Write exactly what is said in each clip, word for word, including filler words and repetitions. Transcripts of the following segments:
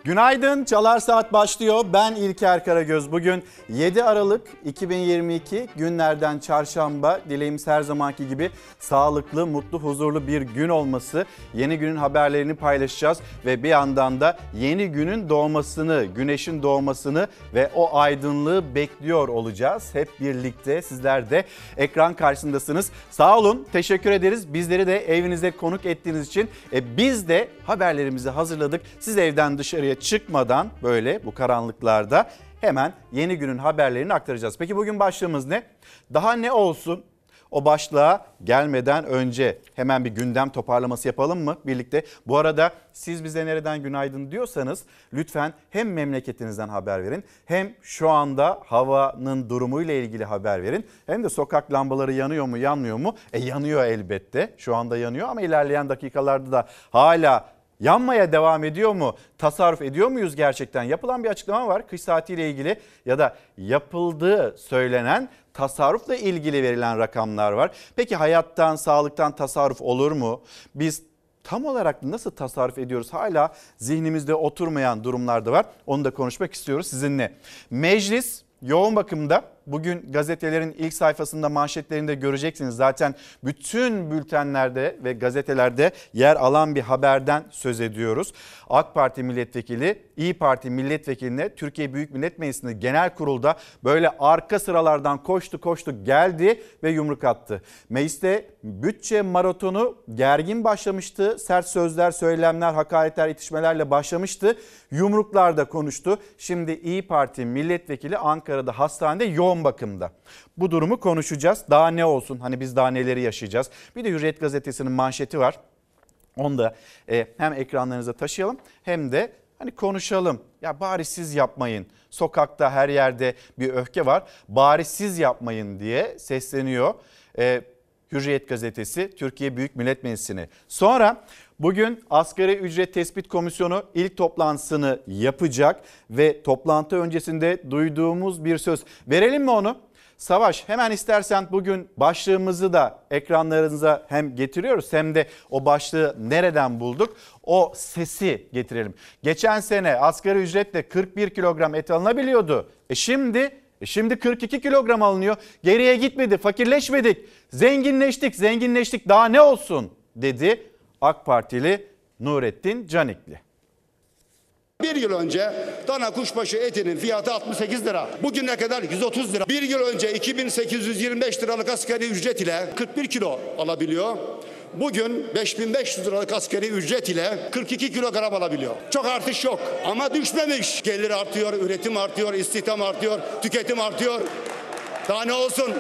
Günaydın, Çalar Saat başlıyor. Ben İlker Karagöz. Bugün yedi Aralık iki bin yirmi iki günlerden çarşamba. Dileğimiz her zamanki gibi sağlıklı, mutlu, huzurlu bir gün olması. Yeni günün haberlerini paylaşacağız ve bir yandan da yeni günün doğmasını, güneşin doğmasını ve o aydınlığı bekliyor olacağız. Hep birlikte sizler de ekran karşısındasınız. Sağ olun, teşekkür ederiz. Bizleri de evinize konuk ettiğiniz için. E, biz de haberlerimizi hazırladık. Siz evden dışarıya çıkmadan böyle bu karanlıklarda hemen yeni günün haberlerini aktaracağız. Peki bugün başlığımız ne? Daha ne olsun? O başlığa gelmeden önce hemen bir gündem toparlaması yapalım mı birlikte? Bu arada siz bize nereden günaydın diyorsanız lütfen hem memleketinizden haber verin, hem şu anda havanın durumuyla ilgili haber verin, hem de sokak lambaları yanıyor mu yanmıyor mu? E yanıyor elbette, şu anda yanıyor ama ilerleyen dakikalarda da hala yanmaya devam ediyor mu? Tasarruf ediyor muyuz gerçekten? Yapılan bir açıklama var kış saatiyle ilgili ya da yapıldığı söylenen tasarrufla ilgili verilen rakamlar var. Peki hayattan, sağlıktan tasarruf olur mu? Biz tam olarak nasıl tasarruf ediyoruz? Hala zihnimizde oturmayan durumlar da var. Onu da konuşmak istiyoruz sizinle. Meclis yoğun bakımda. Bugün gazetelerin ilk sayfasında, manşetlerinde göreceksiniz. Zaten bütün bültenlerde ve gazetelerde yer alan bir haberden söz ediyoruz. AK Parti milletvekili, İyi Parti milletvekiline Türkiye Büyük Millet Meclisi'nde genel kurulda böyle arka sıralardan koştu koştu geldi ve yumruk attı. Mecliste bütçe maratonu gergin başlamıştı. Sert sözler, söylemler, hakaretler, itişmelerle başlamıştı. Yumruklar da konuştu. Şimdi İyi Parti milletvekili Ankara'da hastanede yoğun bakımda. Bu durumu konuşacağız. Daha ne olsun? Hani biz daha neleri yaşayacağız? Bir de Hürriyet gazetesinin manşeti var. Onu da e, hem ekranlarınıza taşıyalım hem de hani konuşalım. Ya bari siz yapmayın. Sokakta her yerde bir öfke var. Bari siz yapmayın diye sesleniyor e, Hürriyet gazetesi Türkiye Büyük Millet Meclisi'ne. Sonra bugün Asgari Ücret Tespit Komisyonu ilk toplantısını yapacak ve toplantı öncesinde duyduğumuz bir söz. Verelim mi onu? Savaş, hemen istersen bugün başlığımızı da ekranlarınıza hem getiriyoruz hem de o başlığı nereden bulduk? O sesi getirelim. Geçen sene asgari ücretle kırk bir kilogram et alınabiliyordu. E şimdi e şimdi kırk iki kilogram alınıyor. Geriye gitmedi, fakirleşmedik, zenginleştik, zenginleştik. Daha ne olsun dedi AK Partili Nurettin Canikli. Bir yıl önce dana kuşbaşı etinin fiyatı altmış sekiz lira. Bugüne kadar yüz otuz lira. Bir yıl önce iki bin sekiz yüz yirmi beş liralık asgari ücret ile kırk bir kilo alabiliyor. Bugün beş bin beş yüz liralık asgari ücret ile kırk iki kilogram alabiliyor. Çok artış yok ama düşmemiş. Gelir artıyor, üretim artıyor, istihdam artıyor, tüketim artıyor. Daha ne olsun?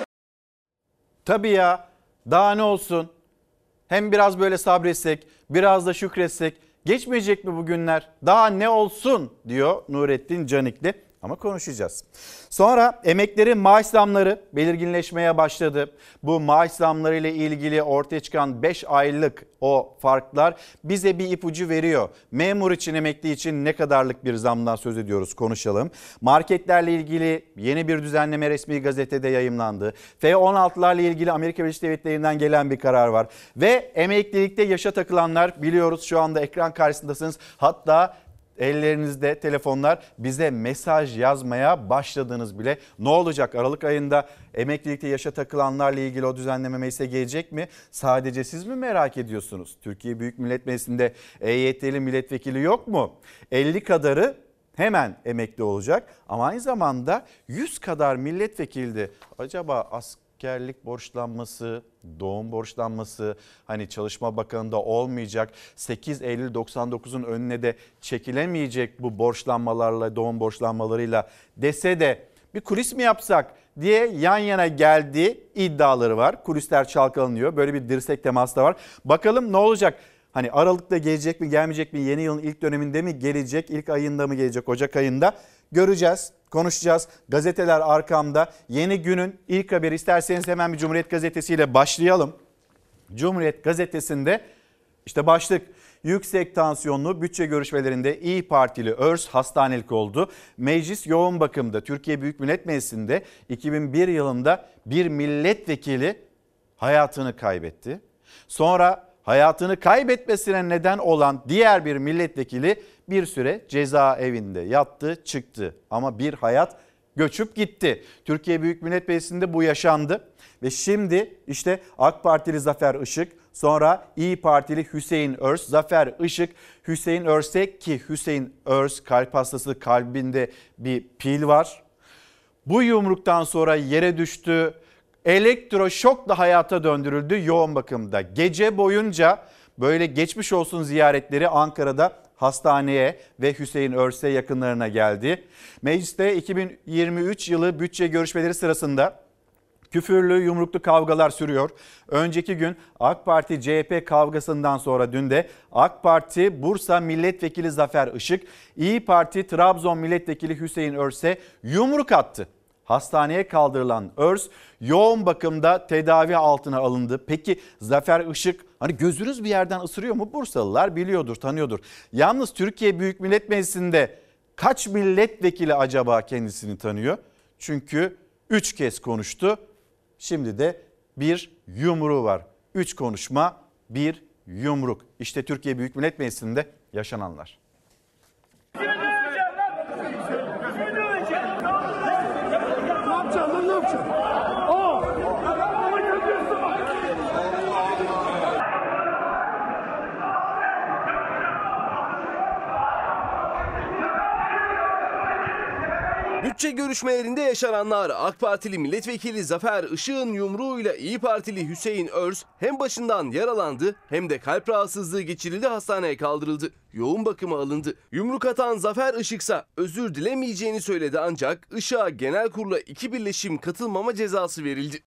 Tabii ya, daha ne olsun? Hem biraz böyle sabretsek, biraz da şükretsek geçmeyecek mi bu günler? Daha ne olsun diyor Nurettin Canikli. Ama konuşacağız. Sonra emeklilerin maaş zamları belirginleşmeye başladı. Bu maaş zamları ile ilgili ortaya çıkan beş aylık o farklar bize bir ipucu veriyor. Memur için, emekli için ne kadarlık bir zamdan söz ediyoruz, konuşalım. Marketlerle ilgili yeni bir düzenleme resmi gazetede yayımlandı. F on altılarla ilgili Amerika Birleşik Devletleri'nden gelen bir karar var. Ve emeklilikte yaşa takılanlar, biliyoruz şu anda ekran karşısındasınız. Hatta ellerinizde telefonlar, bize mesaj yazmaya başladınız bile. Ne olacak Aralık ayında emeklilikte yaşa takılanlarla ilgili o düzenleme meclise gelecek mi? Sadece siz mi merak ediyorsunuz? Türkiye Büyük Millet Meclisi'nde E Y T'li milletvekili yok mu? elli kadarı hemen emekli olacak ama aynı zamanda yüz kadar milletvekili de acaba askerlik borçlanması, doğum borçlanması, hani Çalışma Bakanı'nda olmayacak, sekiz Eylül doksan dokuzun önüne de çekilemeyecek bu borçlanmalarla, doğum borçlanmalarıyla dese de bir kulis mi yapsak diye yan yana geldiği iddiaları var. Kulisler çalkalanıyor. Böyle bir dirsek teması da var. Bakalım ne olacak? Hani Aralık'ta gelecek mi, gelmeyecek mi? Yeni yılın ilk döneminde mi gelecek? İlk ayında mı gelecek? Ocak ayında göreceğiz. Konuşacağız. Gazeteler arkamda. Yeni günün ilk haberi, isterseniz hemen bir Cumhuriyet Gazetesi ile başlayalım. Cumhuriyet Gazetesi'nde işte başlık: yüksek tansiyonlu bütçe görüşmelerinde İyi Partili Örs hastanelik oldu. Meclis yoğun bakımda. Türkiye Büyük Millet Meclisi'nde iki bin bir yılında bir milletvekili hayatını kaybetti. Sonra Hayatını kaybetmesine neden olan diğer bir milletvekili bir süre cezaevinde yattı, çıktı. Ama bir hayat göçüp gitti. Türkiye Büyük Millet Meclisi'nde bu yaşandı. Ve şimdi işte AK Partili Zafer Işık, sonra İyi Partili Hüseyin Örs, Zafer Işık, Hüseyin Örs'e, ki Hüseyin Örs kalp hastası, kalbinde bir pil var. Bu yumruktan sonra yere düştü. Elektroşokla hayata döndürüldü yoğun bakımda. Gece boyunca böyle geçmiş olsun ziyaretleri Ankara'da hastaneye ve Hüseyin Örs'e yakınlarına geldi. Mecliste iki bin yirmi üç yılı bütçe görüşmeleri sırasında küfürlü, yumruklu kavgalar sürüyor. Önceki gün AK Parti C H P kavgasından sonra dün de AK Parti Bursa Milletvekili Zafer Işık, İyi Parti Trabzon Milletvekili Hüseyin Örs'e yumruk attı. Hastaneye kaldırılan Örs yoğun bakımda tedavi altına alındı. Peki Zafer Işık hani gözünüz bir yerden ısırıyor mu? Bursalılar biliyordur, tanıyordur. Yalnız Türkiye Büyük Millet Meclisi'nde kaç milletvekili acaba kendisini tanıyor? Çünkü üç kez konuştu. Şimdi de bir yumruğu var. Üç konuşma, bir yumruk. İşte Türkiye Büyük Millet Meclisi'nde yaşananlar. Bütçe görüşmelerinde yaşananlar. AK Partili milletvekili Zafer Işık'ın yumruğuyla İyi Partili Hüseyin Örs hem başından yaralandı hem de kalp rahatsızlığı geçirildi, hastaneye kaldırıldı. Yoğun bakıma alındı. Yumruk atan Zafer Işık'sa özür dilemeyeceğini söyledi, ancak Işık'a genel kurula iki birleşim katılmama cezası verildi.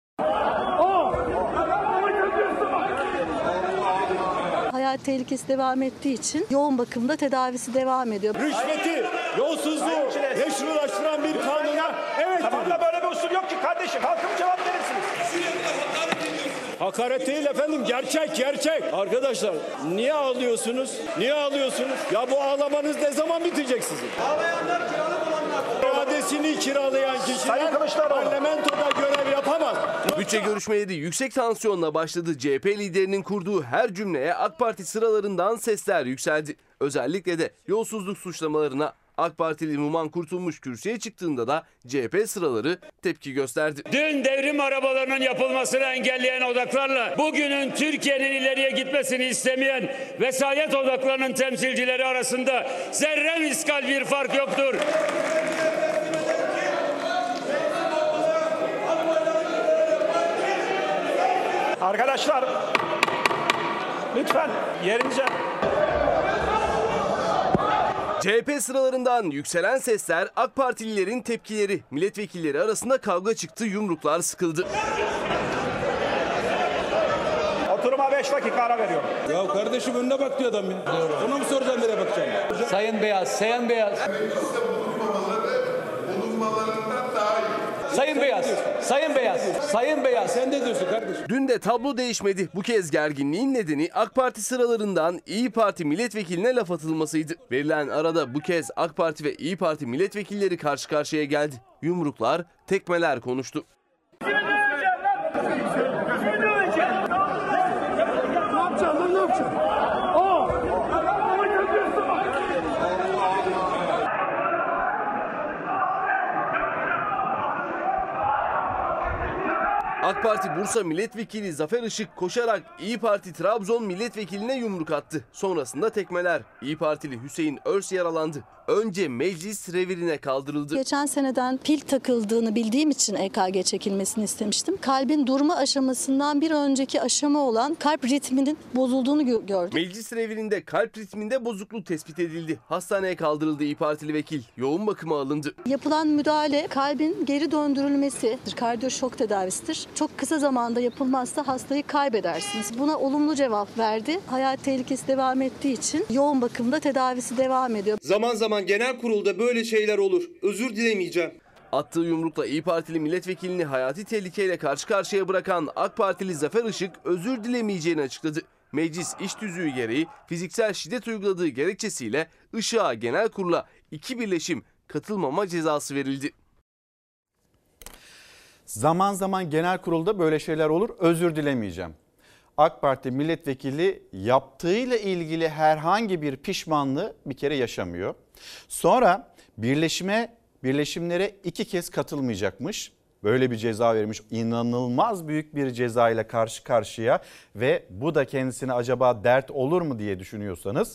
Hayat tehlikesi devam ettiği için yoğun bakımda tedavisi devam ediyor. Rüşveti, yolsuzluğu meşrulaştıran bir kanuna evet. Tamam da böyle bir usul yok ki kardeşim. Halkım cevap verirsiniz. Hakaret değil efendim, gerçek gerçek. Arkadaşlar niye ağlıyorsunuz? Niye ağlıyorsunuz? Ya bu ağlamanız ne zaman bitecek sizin? Ağlayanlar kiralık olanlar. İradesini kiralayan kişiler parlamentoda görev yapamaz. Bütçe görüşmeleri yüksek tansiyonla başladı. C H P liderinin kurduğu her cümleye AK Parti sıralarından sesler yükseldi. Özellikle de yolsuzluk suçlamalarına AK Partili Numan Kurtulmuş kürsüye çıktığında da C H P sıraları tepki gösterdi. Dün devrim arabalarının yapılmasını engelleyen odaklarla bugünün Türkiye'nin ileriye gitmesini istemeyen vesayet odaklarının temsilcileri arasında zerre miskal bir fark yoktur. Arkadaşlar lütfen yerinize. C H P sıralarından yükselen sesler, AK Partililerin tepkileri, milletvekilleri arasında kavga çıktı, yumruklar sıkıldı. Oturuma beş dakika ara veriyorum. Ya kardeşim önüne bak diyor adam ya. Ona mı soracağım, nereye bakacağım? Sayın Beyaz, Sayın Beyaz. Sayın Beyaz, Sayın Beyaz, Sayın Beyaz. Sen ne diyorsun kardeşim? Dün de tablo değişmedi. Bu kez gerginliğin nedeni AK Parti sıralarından İyi Parti milletvekiline laf atılmasıydı. Verilen arada bu kez AK Parti ve İyi Parti milletvekilleri karşı karşıya geldi. Yumruklar, tekmeler konuştu. AK Parti Bursa Milletvekili Zafer Işık koşarak İyi Parti Trabzon milletvekiline yumruk attı. Sonrasında tekmeler. İyi Partili Hüseyin Örs yaralandı. Önce meclis revirine kaldırıldı. Geçen seneden pil takıldığını bildiğim için E K G çekilmesini istemiştim. Kalbin durma aşamasından bir önceki aşama olan kalp ritminin bozulduğunu gö- gördüm. Meclis revirinde kalp ritminde bozukluk tespit edildi. Hastaneye kaldırıldı İyi Partili vekil. Yoğun bakıma alındı. Yapılan müdahale kalbin geri döndürülmesidir. Kardiyoşok tedavisidir. Çok kısa zamanda yapılmazsa hastayı kaybedersiniz. Buna olumlu cevap verdi. Hayat tehlikesi devam ettiği için yoğun bakımda tedavisi devam ediyor. Zaman zaman genel kurulda böyle şeyler olur. Özür dilemeyeceğim. Attığı yumrukla İyi Partili milletvekilini hayati tehlikeyle karşı karşıya bırakan AK Partili Zafer Işık özür dilemeyeceğini açıkladı. Meclis iş tüzüğü gereği fiziksel şiddet uyguladığı gerekçesiyle Işık'a genel kurula iki birleşim katılmama cezası verildi. Zaman zaman genel kurulda böyle şeyler olur, özür dilemeyeceğim. AK Parti milletvekili yaptığıyla ilgili herhangi bir pişmanlığı bir kere yaşamıyor. Sonra birleşime, birleşimlere iki kez katılmayacakmış. Böyle bir ceza vermiş, inanılmaz büyük bir ceza ile karşı karşıya ve bu da kendisine acaba dert olur mu diye düşünüyorsanız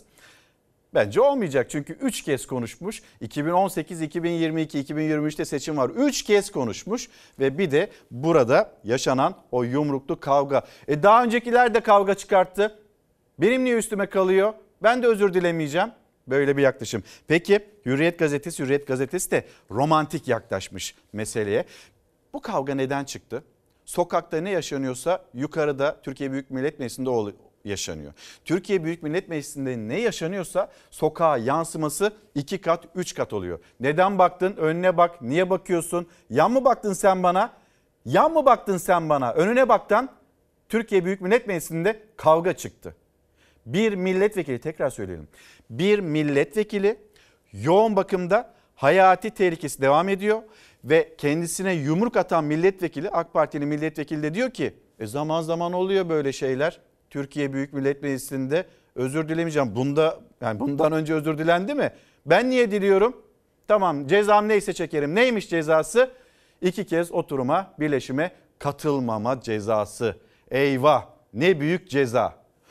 bence olmayacak. Çünkü üç kez konuşmuş. iki bin on sekiz, iki bin yirmi iki, iki bin yirmi üçte seçim var. üç kez konuşmuş ve bir de burada yaşanan o yumruklu kavga. E daha öncekiler de kavga çıkarttı. Benim niye üstüme kalıyor? Ben de özür dilemeyeceğim. Böyle bir yaklaşım. Peki Hürriyet gazetesi, Hürriyet gazetesi de romantik yaklaşmış meseleye. Bu kavga neden çıktı? Sokakta ne yaşanıyorsa yukarıda Türkiye Büyük Millet Meclisi'nde oluyor. Yaşanıyor. Türkiye Büyük Millet Meclisi'nde ne yaşanıyorsa sokağa yansıması iki kat, üç kat oluyor. Neden baktın? Önüne bak. Niye bakıyorsun? Yan mı baktın sen bana? Yan mı baktın sen bana? Önüne baktan Türkiye Büyük Millet Meclisi'nde kavga çıktı. Bir milletvekili, tekrar söyleyelim. Bir milletvekili yoğun bakımda, hayati tehlikesi devam ediyor ve kendisine yumruk atan milletvekili, AK Parti'nin milletvekili de diyor ki e zaman zaman oluyor böyle şeyler. Türkiye Büyük Millet Meclisi'nde özür dilemeyeceğim. Bunda yani bundan önce özür dilendi mi? Ben niye diliyorum? Tamam, cezam neyse çekerim. Neymiş cezası? İki kez oturuma, birleşime katılmama cezası. Eyvah, ne büyük ceza.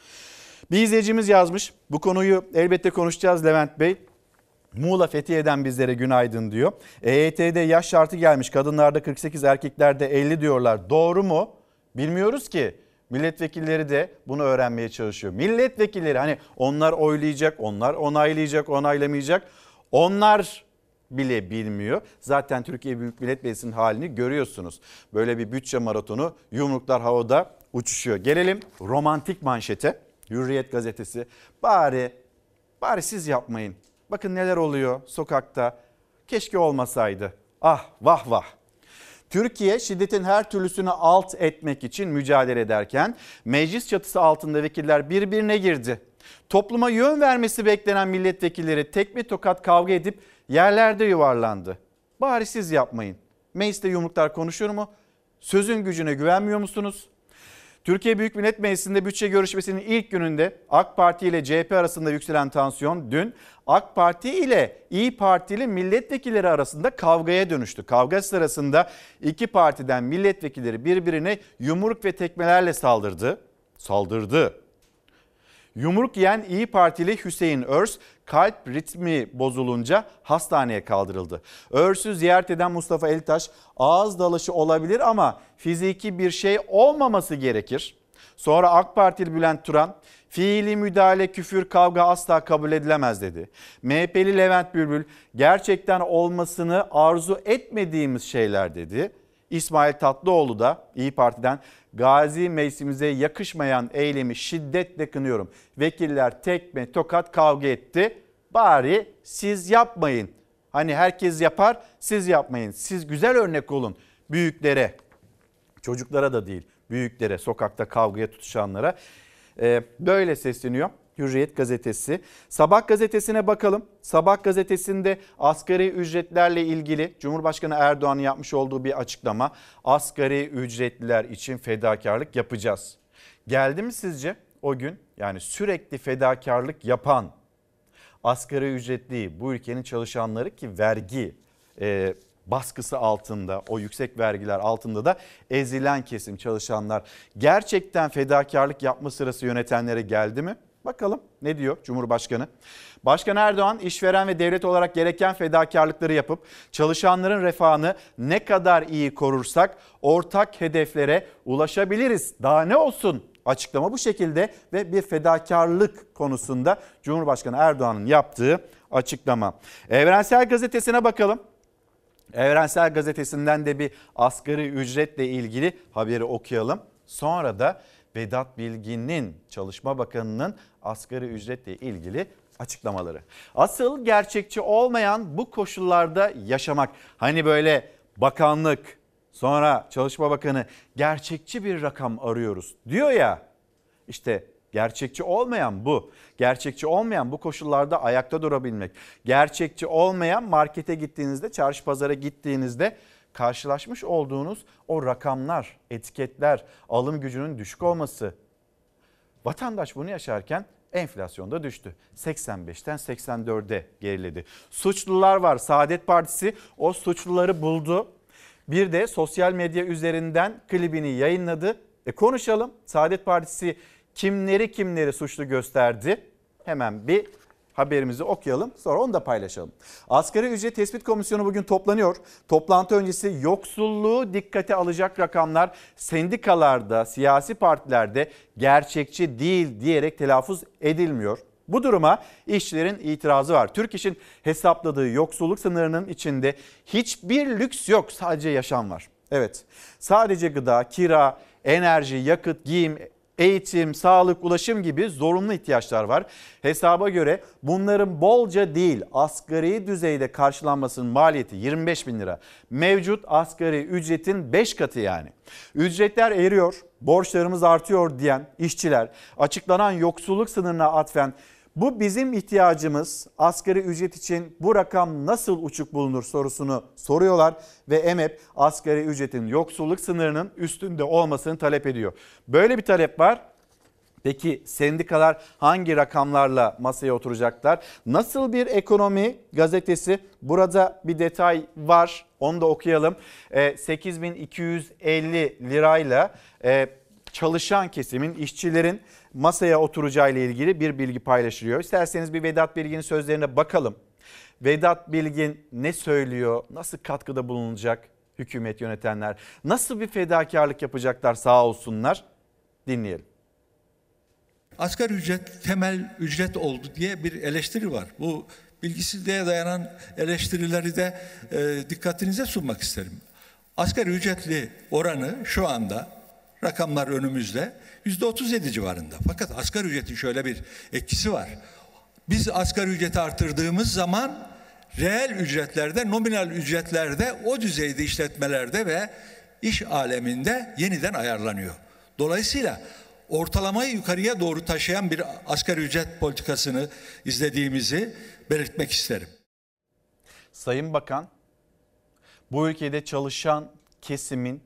Bir izleyicimiz yazmış. Bu konuyu elbette konuşacağız Levent Bey. Muğla Fethiye'den bizlere günaydın diyor. E Y T'de yaş şartı gelmiş. Kadınlarda kırk sekiz, erkeklerde elli diyorlar. Doğru mu? Bilmiyoruz ki. Milletvekilleri de bunu öğrenmeye çalışıyor. Milletvekilleri hani onlar oylayacak, onlar onaylayacak, onaylamayacak. Onlar bile bilmiyor. Zaten Türkiye Büyük Millet Meclisi'nin halini görüyorsunuz. Böyle bir bütçe maratonu, yumruklar havada uçuşuyor. Gelelim romantik manşete. Hürriyet gazetesi. Bari, bari siz yapmayın. Bakın neler oluyor sokakta. Keşke olmasaydı. Ah vah vah. Türkiye şiddetin her türlüsünü alt etmek için mücadele ederken meclis çatısı altında vekiller birbirine girdi. Topluma yön vermesi beklenen milletvekilleri tekme tokat kavga edip yerlerde yuvarlandı. Bari siz yapmayın. Mecliste yumruklar konuşur mu? Sözün gücüne güvenmiyor musunuz? Türkiye Büyük Millet Meclisi'nde bütçe görüşmesinin ilk gününde AK Parti ile C H P arasında yükselen tansiyon dün AK Parti ile İYİ Partili milletvekilleri arasında kavgaya dönüştü. Kavga sırasında iki partiden milletvekilleri birbirine yumruk ve tekmelerle saldırdı. Saldırdı. Yumruk yiyen İYİ Partili Hüseyin Örs kalp ritmi bozulunca hastaneye kaldırıldı. Örs'ü ziyaret eden Mustafa Eltaş ağız dalaşı olabilir ama fiziki bir şey olmaması gerekir. Sonra AK Partili Bülent Turan fiili müdahale, küfür, kavga asla kabul edilemez dedi. M H P'li Levent Bülbül gerçekten olmasını arzu etmediğimiz şeyler dedi. İsmail Tatlıoğlu da İYİ Parti'den Gazi Meclisimize yakışmayan eylemi şiddetle kınıyorum. Vekiller tekme tokat kavga etti. Bari siz yapmayın. Hani herkes yapar, siz yapmayın. Siz güzel örnek olun büyüklere, çocuklara da değil, büyüklere, sokakta kavgaya tutuşanlara. Ee, böyle sesleniyor Hürriyet gazetesi. Sabah gazetesine bakalım. Sabah gazetesinde asgari ücretlerle ilgili Cumhurbaşkanı Erdoğan'ın yapmış olduğu bir açıklama. Asgari ücretliler için fedakarlık yapacağız. Geldi mi sizce o gün? Yani sürekli fedakarlık yapan asgari ücretli bu ülkenin çalışanları ki vergi e, baskısı altında, o yüksek vergiler altında da ezilen kesim çalışanlar. Gerçekten fedakarlık yapma sırası yönetenlere geldi mi? Bakalım ne diyor Cumhurbaşkanı? Başkan Erdoğan işveren ve devlet olarak gereken fedakarlıkları yapıp çalışanların refahını ne kadar iyi korursak ortak hedeflere ulaşabiliriz. Daha ne olsun? Açıklama bu şekilde ve bir fedakarlık konusunda Cumhurbaşkanı Erdoğan'ın yaptığı açıklama. Evrensel Gazetesi'ne bakalım. Evrensel Gazetesi'nden de bir asgari ücretle ilgili haberi okuyalım. Sonra da Vedat Bilgin'in, Çalışma Bakanı'nın asgari ücretle ilgili açıklamaları. Asıl gerçekçi olmayan bu koşullarda yaşamak. Hani böyle bakanlık, sonra Çalışma Bakanı gerçekçi bir rakam arıyoruz diyor ya. İşte gerçekçi olmayan bu. Gerçekçi olmayan bu koşullarda ayakta durabilmek. Gerçekçi olmayan markete gittiğinizde, çarşı pazara gittiğinizde karşılaşmış olduğunuz o rakamlar, etiketler, alım gücünün düşük olması. Vatandaş bunu yaşarken enflasyon da düştü. seksen beşten seksen dörde geriledi. Suçlular var. Saadet Partisi o suçluları buldu. Bir de sosyal medya üzerinden klibini yayınladı. E konuşalım. Saadet Partisi kimleri kimleri suçlu gösterdi? Hemen bir haberimizi okuyalım, sonra onu da paylaşalım. Asgari ücret tespit komisyonu bugün toplanıyor. Toplantı öncesi yoksulluğu dikkate alacak rakamlar sendikalarda, siyasi partilerde gerçekçi değil diyerek telaffuz edilmiyor. Bu duruma işçilerin itirazı var. Türk İş'in hesapladığı yoksulluk sınırının içinde hiçbir lüks yok, sadece yaşam var. Evet, sadece gıda, kira, enerji, yakıt, giyim, eğitim, sağlık, ulaşım gibi zorunlu ihtiyaçlar var. Hesaba göre bunların bolca değil, asgari düzeyde karşılanmasının maliyeti yirmi beş bin lira. Mevcut asgari ücretin beş katı yani. Ücretler eriyor, borçlarımız artıyor diyen işçiler açıklanan yoksulluk sınırına atfen bu bizim ihtiyacımız, asgari ücret için bu rakam nasıl uçuk bulunur sorusunu soruyorlar ve E M E P asgari ücretin yoksulluk sınırının üstünde olmasını talep ediyor. Böyle bir talep var. Peki sendikalar hangi rakamlarla masaya oturacaklar? Nasıl bir ekonomi gazetesi? Burada bir detay var, onu da okuyalım. sekiz bin iki yüz elli lirayla çalışan kesimin, işçilerin masaya oturacağı ile ilgili bir bilgi paylaşılıyor. İsterseniz bir Vedat Bilgin'in sözlerine bakalım. Vedat Bilgin ne söylüyor? Nasıl katkıda bulunacak hükümet yönetenler? Nasıl bir fedakarlık yapacaklar sağ olsunlar? Dinleyelim. Asgari ücret temel ücret oldu diye bir eleştiri var. Bu bilgisizliğe dayanan eleştirileri de e, dikkatinize sunmak isterim. Asgari ücretli oranı şu anda, rakamlar önümüzde, yüzde otuz yedi civarında. Fakat asgari ücretin şöyle bir etkisi var. Biz asgari ücreti artırdığımız zaman reel ücretlerde, nominal ücretlerde, o düzeyde işletmelerde ve iş aleminde yeniden ayarlanıyor. Dolayısıyla ortalamayı yukarıya doğru taşıyan bir asgari ücret politikasını izlediğimizi belirtmek isterim. Sayın Bakan, bu ülkede çalışan kesimin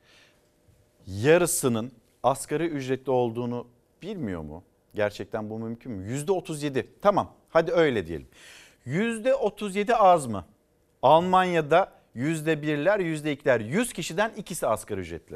yarısının asgari ücretli olduğunu bilmiyor mu? Gerçekten bu mümkün mü? yüzde otuz yedi. Tamam, hadi öyle diyelim. yüzde otuz yedi az mı? Almanya'da yüzde birler, yüzde ikiler. yüz kişiden ikisi asgari ücretli.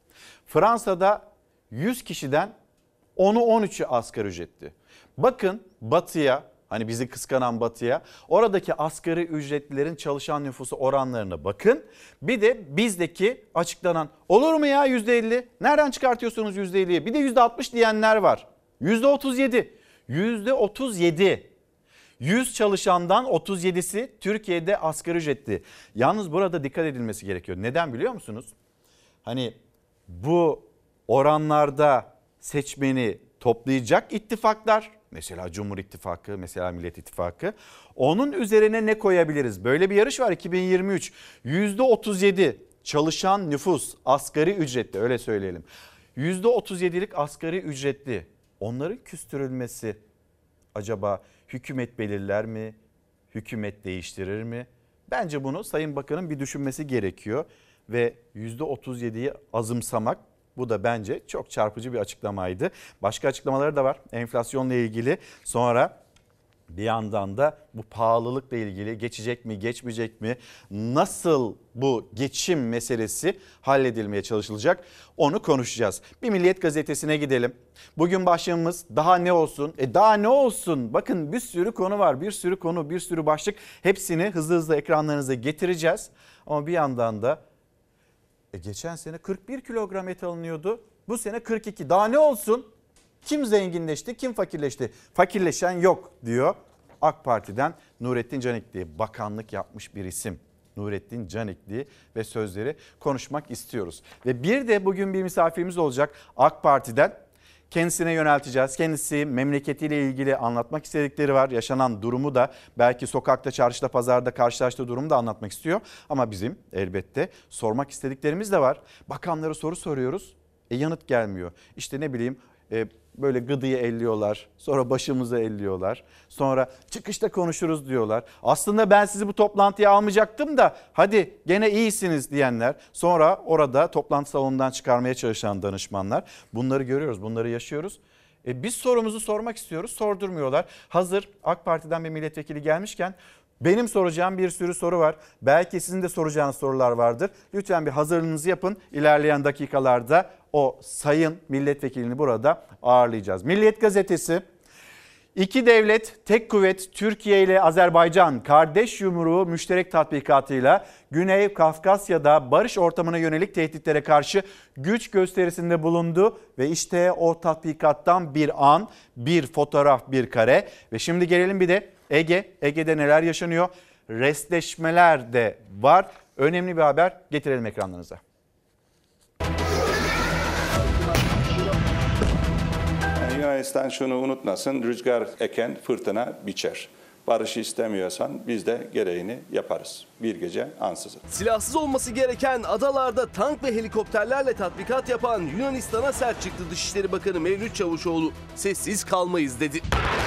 Fransa'da yüz kişiden onu on üçü asgari ücretli. Bakın Batı'ya, hani bizi kıskanan Batı'ya, oradaki asgari ücretlilerin çalışan nüfusu oranlarına bakın. Bir de bizdeki açıklanan, olur mu ya yüzde elli? Nereden çıkartıyorsunuz yüzde elliyi? Bir de yüzde altmış diyenler var. yüzde otuz yedi. yüzde otuz yedi. yüz çalışandan otuz yedisi Türkiye'de asgari ücretli. Yalnız burada dikkat edilmesi gerekiyor. Neden biliyor musunuz? Hani bu oranlarda seçmeni toplayacak ittifaklar, mesela Cumhur İttifakı, mesela Millet İttifakı, onun üzerine ne koyabiliriz? Böyle bir yarış var iki bin yirmi üç. yüzde otuz yedi çalışan nüfus asgari ücretli, öyle söyleyelim. yüzde otuz yedilik asgari ücretli, onların küstürülmesi acaba hükümet belirler mi? Hükümet değiştirir mi? Bence bunu Sayın Bakan'ın bir düşünmesi gerekiyor ve yüzde otuz yediyi azımsamak, bu da bence çok çarpıcı bir açıklamaydı. Başka açıklamaları da var enflasyonla ilgili. Sonra bir yandan da bu pahalılıkla ilgili geçecek mi, geçmeyecek mi? Nasıl bu geçim meselesi halledilmeye çalışılacak? Onu konuşacağız. Bir Milliyet Gazetesi'ne gidelim. Bugün başlığımız daha ne olsun? E daha ne olsun? Bakın bir sürü konu var, bir sürü konu, bir sürü başlık. Hepsini hızlı hızlı ekranlarınıza getireceğiz. Ama bir yandan da E geçen sene kırk bir kilogram et alınıyordu. Bu sene kırk iki. Daha ne olsun? Kim zenginleşti, kim fakirleşti? Fakirleşen yok diyor AK Parti'den Nurettin Canikli. Bakanlık yapmış bir isim. Nurettin Canikli ve sözleri konuşmak istiyoruz. Ve bir de bugün bir misafirimiz olacak AK Parti'den. Kendisine yönelteceğiz. Kendisi memleketiyle ilgili anlatmak istedikleri var. Yaşanan durumu da, belki sokakta, çarşıda, pazarda karşılaştığı durumu da anlatmak istiyor. Ama bizim elbette sormak istediklerimiz de var. Bakanlara soru soruyoruz. E yanıt gelmiyor. İşte ne bileyim e, böyle gıdıyı elliyorlar. Sonra başımızı elliyorlar. Sonra çıkışta konuşuruz diyorlar. Aslında ben sizi bu toplantıya almayacaktım da hadi gene iyisiniz diyenler. Sonra orada toplantı salonundan çıkarmaya çalışan danışmanlar. Bunları görüyoruz, bunları yaşıyoruz. E, biz sorumuzu sormak istiyoruz, sordurmuyorlar. Hazır AK Parti'den bir milletvekili gelmişken benim soracağım bir sürü soru var. Belki sizin de soracağınız sorular vardır. Lütfen bir hazırlığınızı yapın. İlerleyen dakikalarda o sayın milletvekilini burada ağırlayacağız. Milliyet Gazetesi, İki devlet, tek kuvvet Türkiye ile Azerbaycan kardeş yumruğu müşterek tatbikatıyla Güney Kafkasya'da barış ortamına yönelik tehditlere karşı güç gösterisinde bulundu. Ve işte o tatbikattan bir an, bir fotoğraf, bir kare. Ve şimdi gelelim bir de Ege, Ege'de neler yaşanıyor? Restleşmeler de var. Önemli bir haber, getirelim ekranlarınıza. Yunanistan şunu unutmasın, rüzgar eken fırtına biçer. Barışı istemiyorsan biz de gereğini yaparız. Bir gece ansızın. Silahsız olması gereken adalarda tank ve helikopterlerle tatbikat yapan Yunanistan'a sert çıktı Dışişleri Bakanı Mevlüt Çavuşoğlu. Sessiz kalmayız dedi.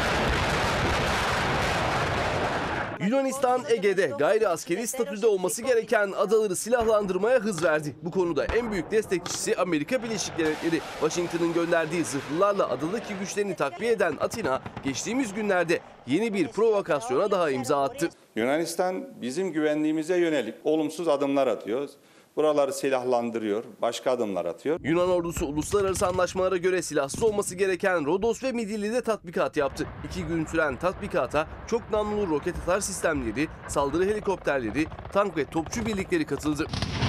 Yunanistan Ege'de gayri askeri statüde olması gereken adaları silahlandırmaya hız verdi. Bu konuda en büyük destekçisi Amerika Birleşik Devletleri. Washington'ın gönderdiği zırhlılarla adadaki güçlerini takviye eden Atina geçtiğimiz günlerde yeni bir provokasyona daha imza attı. Yunanistan bizim güvenliğimize yönelik olumsuz adımlar atıyor. Buraları silahlandırıyor, başka adımlar atıyor. Yunan ordusu uluslararası anlaşmalara göre silahsız olması gereken Rodos ve Midilli'de tatbikat yaptı. İki gün süren tatbikata çok namlulu roket atar sistemleri, saldırı helikopterleri, tank ve topçu birlikleri katıldı.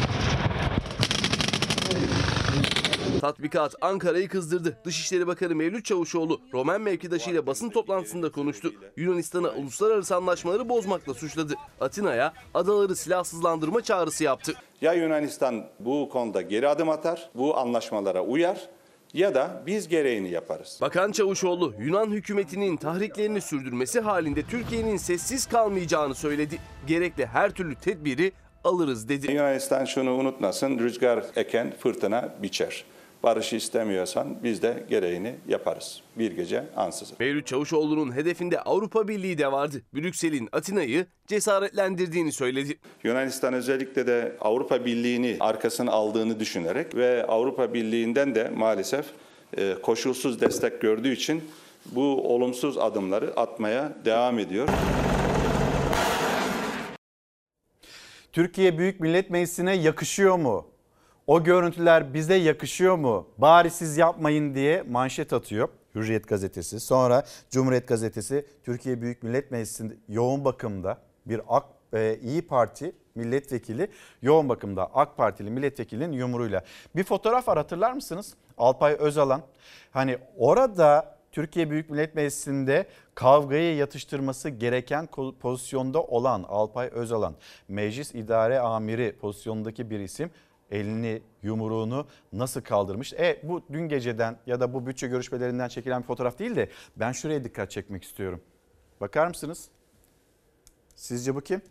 Tatbikat Ankara'yı kızdırdı. Dışişleri Bakanı Mevlüt Çavuşoğlu Romen mevkidaşıyla basın toplantısında konuştu. Yunanistan'a uluslararası anlaşmaları bozmakla suçladı. Atina'ya adaları silahsızlandırma çağrısı yaptı. Ya Yunanistan bu konuda geri adım atar, bu anlaşmalara uyar ya da biz gereğini yaparız. Bakan Çavuşoğlu Yunan hükümetinin tahriklerini sürdürmesi halinde Türkiye'nin sessiz kalmayacağını söyledi. Gerekli her türlü tedbiri alırız dedi. Yunanistan şunu unutmasın, rüzgar eken fırtına biçer. Barışı istemiyorsan biz de gereğini yaparız. Bir gece ansızın. Mevlüt Çavuşoğlu'nun hedefinde Avrupa Birliği de vardı. Brüksel'in Atina'yı cesaretlendirdiğini söyledi. Yunanistan özellikle de Avrupa Birliği'ni arkasına aldığını düşünerek ve Avrupa Birliği'nden de maalesef e, koşulsuz destek gördüğü için bu olumsuz adımları atmaya devam ediyor. Türkiye Büyük Millet Meclisi'ne yakışıyor mu? O görüntüler bize yakışıyor mu? Bari siz yapmayın diye manşet atıyor Hürriyet gazetesi. Sonra Cumhuriyet gazetesi Türkiye Büyük Millet Meclisi'nde yoğun bakımda bir AK, e, İyi Parti milletvekili yoğun bakımda AK Partili milletvekilinin yumruğuyla. Bir fotoğraf var, hatırlar mısınız? Alpay Özalan. Hani orada Türkiye Büyük Millet Meclisi'nde kavgayı yatıştırması gereken pozisyonda olan Alpay Özalan, Meclis İdare Amiri pozisyondaki bir isim, elini, yumruğunu nasıl kaldırmış? E bu dün geceden ya da bu bütçe görüşmelerinden çekilen bir fotoğraf değil de ben şuraya dikkat çekmek istiyorum. Bakar mısınız? Sizce bu kim?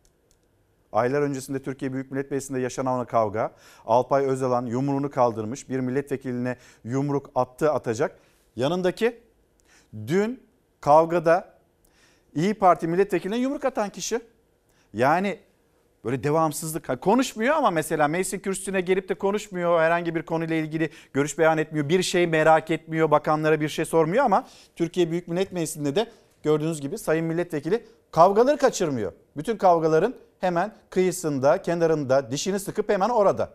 Aylar öncesinde Türkiye Büyük Millet Meclisi'nde yaşanan kavga. Alpay Özalan yumruğunu kaldırmış, bir milletvekiline yumruk attı, atacak. Yanındaki dün kavgada İyi Parti milletvekiline yumruk atan kişi. Yani böyle devamsızlık. Ha, konuşmuyor ama mesela meclisin kürsüsüne gelip de konuşmuyor. Herhangi bir konuyla ilgili görüş beyan etmiyor. Bir şey merak etmiyor. Bakanlara bir şey sormuyor ama Türkiye Büyük Millet Meclisi'nde de gördüğünüz gibi sayın milletvekili kavgaları kaçırmıyor. Bütün kavgaların hemen kıyısında, kenarında, dişini sıkıp hemen orada.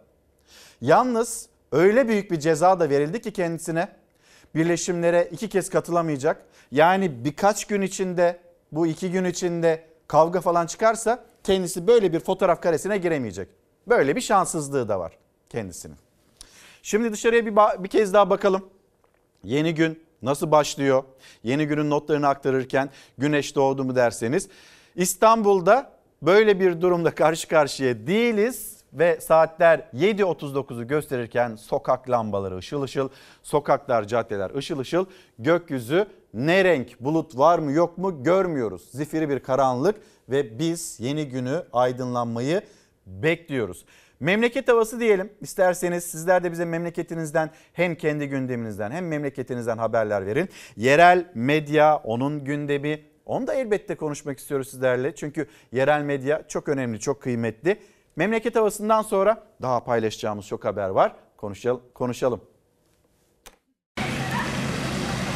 Yalnız öyle büyük bir ceza da verildi ki kendisine, birleşimlere iki kez katılamayacak. Yani birkaç gün içinde, bu iki gün içinde kavga falan çıkarsa kendisi böyle bir fotoğraf karesine giremeyecek. Böyle bir şanssızlığı da var kendisinin. Şimdi dışarıya bir, bir kez daha bakalım. Yeni gün nasıl başlıyor? Yeni günün notlarını aktarırken güneş doğdu mu derseniz. İstanbul'da böyle bir durumda karşı karşıya değiliz. Ve saatler yedi otuz dokuzu gösterirken sokak lambaları ışıl ışıl, sokaklar, caddeler ışıl ışıl, gökyüzü ne renk, bulut var mı yok mu görmüyoruz. Zifiri bir karanlık ve biz yeni günü, aydınlanmayı bekliyoruz. Memleket havası diyelim. İsterseniz sizler de bize memleketinizden, hem kendi gündeminizden hem memleketinizden haberler verin. Yerel medya, onun gündemi, onu da elbette konuşmak istiyoruz sizlerle. Çünkü yerel medya çok önemli, çok kıymetli. Memleket havasından sonra daha paylaşacağımız çok haber var. Konuşalım. konuşalım.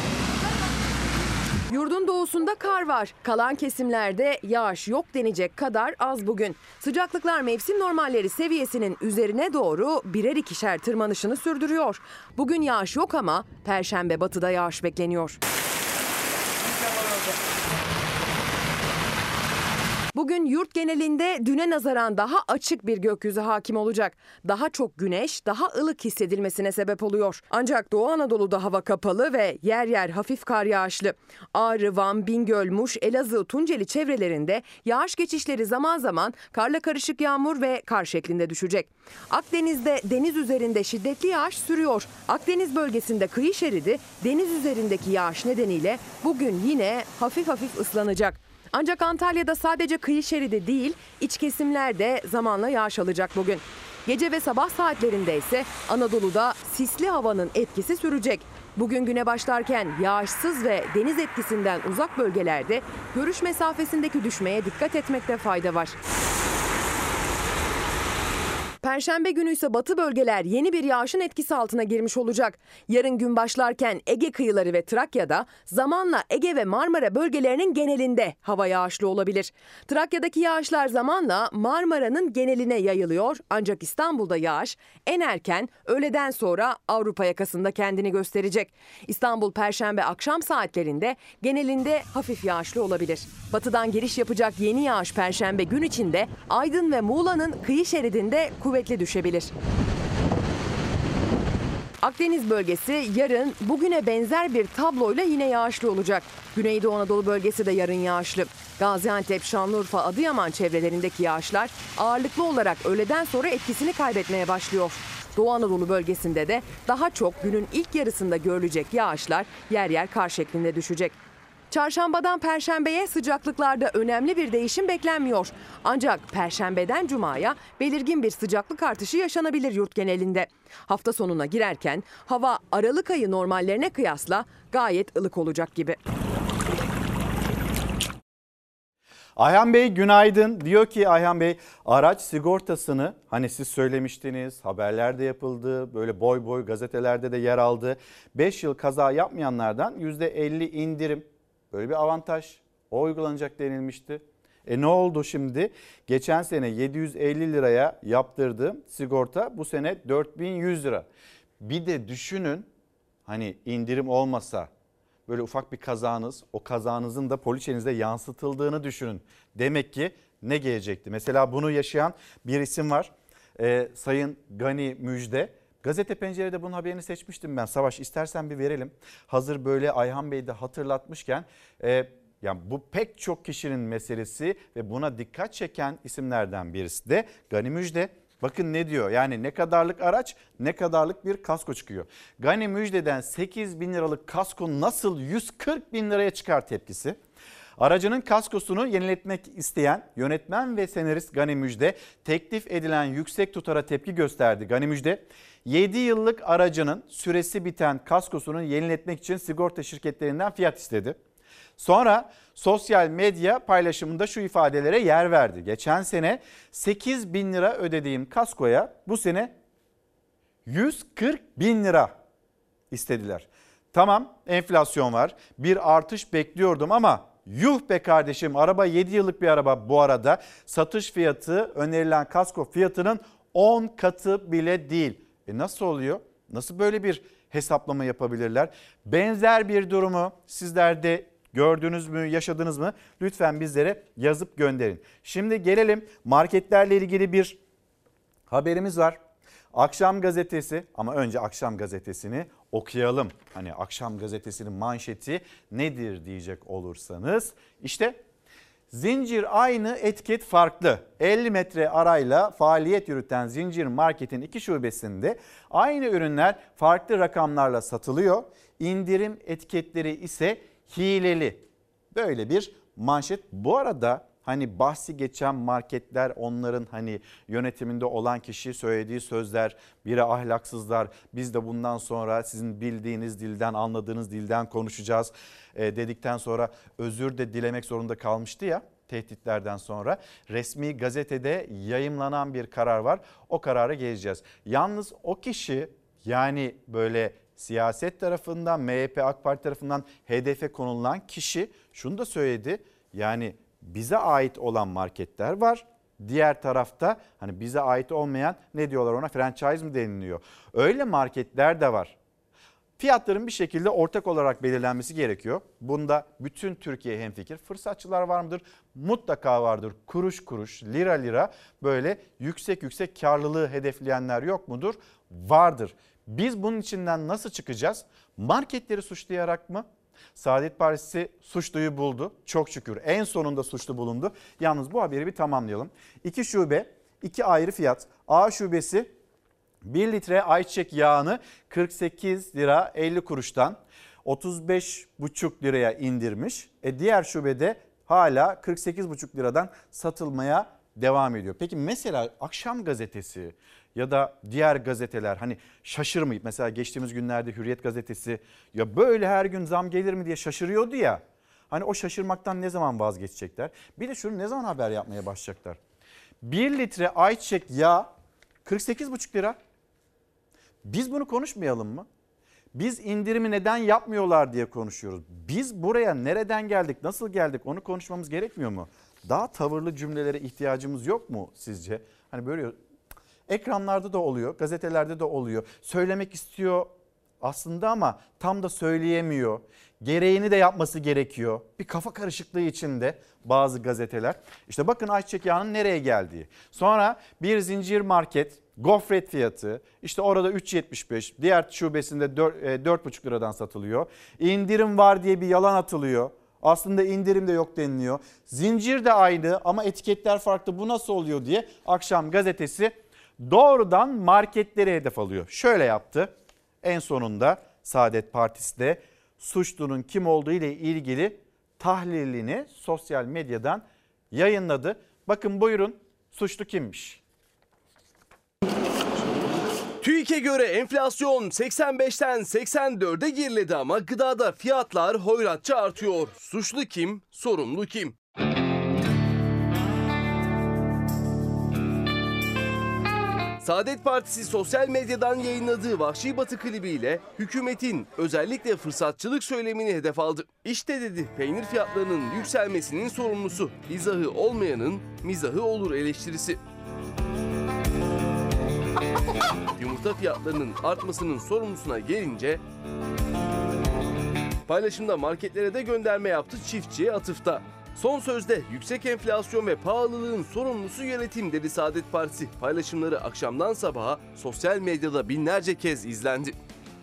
doğusunda kar var. Kalan kesimlerde yağış yok denecek kadar az bugün. Sıcaklıklar mevsim normalleri seviyesinin üzerine doğru birer ikişer tırmanışını sürdürüyor. Bugün yağış yok ama Perşembe batıda yağış bekleniyor. Bugün yurt genelinde düne nazaran daha açık bir gökyüzü hakim olacak. Daha çok güneş, daha ılık hissedilmesine sebep oluyor. Ancak Doğu Anadolu'da hava kapalı ve yer yer hafif kar yağışlı. Ağrı, Van, Bingöl, Muş, Elazığ, Tunceli çevrelerinde yağış geçişleri zaman zaman karla karışık yağmur ve kar şeklinde düşecek. Akdeniz'de deniz üzerinde şiddetli yağış sürüyor. Akdeniz bölgesinde kıyı şeridi deniz üzerindeki yağış nedeniyle bugün yine hafif hafif ıslanacak. Ancak Antalya'da sadece kıyı şeridi değil, iç kesimlerde zamanla yağış alacak bugün. Gece ve sabah saatlerinde ise Anadolu'da sisli havanın etkisi sürecek. Bugün güne başlarken yağışsız ve deniz etkisinden uzak bölgelerde görüş mesafesindeki düşmeye dikkat etmekte fayda var. Perşembe günü ise batı bölgeler yeni bir yağışın etkisi altına girmiş olacak. Yarın gün başlarken Ege kıyıları ve Trakya'da, zamanla Ege ve Marmara bölgelerinin genelinde hava yağışlı olabilir. Trakya'daki yağışlar zamanla Marmara'nın geneline yayılıyor, ancak İstanbul'da yağış en erken öğleden sonra Avrupa yakasında kendini gösterecek. İstanbul Perşembe akşam saatlerinde genelinde hafif yağışlı olabilir. Batıdan giriş yapacak yeni yağış Perşembe gün içinde Aydın ve Muğla'nın kıyı şeridinde kuvvetli düşebilir. Akdeniz bölgesi yarın bugüne benzer bir tabloyla yine yağışlı olacak. Güneydoğu Anadolu bölgesi de yarın yağışlı. Gaziantep, Şanlıurfa, Adıyaman çevrelerindeki yağışlar ağırlıklı olarak öğleden sonra etkisini kaybetmeye başlıyor. Doğu Anadolu bölgesinde de daha çok günün ilk yarısında görülecek yağışlar yer yer kar şeklinde düşecek. Çarşambadan Perşembe'ye sıcaklıklarda önemli bir değişim beklenmiyor. Ancak Perşembeden Cuma'ya belirgin bir sıcaklık artışı yaşanabilir yurt genelinde. Hafta sonuna girerken hava Aralık ayı normallerine kıyasla gayet ılık olacak gibi. Ayhan Bey günaydın. Diyor ki Ayhan Bey, araç sigortasını hani siz söylemiştiniz, haberlerde yapıldı, böyle boy boy gazetelerde de yer aldı. beş yıl kaza yapmayanlardan yüzde elli indirim, böyle bir avantaj o uygulanacak denilmişti. E ne oldu şimdi? Geçen sene yedi yüz elli liraya yaptırdı sigorta, bu sene dört bin yüz lira. Bir de düşünün, hani indirim olmasa böyle ufak bir kazanız, o kazanızın da poliçenize yansıtıldığını düşünün. Demek ki ne gelecekti? Mesela bunu yaşayan bir isim var. Ee, Sayın Gani Müjde. Gazete Pencere'de bunun haberini seçmiştim ben. Savaş, istersen bir verelim. Hazır böyle Ayhan Bey de hatırlatmışken, e, yani bu pek çok kişinin meselesi ve buna dikkat çeken isimlerden birisi de Gani Müjde. Bakın ne diyor, yani ne kadarlık araç, ne kadarlık bir kasko çıkıyor. Gani Müjde'den sekiz bin liralık kasko nasıl yüz kırk bin liraya çıkar tepkisi. Aracının kaskosunu yeniletmek isteyen yönetmen ve senarist Gani Müjde teklif edilen yüksek tutara tepki gösterdi. Gani Müjde yedi yıllık aracının süresi biten kaskosunu yeniletmek için sigorta şirketlerinden fiyat istedi. Sonra sosyal medya paylaşımında şu ifadelere yer verdi. Geçen sene sekiz bin lira ödediğim kaskoya bu sene yüz kırk bin lira istediler. Tamam, enflasyon var, bir artış bekliyordum ama yuh be kardeşim, araba yedi yıllık bir araba bu arada. Satış fiyatı önerilen kasko fiyatının on katı bile değil. E nasıl oluyor? Nasıl böyle bir hesaplama yapabilirler? Benzer bir durumu sizler de gördünüz mü, yaşadınız mı? Lütfen bizlere yazıp gönderin. Şimdi gelelim, marketlerle ilgili bir haberimiz var. Akşam gazetesi, ama önce akşam gazetesini okuyalım. Hani akşam gazetesinin manşeti nedir diyecek olursanız, işte zincir aynı, etiket farklı. elli metre arayla faaliyet yürüten zincir marketin iki şubesinde aynı ürünler farklı rakamlarla satılıyor. İndirim etiketleri ise hileli. Böyle bir manşet. Bu arada hani bahsi geçen marketler, onların hani yönetiminde olan kişi söylediği sözler, biri ahlaksızlar, biz de bundan sonra sizin bildiğiniz dilden, anladığınız dilden konuşacağız e, dedikten sonra özür de dilemek zorunda kalmıştı ya tehditlerden sonra. Resmi gazetede yayımlanan bir karar var. O karara geleceğiz. Yalnız o kişi, yani böyle siyaset tarafından, M H P AK Parti tarafından hedefe konulan kişi şunu da söyledi. Yani bize ait olan marketler var. Diğer tarafta hani bize ait olmayan, ne diyorlar ona, franchise mi deniliyor? Öyle marketler de var. Fiyatların bir şekilde ortak olarak belirlenmesi gerekiyor. Bunda bütün Türkiye hemfikir. Fırsatçılar var mıdır? Mutlaka vardır. Kuruş kuruş, lira lira böyle yüksek yüksek karlılığı hedefleyenler yok mudur? Vardır. Biz bunun içinden nasıl çıkacağız? Marketleri suçlayarak mı? Saadet Partisi suçluyu buldu. Çok şükür en sonunda suçlu bulundu. Yalnız bu haberi bir tamamlayalım. İki şube, iki ayrı fiyat. A şubesi bir litre ayçiçek yağını kırk sekiz lira elli kuruştan otuz beş buçuk liraya indirmiş. E diğer şubede hala kırk sekiz buçuk liradan satılmaya devam ediyor. Peki mesela Akşam Gazetesi ya da diğer gazeteler hani şaşırmayıp, mesela geçtiğimiz günlerde Hürriyet Gazetesi ya böyle her gün zam gelir mi diye şaşırıyordu ya. Hani o şaşırmaktan ne zaman vazgeçecekler? Bir de şunu, ne zaman haber yapmaya başlayacaklar? bir litre ayçiçek yağı kırk sekiz buçuk lira. Biz bunu konuşmayalım mı? Biz indirimi neden yapmıyorlar diye konuşuyoruz. Biz buraya nereden geldik, nasıl geldik onu konuşmamız gerekmiyor mu? Daha tavırlı cümlelere ihtiyacımız yok mu sizce? Hani böyle ekranlarda da oluyor, gazetelerde de oluyor. Söylemek istiyor aslında ama tam da söyleyemiyor. Gereğini de yapması gerekiyor. Bir kafa karışıklığı içinde bazı gazeteler. İşte bakın ayçiçek yağının nereye geldiği. Sonra bir zincir market gofret fiyatı işte orada üç yetmiş beş, diğer şubesinde dört buçuk liradan satılıyor. İndirim var diye bir yalan atılıyor. Aslında indirim de yok deniliyor. Zincir de aynı ama etiketler farklı, bu nasıl oluyor diye Akşam Gazetesi doğrudan marketleri hedef alıyor. Şöyle yaptı. En sonunda Saadet Partisi de suçlunun kim olduğu ile ilgili tahlilini sosyal medyadan yayınladı. Bakın buyurun, suçlu kimmiş? TÜİK'e göre enflasyon seksen beşten seksen dörde geriledi ama gıdada fiyatlar hoyratça artıyor. Suçlu kim, sorumlu kim? Saadet Partisi sosyal medyadan yayınladığı Vahşi Batı klibiyle hükümetin özellikle fırsatçılık söylemini hedef aldı. İşte dedi, peynir fiyatlarının yükselmesinin sorumlusu, izahı olmayanın mizahı olur eleştirisi. Yumurta fiyatlarının artmasının sorumlusuna gelince paylaşımda marketlere de gönderme yaptı çiftçiye atıfta. Son sözde yüksek enflasyon ve pahalılığın sorumlusu yönetim dedi Saadet Partisi. Paylaşımları akşamdan sabaha sosyal medyada binlerce kez izlendi.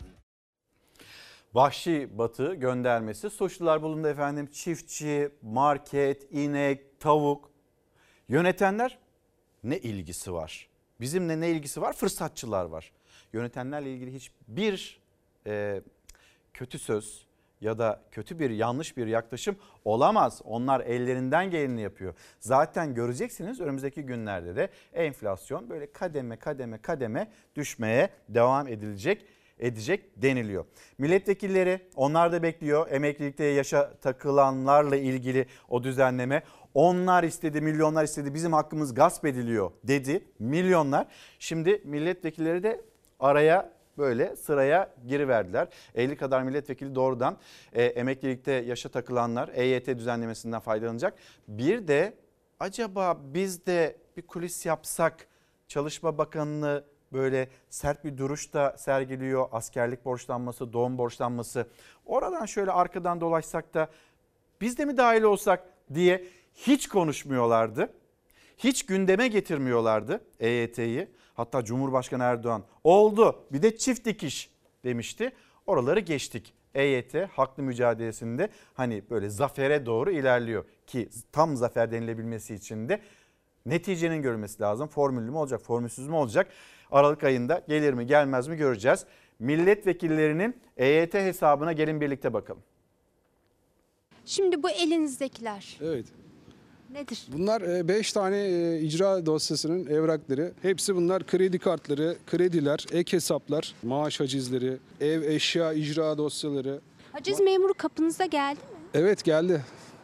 Vahşi Batı göndermesi, suçlular bulundu efendim. Çiftçi, market, inek, tavuk. Yönetenler ne ilgisi var? Bizimle ne ilgisi var? Fırsatçılar var. Yönetenlerle ilgili hiçbir e, kötü söz ya da kötü bir yanlış bir yaklaşım olamaz. Onlar ellerinden geleni yapıyor. Zaten göreceksiniz önümüzdeki günlerde de enflasyon böyle kademe kademe kademe düşmeye devam edilecek edecek deniliyor. Milletvekilleri, onlar da bekliyor emeklilikte yaşa takılanlarla ilgili o düzenleme. Onlar istedi, milyonlar istedi, bizim hakkımız gasp ediliyor dedi milyonlar. Şimdi milletvekilleri de araya böyle sıraya giriverdiler. elli kadar milletvekili doğrudan e, emeklilikte yaşa takılanlar E Y T düzenlemesinden faydalanacak. Bir de acaba biz de bir kulis yapsak, Çalışma Bakanlığı böyle sert bir duruş da sergiliyor. Askerlik borçlanması, doğum borçlanması. Oradan şöyle arkadan dolaşsak da biz de mi dahil olsak diye hiç konuşmuyorlardı. Hiç gündeme getirmiyorlardı E Y T'yi. Hatta Cumhurbaşkanı Erdoğan oldu bir de çift dikiş demişti. Oraları geçtik. E Y T haklı mücadelesinde hani böyle zafere doğru ilerliyor. Ki tam zafer denilebilmesi için de neticenin görülmesi lazım. Formüllü mü olacak, formülsüz mü olacak? Aralık ayında gelir mi gelmez mi göreceğiz. Milletvekillerinin E Y T hesabına gelin birlikte bakalım. Şimdi bu elinizdekiler. Evet. Nedir? Bunlar beş tane icra dosyasının evrakları. Hepsi bunlar kredi kartları, krediler, ek hesaplar, maaş hacizleri, ev eşya icra dosyaları. Haciz memuru kapınıza geldi mi? Evet geldi.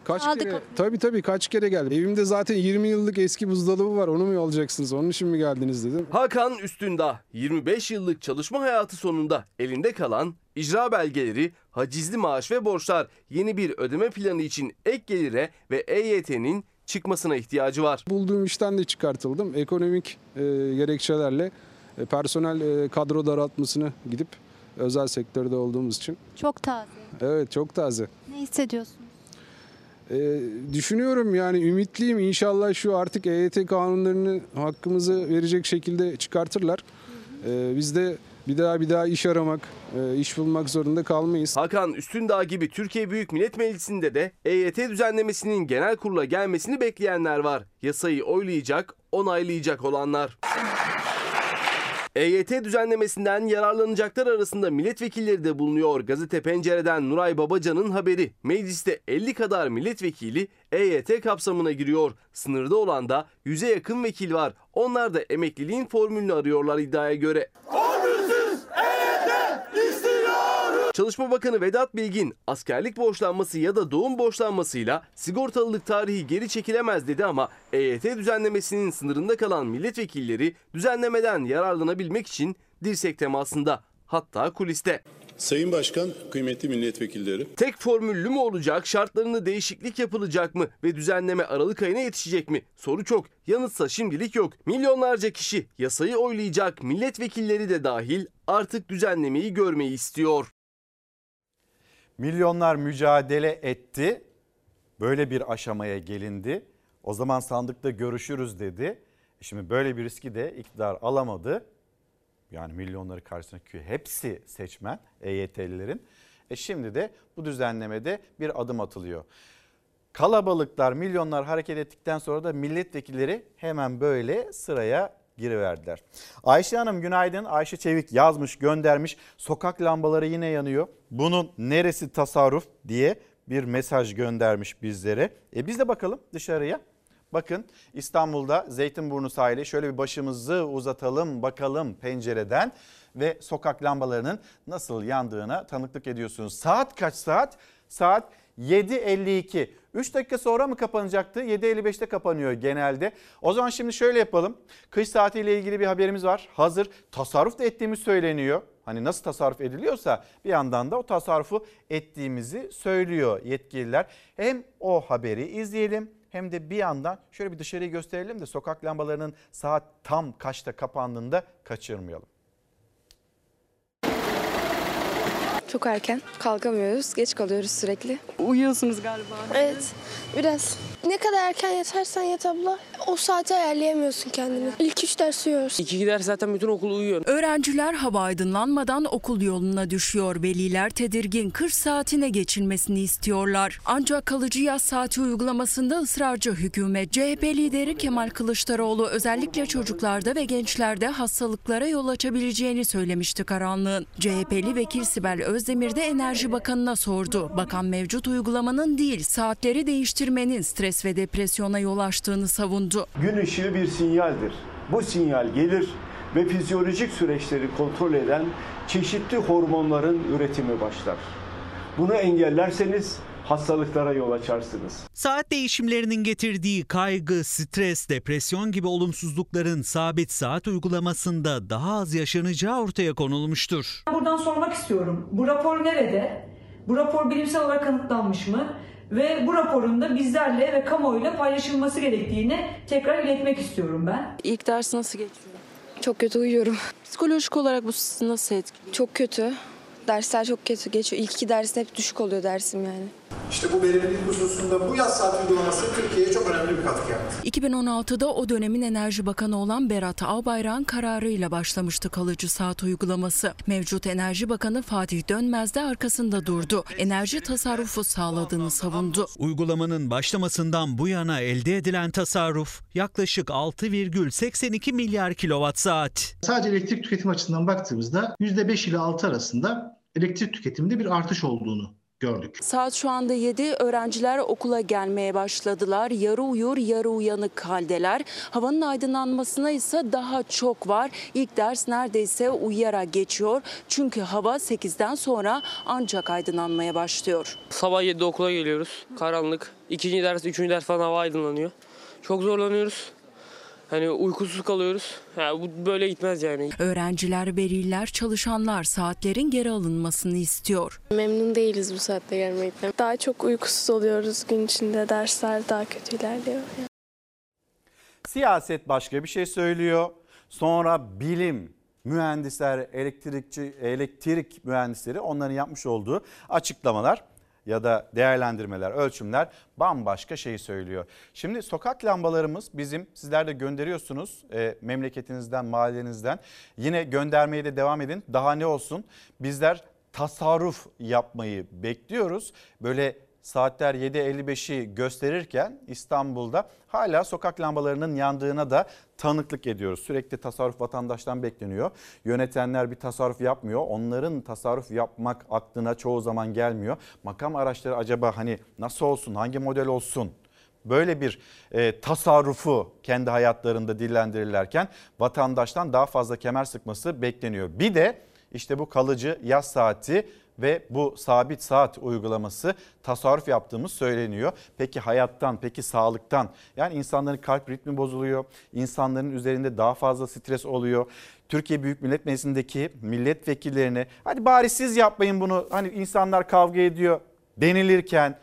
Kaç Aldık kere? onu. Tabii tabii kaç kere geldim. Evimde zaten yirmi yıllık eski buzdolabı var. Onu mu alacaksınız? Onun için mi geldiniz dedim. Hakan Üstündağ yirmi beş yıllık çalışma hayatı sonunda elinde kalan icra belgeleri, hacizli maaş ve borçlar, yeni bir ödeme planı için ek gelire ve E Y T'nin çıkmasına ihtiyacı var. Bulduğum işten de çıkartıldım. Ekonomik e, gerekçelerle e, personel e, kadro daraltmasını gidip özel sektörde olduğumuz için. Çok taze. Evet, çok taze. Ne hissediyorsunuz? E, düşünüyorum yani ümitliyim. İnşallah şu artık E Y T kanunlarını hakkımızı verecek şekilde çıkartırlar. E, biz de bir daha bir daha iş aramak, e, iş bulmak zorunda kalmayız. Hakan Üstündağ gibi Türkiye Büyük Millet Meclisi'nde de E Y T düzenlemesinin genel kurula gelmesini bekleyenler var. Yasayı oylayacak, onaylayacak olanlar. E Y T düzenlemesinden yararlanacaklar arasında milletvekilleri de bulunuyor. Gazete Pencere'den Nuray Babacan'ın haberi. Mecliste elli kadar milletvekili E Y T kapsamına giriyor. Sınırda olan da yüze yakın vekil var. Onlar da emekliliğin formülünü arıyorlar iddiaya göre. Çalışma Bakanı Vedat Bilgin, askerlik borçlanması ya da doğum borçlanmasıyla sigortalılık tarihi geri çekilemez dedi ama E Y T düzenlemesinin sınırında kalan milletvekilleri düzenlemeden yararlanabilmek için dirsek temasında, hatta kuliste. Sayın Başkan, kıymetli milletvekilleri. Tek formüllü mü olacak, şartlarında değişiklik yapılacak mı ve düzenleme Aralık ayına yetişecek mi? Soru çok, yanıtsa şimdilik yok. Milyonlarca kişi yasayı oylayacak, milletvekilleri de dahil artık düzenlemeyi görmeyi istiyor. Milyonlar mücadele etti. Böyle bir aşamaya gelindi. O zaman sandıkta görüşürüz dedi. Şimdi böyle bir riski de iktidar alamadı. Yani milyonları karşısına hepsi seçmen E Y T'lilerin. E şimdi de bu düzenlemede bir adım atılıyor. Kalabalıklar, milyonlar hareket ettikten sonra da milletvekilleri hemen böyle sıraya giriverdiler. Ayşe Hanım günaydın. Ayşe Çevik yazmış, göndermiş. Sokak lambaları yine yanıyor. Bunun neresi tasarruf diye bir mesaj göndermiş bizlere. E biz de bakalım dışarıya. Bakın İstanbul'da Zeytinburnu sahili, şöyle bir başımızı uzatalım bakalım pencereden ve sokak lambalarının nasıl yandığına tanıklık ediyorsunuz. Saat kaç saat? Saat yedi elli iki. üç dakika sonra mı kapanacaktı? yedi elli beşte kapanıyor genelde. O zaman şimdi şöyle yapalım. Kış saatiyle ilgili bir haberimiz var. Hazır tasarruf da ettiğimiz söyleniyor. Hani nasıl tasarruf ediliyorsa bir yandan da o tasarrufu ettiğimizi söylüyor yetkililer. Hem o haberi izleyelim hem de bir yandan şöyle bir dışarıyı gösterelim de sokak lambalarının saat tam kaçta kapandığında kaçırmayalım. Çok erken kalkamıyoruz, geç kalıyoruz sürekli. Uyuyorsunuz galiba. Evet, biraz. Ne kadar erken yatarsan yat abla, o saati ayarlayamıyorsun kendini. İlk üç ders uyuyoruz. İki gider zaten bütün okul uyuyor. Öğrenciler hava aydınlanmadan okul yoluna düşüyor. Veliler tedirgin, kış saatine geçilmesini istiyorlar. Ancak kalıcı yaz saati uygulamasında ısrarcı hükümet. C H P lideri Kemal Kılıçdaroğlu özellikle çocuklarda ve gençlerde hastalıklara yol açabileceğini söylemişti karanlığın. C H P'li vekil Sibel Özdemir de Enerji Bakanı'na sordu. Bakan mevcut uygulamanın değil, saatleri değiştirmenin stres ve depresyona yol açtığını savundu. Gün ışığı bir sinyaldir. Bu sinyal gelir ve fizyolojik süreçleri kontrol eden çeşitli hormonların üretimi başlar. Bunu engellerseniz hastalıklara yol açarsınız. Saat değişimlerinin getirdiği kaygı, stres, depresyon gibi olumsuzlukların sabit saat uygulamasında daha az yaşanacağı ortaya konulmuştur. Buradan sormak istiyorum. Bu rapor nerede? Bu rapor bilimsel olarak kanıtlanmış mı? Ve bu raporun da bizlerle ve kamuoyuyla paylaşılması gerektiğini tekrar iletmek istiyorum ben. İlk ders nasıl geçiyor? Çok kötü uyuyorum. Psikolojik olarak bu sizi nasıl etkiliyor? Çok kötü. Dersler çok kötü geçiyor. İlk iki dersin hep düşük oluyor dersim yani. İşte bu verimlilik hususunda bu yaz saat uygulaması Türkiye'ye çok önemli bir katkı yaptı. iki bin on altıda o dönemin Enerji Bakanı olan Berat Albayrak'ın kararıyla başlamıştı kalıcı saat uygulaması. Mevcut Enerji Bakanı Fatih Dönmez de arkasında durdu. Enerji tasarrufu sağladığını savundu. Uygulamanın başlamasından bu yana elde edilen tasarruf yaklaşık altı virgül seksen iki milyar kilowatt saat. Sadece elektrik tüketimi açısından baktığımızda yüzde beş ile altı arasında elektrik tüketiminde bir artış olduğunu gördük. Saat şu anda yedi. Öğrenciler okula gelmeye başladılar. Yarı uyur, yarı uyanık haldeler. Havanın aydınlanmasına ise daha çok var. İlk ders neredeyse uyuyarak geçiyor. Çünkü hava sekizden sonra ancak aydınlanmaya başlıyor. Sabah yedide okula geliyoruz. Karanlık. İkinci ders, üçüncü ders falan hava aydınlanıyor. Çok zorlanıyoruz. Hani uykusuz kalıyoruz. Yani bu böyle gitmez yani. Öğrenciler, veliler, çalışanlar saatlerin geri alınmasını istiyor. Memnun değiliz bu saatte gelmekten. Daha çok uykusuz oluyoruz gün içinde. Dersler daha kötü ilerliyor. Siyaset başka bir şey söylüyor. Sonra bilim, mühendisler, elektrikçi, elektrik mühendisleri onların yapmış olduğu açıklamalar ya da değerlendirmeler, ölçümler bambaşka şeyi söylüyor. Şimdi sokak lambalarımız bizim, sizler de gönderiyorsunuz e, memleketinizden, mahallenizden. Yine göndermeye de devam edin. Daha ne olsun? Bizler tasarruf yapmayı bekliyoruz. Böyle saatler yedi elli beşi gösterirken İstanbul'da hala sokak lambalarının yandığına da tanıklık ediyoruz. Sürekli tasarruf vatandaştan bekleniyor. Yönetenler bir tasarruf yapmıyor. Onların tasarruf yapmak aklına çoğu zaman gelmiyor. Makam araçları acaba hani nasıl olsun, hangi model olsun? Böyle bir e, tasarrufu kendi hayatlarında dillendirirlerken vatandaştan daha fazla kemer sıkması bekleniyor. Bir de işte bu kalıcı yaz saati ve bu sabit saat uygulaması tasarruf yaptığımız söyleniyor. Peki hayattan, peki sağlıktan? Yani insanların kalp ritmi bozuluyor. İnsanların üzerinde daha fazla stres oluyor. Türkiye Büyük Millet Meclisi'ndeki milletvekillerine hadi bari siz yapmayın bunu, hani insanlar kavga ediyor denilirken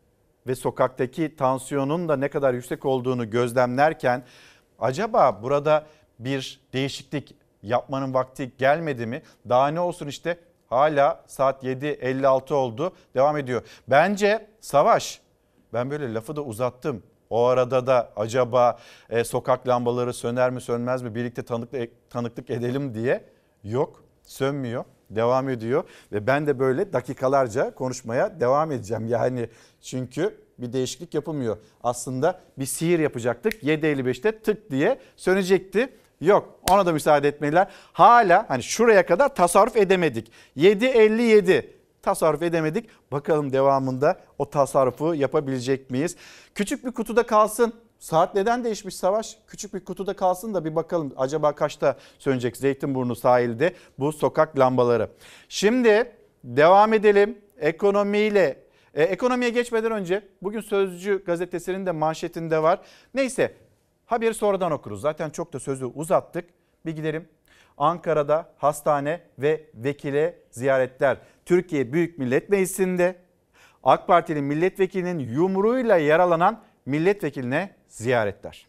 ve sokaktaki tansiyonun da ne kadar yüksek olduğunu gözlemlerken acaba burada bir değişiklik yapmanın vakti gelmedi mi? Daha ne olsun işte hala saat yedi elli altı oldu, devam ediyor. Bence Savaş, ben böyle lafı da uzattım. O arada da acaba e, sokak lambaları söner mi sönmez mi birlikte tanıklık, tanıklık edelim diye. Yok, sönmüyor, devam ediyor ve ben de böyle dakikalarca konuşmaya devam edeceğim. Yani çünkü bir değişiklik yapılmıyor. Aslında bir sihir yapacaktık, yedi elli beşte tık diye sönecekti. Yok, ona da müsaade etmediler. Hala hani şuraya kadar tasarruf edemedik. yedi elli yedi tasarruf edemedik. Bakalım devamında o tasarrufu yapabilecek miyiz? Küçük bir kutuda kalsın. Saat neden değişmiş Savaş? Küçük bir kutuda kalsın da bir bakalım acaba kaçta sönecek Zeytinburnu sahilde bu sokak lambaları. Şimdi devam edelim ekonomiyle. E, ekonomiye geçmeden önce bugün Sözcü gazetesinin de manşetinde var. Neyse. Haberi sonradan okuruz. Zaten çok da sözü uzattık. Bir gidelim. Ankara'da hastane ve vekile ziyaretler. Türkiye Büyük Millet Meclisi'nde AK Partili milletvekilinin yumruğuyla yaralanan milletvekiline ziyaretler.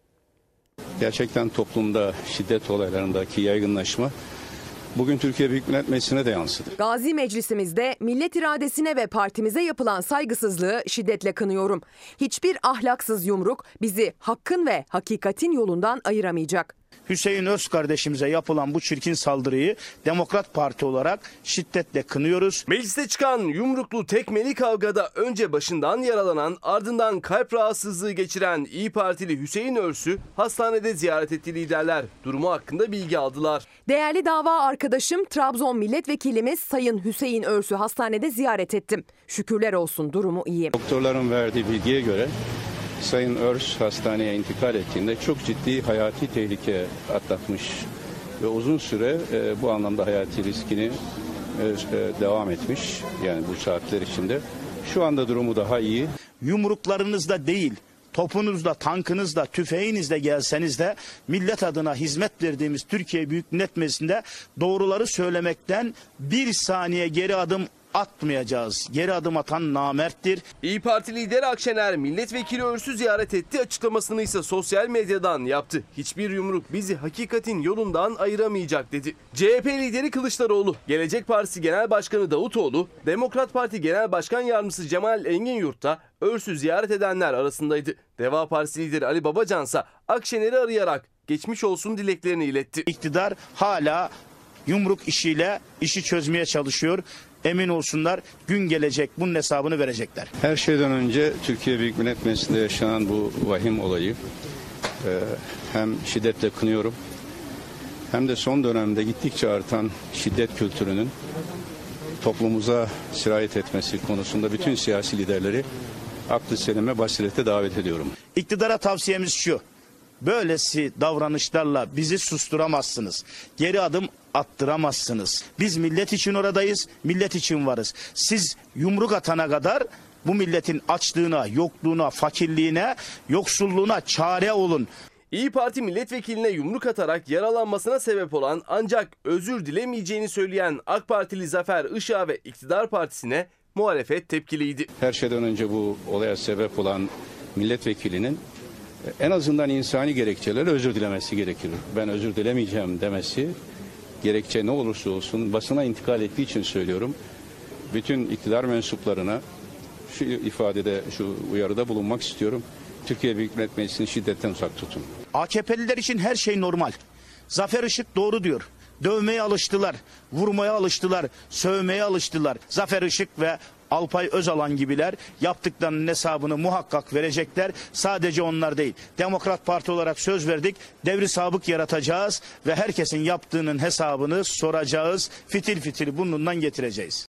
Gerçekten toplumda şiddet olaylarındaki yaygınlaşma bugün Türkiye Büyük Millet Meclisi'ne de yansıdı. Gazi Meclisimizde millet iradesine ve partimize yapılan saygısızlığı şiddetle kınıyorum. Hiçbir ahlaksız yumruk bizi hakkın ve hakikatin yolundan ayıramayacak. Hüseyin Öz kardeşimize yapılan bu çirkin saldırıyı Demokrat Parti olarak şiddetle kınıyoruz. Mecliste çıkan yumruklu tekmeli kavgada önce başından yaralanan ardından kalp rahatsızlığı geçiren İyi Partili Hüseyin Örs'ü hastanede ziyaret etti liderler. Durumu hakkında bilgi aldılar. Değerli dava arkadaşım Trabzon milletvekilimiz Sayın Hüseyin Örs'ü hastanede ziyaret ettim. Şükürler olsun durumu iyi. Doktorların verdiği bilgiye göre Sayın Örs hastaneye intikal ettiğinde çok ciddi hayati tehlike atlatmış ve uzun süre e, bu anlamda hayati riskini e, e, devam etmiş. Yani bu saatler içinde. Şu anda durumu daha iyi. Yumruklarınızda değil, topunuzla, tankınızla, tüfeğinizle gelseniz de millet adına hizmet verdiğimiz Türkiye Büyük Millet Meclisi'nde doğruları söylemekten bir saniye geri adım atmayacağız. Geri adım atan namerttir. İyi Parti lideri Akşener milletvekili Örs'ü ziyaret etti, açıklamasını ise sosyal medyadan yaptı. Hiçbir yumruk bizi hakikatin yolundan ayıramayacak dedi. C H P lideri Kılıçdaroğlu, Gelecek Partisi Genel Başkanı Davutoğlu, Demokrat Parti Genel Başkan Yardımcısı Cemal Engin da Örs'ü ziyaret edenler arasındaydı. Deva Partisi lideri Ali Babacan ise Akşener'i arayarak geçmiş olsun dileklerini iletti. İktidar hala yumruk işiyle işi çözmeye çalışıyor. Emin olsunlar gün gelecek bunun hesabını verecekler. Her şeyden önce Türkiye Büyük Millet Meclisi'nde yaşanan bu vahim olayı e, hem şiddetle kınıyorum hem de son dönemde gittikçe artan şiddet kültürünün toplumumuza sirayet etmesi konusunda bütün siyasi liderleri aklı selime basirete davet ediyorum. İktidara tavsiyemiz şu: böylesi davranışlarla bizi susturamazsınız. Geri adım attıramazsınız. Biz millet için oradayız, millet için varız. Siz yumruk atana kadar bu milletin açlığına, yokluğuna, fakirliğine, yoksulluğuna çare olun. İyi Parti milletvekiline yumruk atarak yaralanmasına sebep olan ancak özür dilemeyeceğini söyleyen AK Partili Zafer Işık'a ve iktidar partisine muhalefet tepkiliydi. Her şeyden önce bu olaya sebep olan milletvekilinin en azından insani gerekçelerle özür dilemesi gerekir. Ben özür dilemeyeceğim demesi, gerekçe ne olursa olsun, basına intikal ettiği için söylüyorum. Bütün iktidar mensuplarına şu ifadede, şu uyarıda bulunmak istiyorum. Türkiye Büyük Millet Meclisi'ni şiddetten uzak tutun. A K P'liler için her şey normal. Zafer Işık doğru diyor. Dövmeye alıştılar, vurmaya alıştılar, sövmeye alıştılar. Zafer Işık ve Alpay Özalan gibiler yaptıklarının hesabını muhakkak verecekler. Sadece onlar değil. Demokrat Parti olarak söz verdik. Devri sabık yaratacağız ve herkesin yaptığının hesabını soracağız. Fitil fitil burnundan getireceğiz.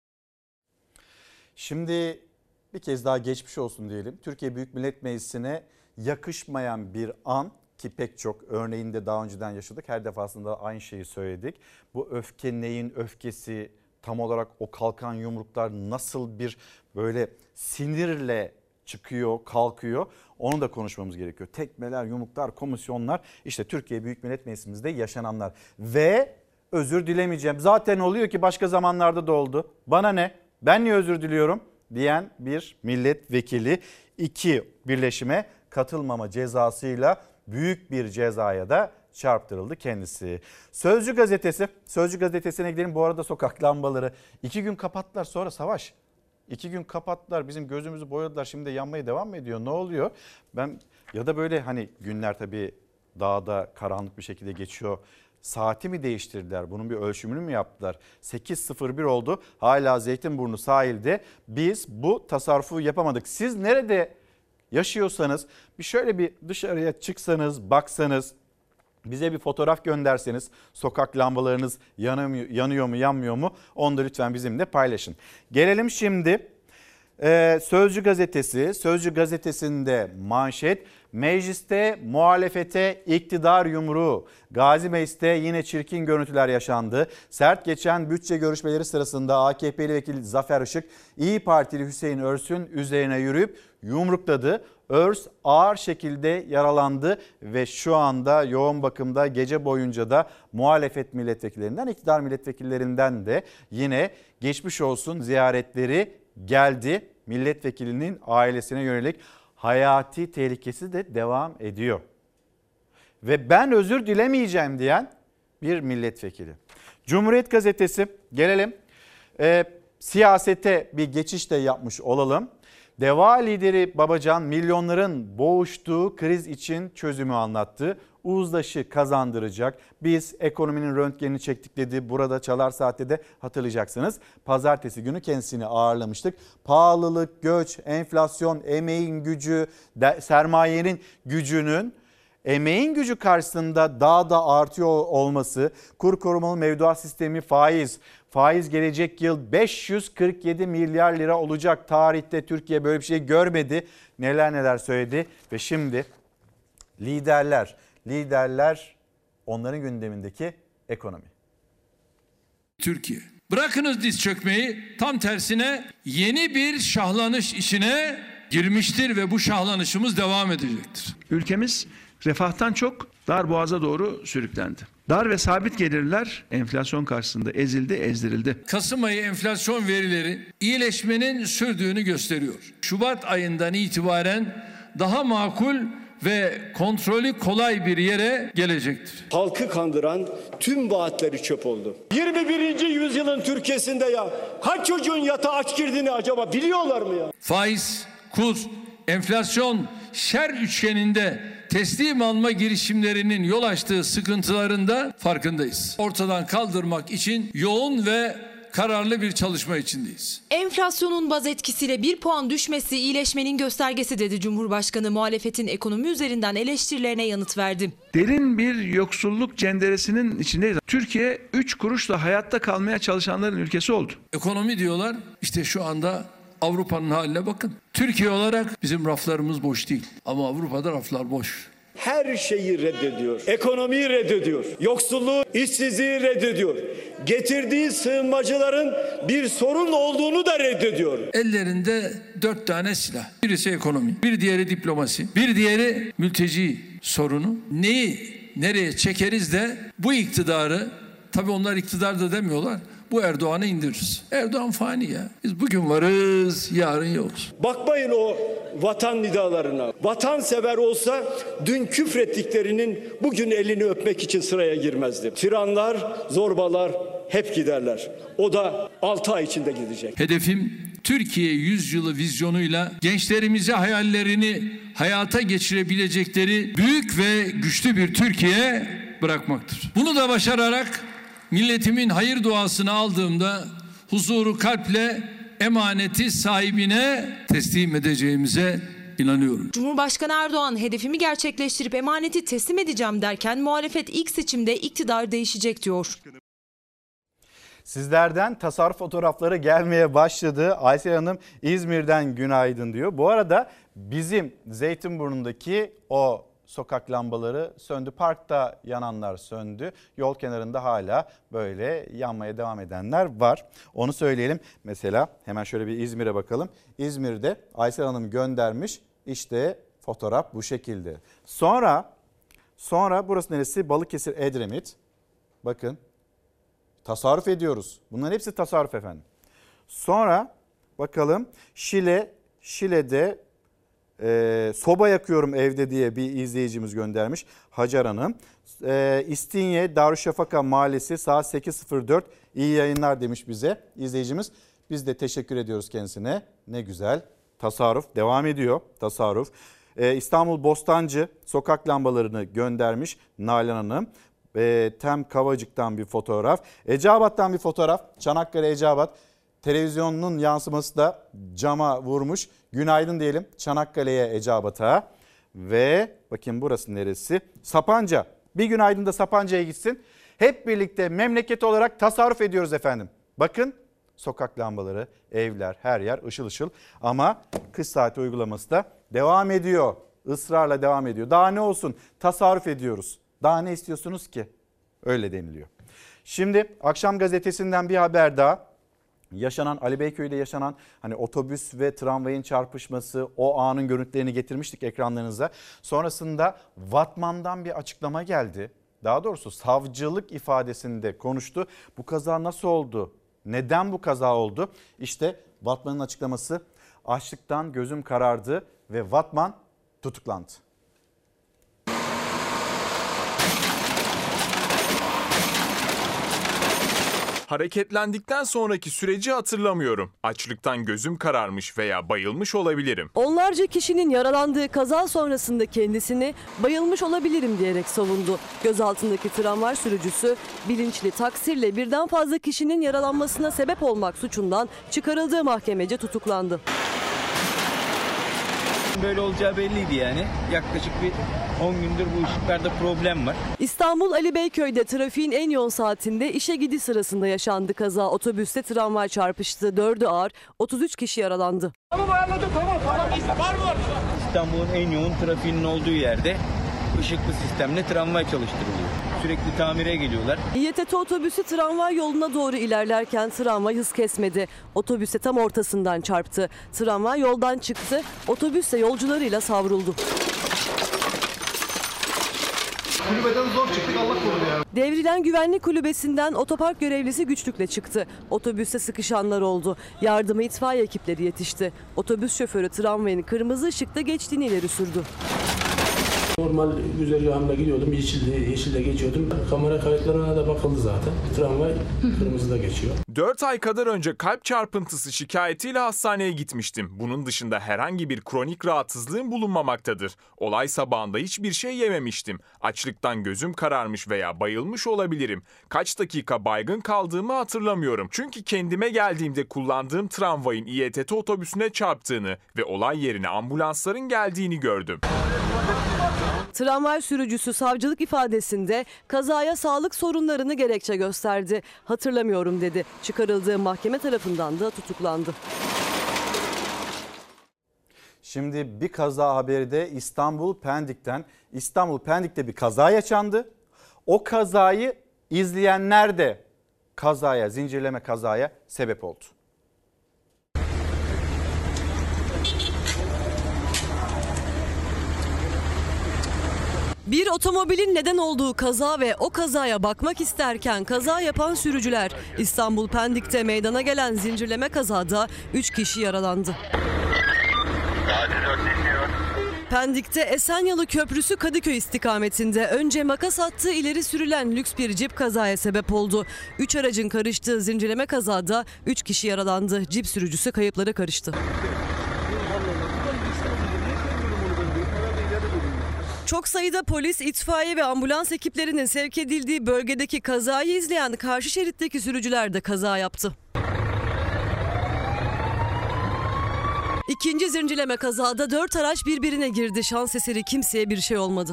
Şimdi bir kez daha geçmiş olsun diyelim. Türkiye Büyük Millet Meclisi'ne yakışmayan bir an, ki pek çok örneğinde daha önceden yaşadık. Her defasında aynı şeyi söyledik. Bu öfke neyin öfkesi, tam olarak o kalkan yumruklar nasıl bir böyle sinirle çıkıyor, kalkıyor, onu da konuşmamız gerekiyor. Tekmeler, yumruklar, komisyonlar, işte Türkiye Büyük Millet Meclisimizde yaşananlar. Ve özür dilemeyeceğim. Zaten oluyor ki başka zamanlarda da oldu. Bana ne? Ben niye özür diliyorum diyen bir milletvekili iki birleşime katılmama cezasıyla büyük bir cezaya da çarptırıldı kendisi. Sözcü gazetesi, Sözcü gazetesine gidelim. Bu arada sokak lambaları iki gün kapattılar, sonra savaş. İki gün kapattılar, bizim gözümüzü boyadılar, şimdi yanmaya devam mı ediyor? Ne oluyor? Ben ya da böyle hani günler tabii dağda karanlık bir şekilde geçiyor. Saati mi değiştirdiler? Bunun bir ölçümünü mü yaptılar? sekiz sıfır bir oldu. Hala Zeytinburnu sahilde biz bu tasarrufu yapamadık. Siz nerede yaşıyorsanız bir şöyle bir dışarıya çıksanız, baksanız, bize bir fotoğraf gönderseniz, sokak lambalarınız yanıyor, yanıyor mu yanmıyor mu, onu da lütfen bizimle paylaşın. Gelelim şimdi ee, Sözcü gazetesi, Sözcü gazetesinde manşet: mecliste muhalefete iktidar yumruğu. Gazi Meclis'te yine çirkin görüntüler yaşandı. Sert geçen bütçe görüşmeleri sırasında A K P'li vekil Zafer Işık, İyi Partili Hüseyin Örs'ün üzerine yürüyüp yumrukladı. Örs ağır şekilde yaralandı ve şu anda yoğun bakımda. Gece boyunca da muhalefet milletvekillerinden, iktidar milletvekillerinden de yine geçmiş olsun ziyaretleri geldi. Milletvekilinin ailesine yönelik hayati tehlikesi de devam ediyor. Ve ben özür dilemeyeceğim diyen bir milletvekili. Cumhuriyet gazetesi, gelelim e, siyasete bir geçiş de yapmış olalım. Deva lideri Babacan milyonların boğuştuğu kriz için çözümü anlattı. Uzlaşı kazandıracak. Biz ekonominin röntgenini çektik dedi. Burada Çalar Saat'te de hatırlayacaksınız. Pazartesi günü kendisini ağırlamıştık. Pahalılık, göç, enflasyon, emeğin gücü, sermayenin gücünün emeğin gücü karşısında daha da artıyor olması, kur korumalı mevduat sistemi, faiz, faiz gelecek yıl beş yüz kırk yedi milyar lira olacak. Tarihte Türkiye böyle bir şey görmedi. Neler neler söyledi ve şimdi liderler, liderler onların gündemindeki ekonomi. Türkiye. Bırakınız diz çökmeyi, tam tersine yeni bir şahlanış işine girmiştir ve bu şahlanışımız devam edecektir. Ülkemiz refahtan çok darboğaza doğru sürüklendi. Dar ve sabit gelirler enflasyon karşısında ezildi, ezdirildi. Kasım ayı enflasyon verileri iyileşmenin sürdüğünü gösteriyor. Şubat ayından itibaren daha makul ve kontrolü kolay bir yere gelecektir. Halkı kandıran tüm vaatleri çöp oldu. yirmi birinci yüzyılın Türkiye'sinde ya kaç çocuğun yatağa aç girdiğini acaba biliyorlar mı ya? Faiz, kur, enflasyon, şer üçgeninde teslim alma girişimlerinin yol açtığı sıkıntıların da farkındayız. Ortadan kaldırmak için yoğun ve kararlı bir çalışma içindeyiz. Enflasyonun baz etkisiyle bir puan düşmesi iyileşmenin göstergesi dedi Cumhurbaşkanı. Muhalefetin ekonomi üzerinden eleştirilerine yanıt verdi. Derin bir yoksulluk cenderesinin içindeyiz. Türkiye üç kuruşla hayatta kalmaya çalışanların ülkesi oldu. Ekonomi diyorlar, işte şu anda Avrupa'nın haline bakın. Türkiye olarak bizim raflarımız boş değil ama Avrupa'da raflar boş. Her şeyi reddediyor. Ekonomiyi reddediyor. Yoksulluğu, işsizliği reddediyor. Getirdiği sığınmacıların bir sorun olduğunu da reddediyor. Ellerinde dört tane silah. Birisi ekonomi, bir diğeri diplomasi, bir diğeri mülteci sorunu. Neyi nereye çekeriz de bu iktidarı, tabii onlar iktidar da demiyorlar, bu Erdoğan'ı indiririz. Erdoğan fani ya. Biz bugün varız, yarın yokuz. Bakmayın o vatan nidalarına. Vatansever olsa dün küfrettiklerinin bugün elini öpmek için sıraya girmezdi. Tiranlar, zorbalar hep giderler. O da altı ay içinde gidecek. Hedefim Türkiye yüzyılı vizyonuyla gençlerimize hayallerini hayata geçirebilecekleri büyük ve güçlü bir Türkiye bırakmaktır. Bunu da başararak milletimin hayır duasını aldığımda huzuru kalple emaneti sahibine teslim edeceğimize inanıyorum. Cumhurbaşkanı Erdoğan hedefimi gerçekleştirip emaneti teslim edeceğim derken muhalefet ilk seçimde iktidar değişecek diyor. Sizlerden tasarruf fotoğrafları gelmeye başladı. Aysel Hanım İzmir'den günaydın diyor. Bu arada bizim Zeytinburnu'ndaki o sokak lambaları söndü. Parkta yananlar söndü. Yol kenarında hala böyle yanmaya devam edenler var. Onu söyleyelim. Mesela hemen şöyle bir İzmir'e bakalım. İzmir'de Aysel Hanım göndermiş. İşte fotoğraf bu şekilde. Sonra sonra burası neresi? Balıkesir Edremit. Bakın. Tasarruf ediyoruz. Bunların hepsi tasarruf efendim. Sonra bakalım Şile, Şile'de e, soba yakıyorum evde diye bir izleyicimiz göndermiş. Hacer Hanım. E, İstinye Darüşşafaka Mahallesi saat sekiz sıfır dört iyi yayınlar demiş bize izleyicimiz. Biz de teşekkür ediyoruz kendisine. Ne güzel. Tasarruf devam ediyor. Tasarruf. E, İstanbul Bostancı sokak lambalarını göndermiş Nalan Hanım. E, Tem Kavacık'tan bir fotoğraf. Eceabat'tan bir fotoğraf. Çanakkale Eceabat. Televizyonun yansıması da cama vurmuş. Günaydın diyelim Çanakkale'ye, Eceabat'a. Ve bakayım burası neresi? Sapanca. Bir günaydın da Sapanca'ya gitsin. Hep birlikte memleket olarak tasarruf ediyoruz efendim. Bakın sokak lambaları, evler, her yer ışıl ışıl. Ama kış saati uygulaması da devam ediyor. Israrla devam ediyor. Daha ne olsun? Tasarruf ediyoruz. Daha ne istiyorsunuz ki? Öyle deniliyor. Şimdi Akşam Gazetesi'nden bir haber daha. Yaşanan Ali Beyköy'de yaşanan hani otobüs ve tramvayın çarpışması, o anın görüntülerini getirmiştik ekranlarınıza. Sonrasında Vatman'dan bir açıklama geldi. Daha doğrusu savcılık ifadesinde konuştu. Bu kaza nasıl oldu? Neden bu kaza oldu? İşte Vatman'ın açıklaması. Açlıktan gözüm karardı ve Vatman tutuklandı. Hareketlendikten sonraki süreci hatırlamıyorum. Açlıktan gözüm kararmış veya bayılmış olabilirim. Onlarca kişinin yaralandığı kaza sonrasında kendisini bayılmış olabilirim diyerek savundu. Gözaltındaki tramvay sürücüsü bilinçli taksirle birden fazla kişinin yaralanmasına sebep olmak suçundan çıkarıldığı mahkemece tutuklandı. Böyle olacağı belliydi yani. Yaklaşık bir on gündür bu ışıklarda problem var. İstanbul Ali Beyköy'de trafiğin en yoğun saatinde işe gidiş sırasında yaşandı kaza. Otobüste tramvay çarpıştı. Dördü ağır, otuz üç kişi yaralandı. Tamam ayarladım tamam tamam. Var mı? İstanbul'un en yoğun trafiğinin olduğu yerde ışıklı sistemle tramvay çalıştırılıyor. Sürekli tamire geliyorlar. İ Y T otobüsü tramvay yoluna doğru ilerlerken tramvay hız kesmedi. Otobüse tam ortasından çarptı. Tramvay yoldan çıktı. Otobüs de yolcularıyla savruldu. Kulübeden zor çıktık, Allah korudu ya. Devrilen güvenlik kulübesinden otopark görevlisi güçlükle çıktı. Otobüste sıkışanlar oldu. Yardıma itfaiye ekipleri yetişti. Otobüs şoförü tramvayın kırmızı ışıkta geçtiğini ileri sürdü. Normal güzergahımda gidiyordum, yeşilde, yeşilde geçiyordum. Kamera kayıtlarına da bakıldı zaten. Tramvay kırmızıda geçiyor. dört ay kadar önce kalp çarpıntısı şikayetiyle hastaneye gitmiştim. Bunun dışında herhangi bir kronik rahatsızlığım bulunmamaktadır. Olay sabahında hiçbir şey yememiştim. Açlıktan gözüm kararmış veya bayılmış olabilirim. Kaç dakika baygın kaldığımı hatırlamıyorum. Çünkü kendime geldiğimde kullandığım tramvayın İETT otobüsüne çarptığını ve olay yerine ambulansların geldiğini gördüm. Tramvay sürücüsü savcılık ifadesinde kazaya sağlık sorunlarını gerekçe gösterdi. Hatırlamıyorum dedi. Çıkarıldığı mahkeme tarafından da tutuklandı. Şimdi bir kaza haberi de İstanbul Pendik'ten. İstanbul Pendik'te bir kaza yaşandı. O kazayı izleyenler de kazaya, zincirleme kazaya sebep oldu. Bir otomobilin neden olduğu kaza ve o kazaya bakmak isterken kaza yapan sürücüler İstanbul Pendik'te meydana gelen zincirleme kazada üç kişi yaralandı. Pendik'te Esenyalı Köprüsü Kadıköy istikametinde önce makas attığı ileri sürülen lüks bir cip kazaya sebep oldu. Üç aracın karıştığı zincirleme kazada üç kişi yaralandı. Cip sürücüsü kayıplara karıştı. Çok sayıda polis, itfaiye ve ambulans ekiplerinin sevk edildiği bölgedeki kazayı izleyen karşı şeritteki sürücüler de kaza yaptı. İkinci zincirleme kazada dört araç birbirine girdi. Şans eseri kimseye bir şey olmadı.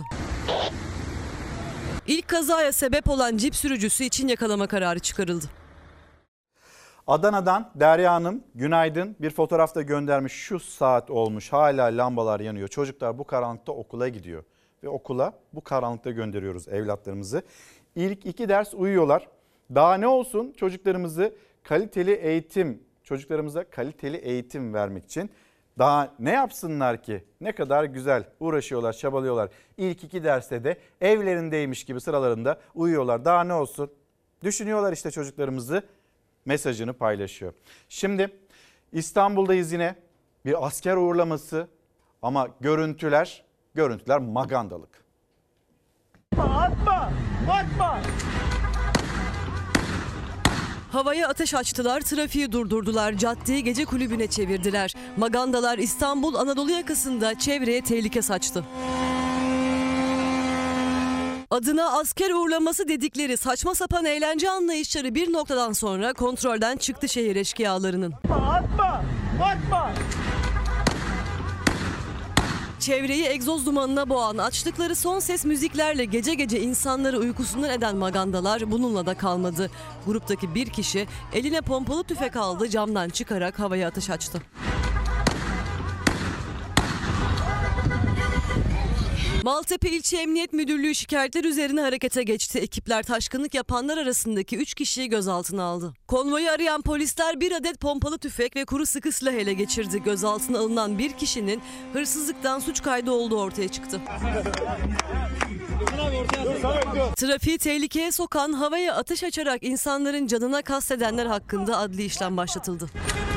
İlk kazaya sebep olan cip sürücüsü için yakalama kararı çıkarıldı. Adana'dan Derya Hanım günaydın, bir fotoğrafta göndermiş. Şu saat olmuş, hala lambalar yanıyor. Çocuklar bu karanlıkta okula gidiyor. Ve okula bu karanlıkta gönderiyoruz evlatlarımızı. İlk iki ders uyuyorlar. Daha ne olsun, çocuklarımızı kaliteli eğitim, çocuklarımıza kaliteli eğitim vermek için daha ne yapsınlar ki? Ne kadar güzel uğraşıyorlar, çabalıyorlar. İlk iki derste de evlerindeymiş gibi sıralarında uyuyorlar. Daha ne olsun? Düşünüyorlar işte çocuklarımızı, mesajını paylaşıyor. Şimdi İstanbul'dayız yine, bir asker uğurlaması ama görüntüler, görüntüler magandalık. Atma! Atma! Havaya ateş açtılar, trafiği durdurdular, caddeyi gece kulübüne çevirdiler. Magandalar İstanbul Anadolu yakasında çevreye tehlike saçtı. Adına asker uğurlaması dedikleri saçma sapan eğlence anlayışları bir noktadan sonra kontrolden çıktı şehir eşkıyalarının. Atma! Atma! Çevreyi egzoz dumanına boğan, açtıkları son ses müziklerle gece gece insanları uykusundan eden magandalar bununla da kalmadı. Gruptaki bir kişi eline pompalı tüfek aldı, camdan çıkarak havaya ateş açtı. Maltepe İlçe Emniyet Müdürlüğü şikayetler üzerine harekete geçti. Ekipler taşkınlık yapanlar arasındaki üç kişiyi gözaltına aldı. Konvoyu arayan polisler bir adet pompalı tüfek ve kuru sıkı silah ele geçirdi. Gözaltına alınan bir kişinin hırsızlıktan suç kaydı olduğu ortaya çıktı. Trafiği tehlikeye sokan, havaya ateş açarak insanların canına kastedenler hakkında adli işlem başlatıldı.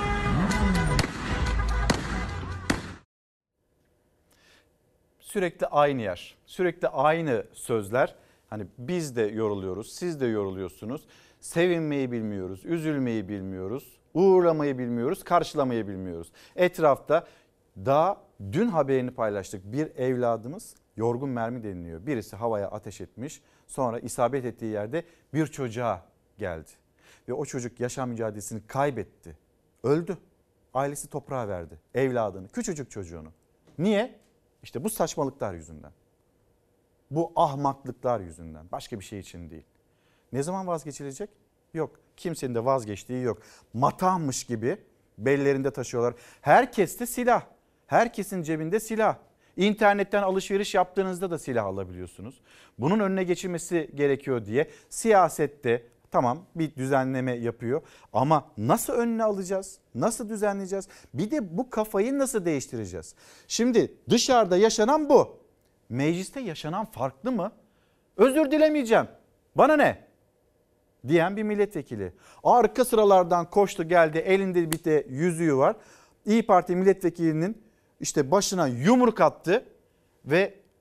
Sürekli aynı yer, sürekli aynı sözler. Hani biz de yoruluyoruz, siz de yoruluyorsunuz. Sevinmeyi bilmiyoruz, üzülmeyi bilmiyoruz, uğurlamayı bilmiyoruz, karşılamayı bilmiyoruz. Etrafta daha dün haberini paylaştık. Bir evladımız yorgun mermi deniliyor. Birisi havaya ateş etmiş, sonra isabet ettiği yerde bir çocuğa geldi. Ve o çocuk yaşam mücadelesini kaybetti, öldü. Ailesi toprağa verdi evladını, küçücük çocuğunu. Niye? İşte bu saçmalıklar yüzünden, bu ahmaklıklar yüzünden, başka bir şey için değil. Ne zaman vazgeçilecek? Yok, kimsenin de vazgeçtiği yok. Matahmış gibi bellerinde taşıyorlar. Herkeste silah, herkesin cebinde silah. İnternetten alışveriş yaptığınızda da silah alabiliyorsunuz. Bunun önüne geçilmesi gerekiyor diye siyasette tamam bir düzenleme yapıyor ama nasıl önüne alacağız? Nasıl düzenleyeceğiz? Bir de bu kafayı nasıl değiştireceğiz? Şimdi dışarıda yaşanan bu. Mecliste yaşanan farklı mı? Özür dilemeyeceğim. Bana ne? Diyen bir milletvekili. Arka sıralardan koştu geldi, elinde bir de yüzüğü var. İYİ Parti milletvekilinin işte başına yumruk attı ve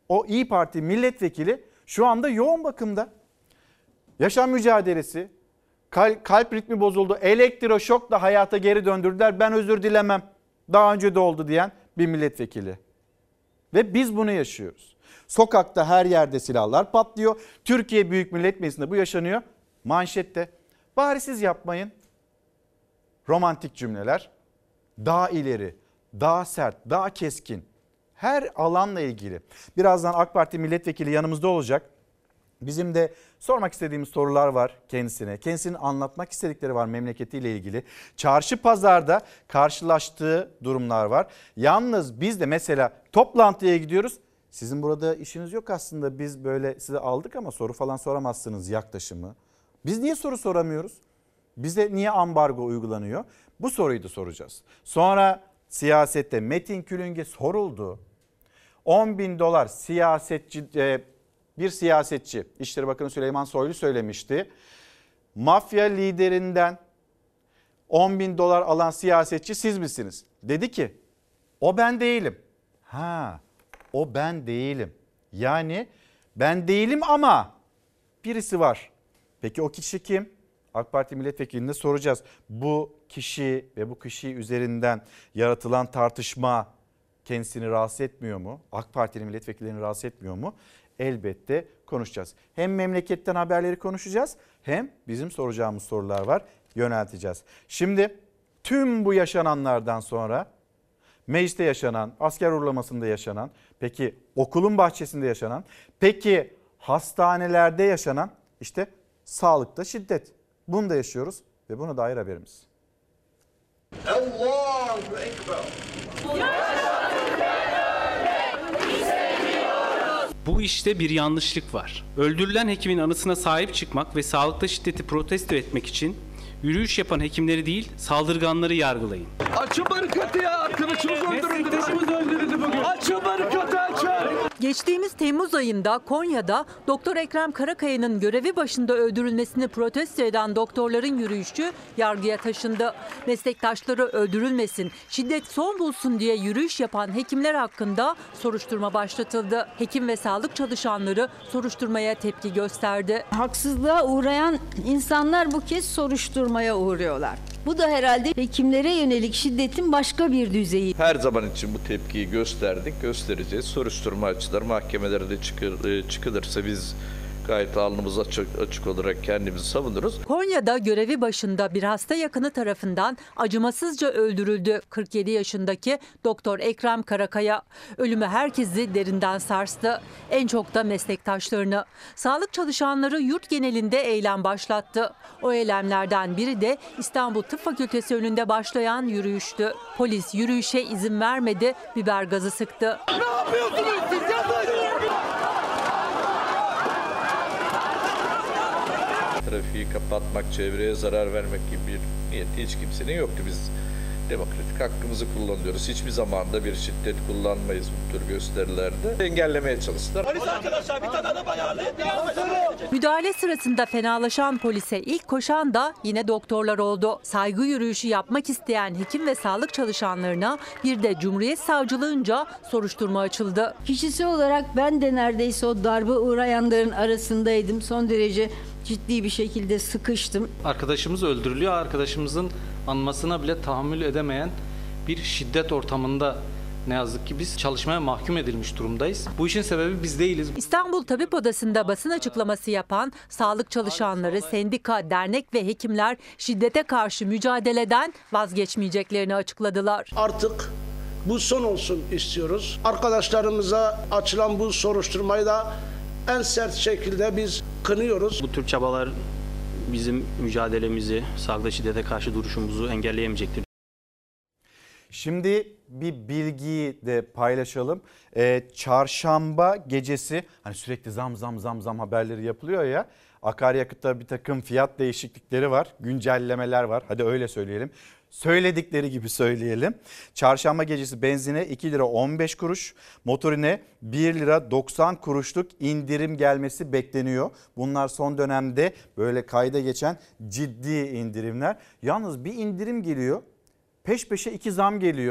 o İYİ Parti milletvekili şu anda yoğun bakımda. Yaşam mücadelesi, kalp, kalp ritmi bozuldu, elektroşokla hayata geri döndürdüler. Ben özür dilemem, daha önce de oldu diyen bir milletvekili. Ve biz bunu yaşıyoruz. Sokakta her yerde silahlar patlıyor. Türkiye Büyük Millet Meclisi'nde bu yaşanıyor. Manşette bari siz yapmayın. Romantik cümleler daha ileri, daha sert, daha keskin. Her alanla ilgili. Birazdan AK Parti milletvekili yanımızda olacak. Bizim de sormak istediğimiz sorular var kendisine. Kendisinin anlatmak istedikleri var memleketiyle ilgili. Çarşı pazarda karşılaştığı durumlar var. Yalnız biz de mesela toplantıya gidiyoruz. Sizin burada işiniz yok aslında, biz böyle size aldık ama soru falan soramazsınız yaklaşımı. Biz niye soru soramıyoruz? Bize niye ambargo uygulanıyor? Bu soruyu da soracağız. Sonra siyasette Metin Külüng'e soruldu. on bin dolar siyasetçi, bir siyasetçi, İçişleri Bakanı Süleyman Soylu söylemişti. Mafya liderinden on bin dolar alan siyasetçi siz misiniz? Dedi ki o ben değilim. Ha, o ben değilim. Yani ben değilim ama birisi var. Peki o kişi kim? AK Parti milletvekiline soracağız. Bu kişi ve bu kişi üzerinden yaratılan tartışma kendisini rahatsız etmiyor mu? AK Parti'nin milletvekillerini rahatsız etmiyor mu? Elbette konuşacağız. Hem memleketten haberleri konuşacağız, hem bizim soracağımız sorular var, yönelteceğiz. Şimdi tüm bu yaşananlardan sonra mecliste yaşanan, asker uğurlamasında yaşanan, peki okulun bahçesinde yaşanan, peki hastanelerde yaşanan, işte sağlıkta şiddet. Bunu da yaşıyoruz ve buna dair haberimiz. Allahu Ekber. Bu işte bir yanlışlık var. Öldürülen hekimin anısına sahip çıkmak ve sağlıkta şiddeti protesto etmek için yürüyüş yapan hekimleri değil, saldırganları yargılayın. Açın barikatı ya! Arkadaşımız öldürüldü. öldürüldü bugün. Açın barikatı, açın! Geçtiğimiz Temmuz ayında Konya'da Doktor Ekrem Karakaya'nın görevi başında öldürülmesini protesto eden doktorların yürüyüşü yargıya taşındı. Meslektaşları öldürülmesin, şiddet son bulsun diye yürüyüş yapan hekimler hakkında soruşturma başlatıldı. Hekim ve sağlık çalışanları soruşturmaya tepki gösterdi. Haksızlığa uğrayan insanlar bu kez soruşturmaya uğruyorlar. Bu da herhalde hekimlere yönelik şiddetin başka bir düzeyi. Her zaman için bu tepkiyi gösterdik, göstereceğiz. Soruşturma açılır, mahkemelere de çıkır, çıkılırsa biz gayet alnımız açık, açık olarak kendimizi savunuruz. Konya'da görevi başında bir hasta yakını tarafından acımasızca öldürüldü. kırk yedi yaşındaki Doktor Ekrem Karakaya. Ölümü herkesi derinden sarstı. En çok da meslektaşlarını. Sağlık çalışanları yurt genelinde eylem başlattı. O eylemlerden biri de İstanbul Tıp Fakültesi önünde başlayan yürüyüştü. Polis yürüyüşe izin vermedi, biber gazı sıktı. Ne yapıyorsunuz siz? Trafiği kapatmak, çevreye zarar vermek gibi bir niyeti hiç kimsenin yoktu. Biz demokratik hakkımızı kullanıyoruz. Hiçbir zamanda bir şiddet kullanmayız bu tür gösterilerde. Engellemeye çalıştılar. Polis arkadaşlar bir tane adam ayarlayın. Müdahale sırasında fenalaşan polise ilk koşan da yine doktorlar oldu. Saygı yürüyüşü yapmak isteyen hekim ve sağlık çalışanlarına bir de Cumhuriyet Savcılığınca soruşturma açıldı. Kişisel olarak ben de neredeyse o darbe uğrayanların arasındaydım. Son derece ciddi bir şekilde sıkıştım. Arkadaşımız öldürülüyor. Arkadaşımızın anmasına bile tahammül edemeyen bir şiddet ortamında ne yazık ki biz çalışmaya mahkum edilmiş durumdayız. Bu işin sebebi biz değiliz. İstanbul Tabip Odası'nda basın açıklaması yapan sağlık çalışanları, sendika, dernek ve hekimler şiddete karşı mücadeleden vazgeçmeyeceklerini açıkladılar. Artık bu son olsun istiyoruz. Arkadaşlarımıza açılan bu soruşturmayı da en sert şekilde biz kınıyoruz. Bu tür çabalar bizim mücadelemizi, sağlıkta şiddete karşı duruşumuzu engelleyemeyecektir. Şimdi bir bilgiyi de paylaşalım. Ee, çarşamba gecesi hani sürekli zam zam zam zam haberleri yapılıyor ya. Akaryakıtta bir takım fiyat değişiklikleri var, güncellemeler var. Hadi öyle söyleyelim. Söyledikleri gibi söyleyelim. Çarşamba gecesi benzine iki lira on beş kuruş, motorine bir lira doksan kuruşluk indirim gelmesi bekleniyor. Bunlar son dönemde böyle kayda geçen ciddi indirimler. Yalnız bir indirim geliyor, peş peşe iki zam geliyor.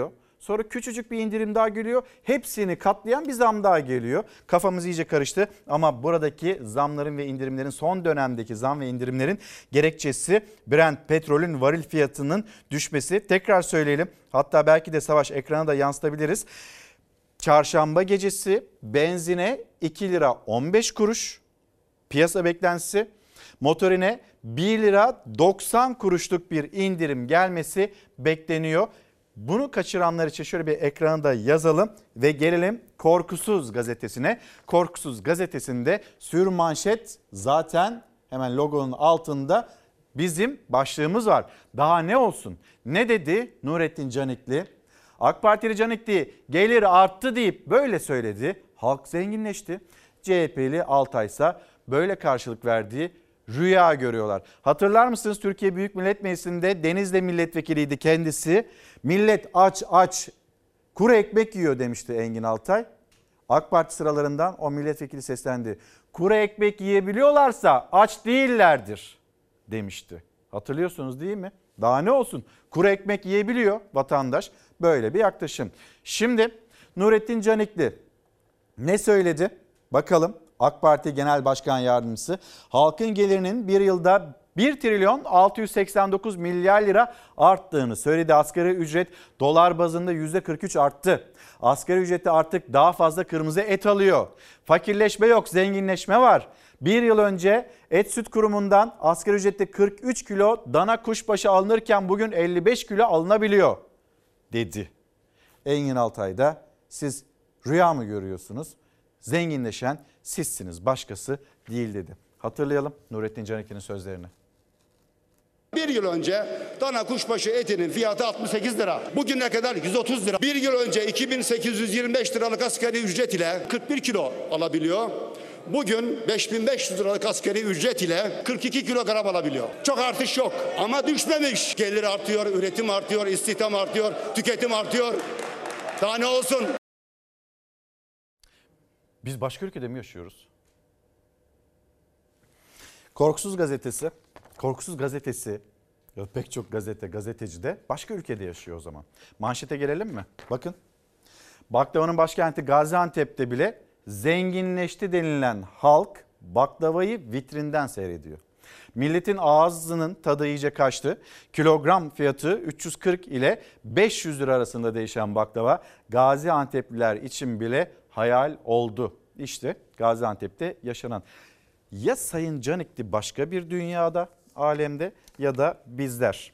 Sonra küçücük bir indirim daha geliyor. Hepsini katlayan bir zam daha geliyor. Kafamız iyice karıştı ama buradaki zamların ve indirimlerin, son dönemdeki zam ve indirimlerin gerekçesi Brent petrolün varil fiyatının düşmesi. Tekrar söyleyelim, hatta belki de Savaş ekrana da yansıtabiliriz. Çarşamba gecesi benzine iki lira on beş kuruş piyasa beklentisi, motorine bir lira doksan kuruşluk bir indirim gelmesi bekleniyor. Bunu kaçıranlar için şöyle bir ekrana da yazalım ve gelelim Korkusuz gazetesine. Korkusuz gazetesinde sürmanşet zaten hemen logonun altında bizim başlığımız var. Daha ne olsun? Ne dedi Nurettin Canikli? AK Partili Canikli gelir arttı deyip böyle söyledi. Halk zenginleşti. C H P'li Altay ise böyle karşılık verdiği rüya görüyorlar. Hatırlar mısınız, Türkiye Büyük Millet Meclisi'nde Denizli milletvekiliydi kendisi. Millet aç aç kuru ekmek yiyor demişti Engin Altay. AK Parti sıralarından o milletvekili seslendi. Kuru ekmek yiyebiliyorlarsa aç değillerdir demişti. Hatırlıyorsunuz değil mi? Daha ne olsun? Kuru ekmek yiyebiliyor vatandaş. Böyle bir yaklaşım. Şimdi Nurettin Canikli ne söyledi? Bakalım. AK Parti Genel Başkan Yardımcısı, halkın gelirinin bir yılda bir trilyon altı yüz seksen dokuz milyar lira arttığını söyledi. Asgari ücret dolar bazında yüzde kırk üç arttı. Asgari ücrette artık daha fazla kırmızı et alıyor. Fakirleşme yok, zenginleşme var. Bir yıl önce Et Süt Kurumu'ndan asgari ücrette kırk üç kilo dana kuşbaşı alınırken bugün elli beş kilo alınabiliyor dedi. Engin Altay da siz rüya mı görüyorsunuz? Zenginleşen sizsiniz, başkası değil dedi. Hatırlayalım Nurettin Canikli'nin sözlerini. Bir yıl önce dana kuşbaşı etinin fiyatı altmış sekiz lira. Bugüne kadar yüz otuz lira. Bir yıl önce iki bin sekiz yüz yirmi beş liralık asgari ücret ile kırk bir kilo alabiliyor. Bugün beş bin beş yüz liralık asgari ücret ile kırk iki kilogram alabiliyor. Çok artış yok ama düşmemiş. Gelir artıyor, üretim artıyor, istihdam artıyor, tüketim artıyor. Daha ne olsun? Biz başka ülkede mi yaşıyoruz? Korkusuz gazetesi, Korkusuz gazetesi, pek çok gazete, gazeteci de başka ülkede yaşıyor o zaman. Manşete gelelim mi? Bakın, baklavanın başkenti Gaziantep'te bile zenginleşti denilen halk baklavayı vitrinden seyrediyor. Milletin ağzının tadı iyice kaçtı. Kilogram fiyatı üç yüz kırk ile beş yüz lira arasında değişen baklava Gaziantep'liler için bile hayal oldu. İşte Gaziantep'te yaşanan. Ya Sayın Canikli başka bir dünyada, alemde ya da bizler.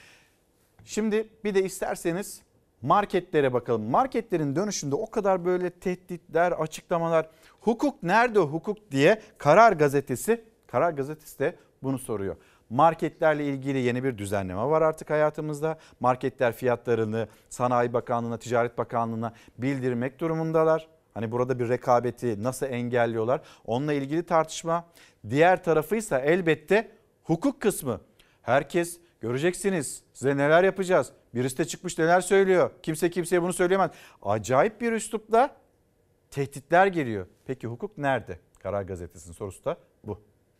Şimdi bir de isterseniz marketlere bakalım. Marketlerin dönüşünde o kadar böyle tehditler, açıklamalar. Hukuk nerede hukuk diye Karar Gazetesi, Karar Gazetesi de bunu soruyor. Marketlerle ilgili yeni bir düzenleme var artık hayatımızda. Marketler fiyatlarını Sanayi Bakanlığı'na, Ticaret Bakanlığı'na bildirmek durumundalar. Hani burada bir rekabeti nasıl engelliyorlar? Onunla ilgili tartışma. Diğer tarafıysa elbette hukuk kısmı. Herkes göreceksiniz size neler yapacağız. Birisi de çıkmış neler söylüyor. Kimse kimseye bunu söyleyemez. Acayip bir üslupla tehditler geliyor. Peki hukuk nerede? Karar Gazetesi'nin sorusu da bu.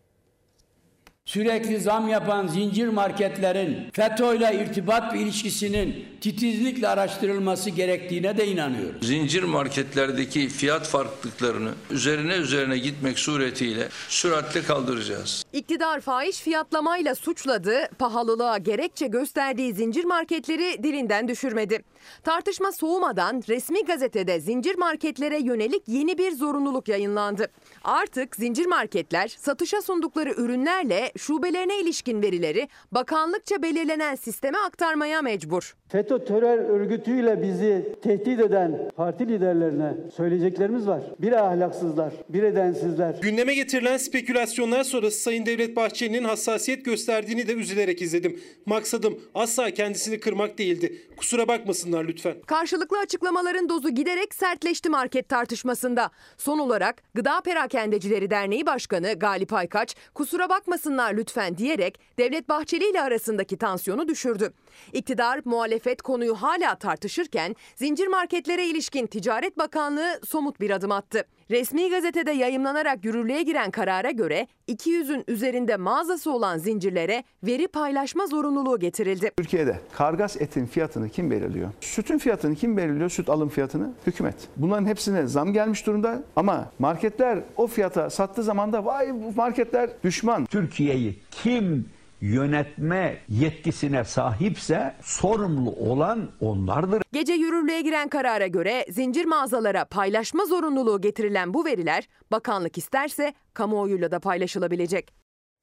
Sürekli zam yapan zincir marketlerin FETÖ ile irtibat ve ilişkisinin titizlikle araştırılması gerektiğine de inanıyoruz. Zincir marketlerdeki fiyat farklılıklarını üzerine üzerine gitmek suretiyle süratle kaldıracağız. İktidar fahiş fiyatlamayla suçladı, pahalılığa gerekçe gösterdiği zincir marketleri dilinden düşürmedi. Tartışma soğumadan resmi gazetede zincir marketlere yönelik yeni bir zorunluluk yayınlandı. Artık zincir marketler satışa sundukları ürünlerle şubelerine ilişkin verileri bakanlıkça belirlenen sisteme aktarmaya mecbur. FETÖ terör örgütüyle bizi tehdit eden parti liderlerine söyleyeceklerimiz var. Bir ahlaksızlar, bir edensizler. Gündeme getirilen spekülasyonlar sonrası Sayın Devlet Bahçeli'nin hassasiyet gösterdiğini de üzülerek izledim. Maksadım asla kendisini kırmak değildi. Kusura bakmasınlar lütfen. Karşılıklı açıklamaların dozu giderek sertleşti market tartışmasında. Son olarak Gıda Perakendecileri Derneği Başkanı Galip Aykaç kusura bakmasınlar lütfen diyerek Devlet Bahçeli ile arasındaki tansiyonu düşürdü. İktidar, muhalefet konuyu hala tartışırken zincir marketlere ilişkin Ticaret Bakanlığı somut bir adım attı. Resmi gazetede yayımlanarak yürürlüğe giren karara göre iki yüzün üzerinde mağazası olan zincirlere veri paylaşma zorunluluğu getirildi. Türkiye'de kargas etin fiyatını kim belirliyor? Sütün fiyatını kim belirliyor? Süt alım fiyatını? Hükümet. Bunların hepsine zam gelmiş durumda ama marketler o fiyata sattığı zaman da vay bu marketler düşman. Türkiye'yi kim yönetme yetkisine sahipse sorumlu olan onlardır. Gece yürürlüğe giren karara göre zincir mağazalara paylaşma zorunluluğu getirilen bu veriler bakanlık isterse kamuoyuyla da paylaşılabilecek.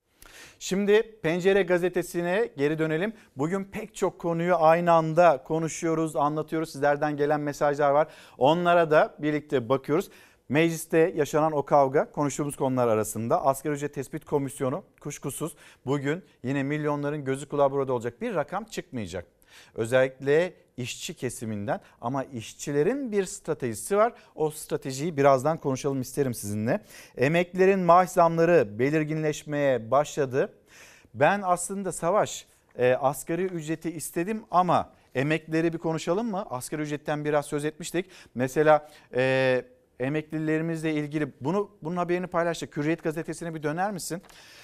Şimdi Pencere gazetesine geri dönelim. Bugün pek çok konuyu aynı anda konuşuyoruz, anlatıyoruz. Sizlerden gelen mesajlar var. Onlara da birlikte bakıyoruz. Mecliste yaşanan o kavga konuştuğumuz konular arasında. Asgari ücret tespit komisyonu kuşkusuz bugün yine milyonların gözü kulağı burada olacak. Bir rakam çıkmayacak. Özellikle işçi kesiminden ama işçilerin bir stratejisi var. O stratejiyi birazdan konuşalım isterim sizinle. Emeklilerin maaş zamları belirginleşmeye başladı. Ben aslında Savaş e, asgari ücreti istedim ama emeklileri bir konuşalım mı? Asgari ücretten biraz söz etmiştik. Mesela e, emeklilerimizle ilgili bunu bunun haberini paylaştık. Hürriyet gazetesine bir döner misin?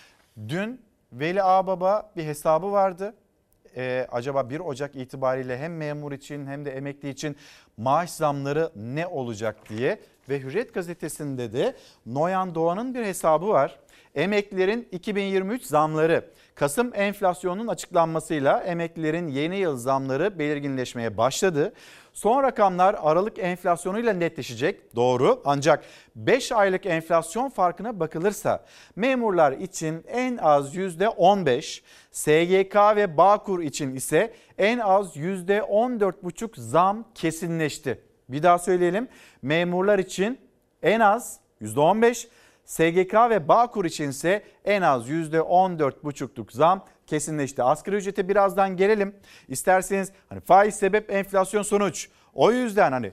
Dün Veli Ağbaba bir hesabı vardı. Ee, acaba bir Ocak itibariyle hem memur için hem de emekli için maaş zamları ne olacak diye. Ve Hürriyet gazetesinde de Noyan Doğan'ın bir hesabı var. Emeklilerin iki bin yirmi üç zamları. Kasım enflasyonunun açıklanmasıyla emeklilerin yeni yıl zamları belirginleşmeye başladı. Son rakamlar Aralık enflasyonuyla netleşecek, doğru. Ancak beş aylık enflasyon farkına bakılırsa memurlar için en az yüzde on beş, S G K ve Bağkur için ise en az yüzde on dört buçuk zam kesinleşti. Bir daha söyleyelim, memurlar için en az yüzde on beş, S G K ve Bağkur içinse en az yüzde on dört buçukluk zam kesinleşti. Asgari ücrete birazdan gelelim. İsterseniz hani faiz sebep enflasyon sonuç. O yüzden hani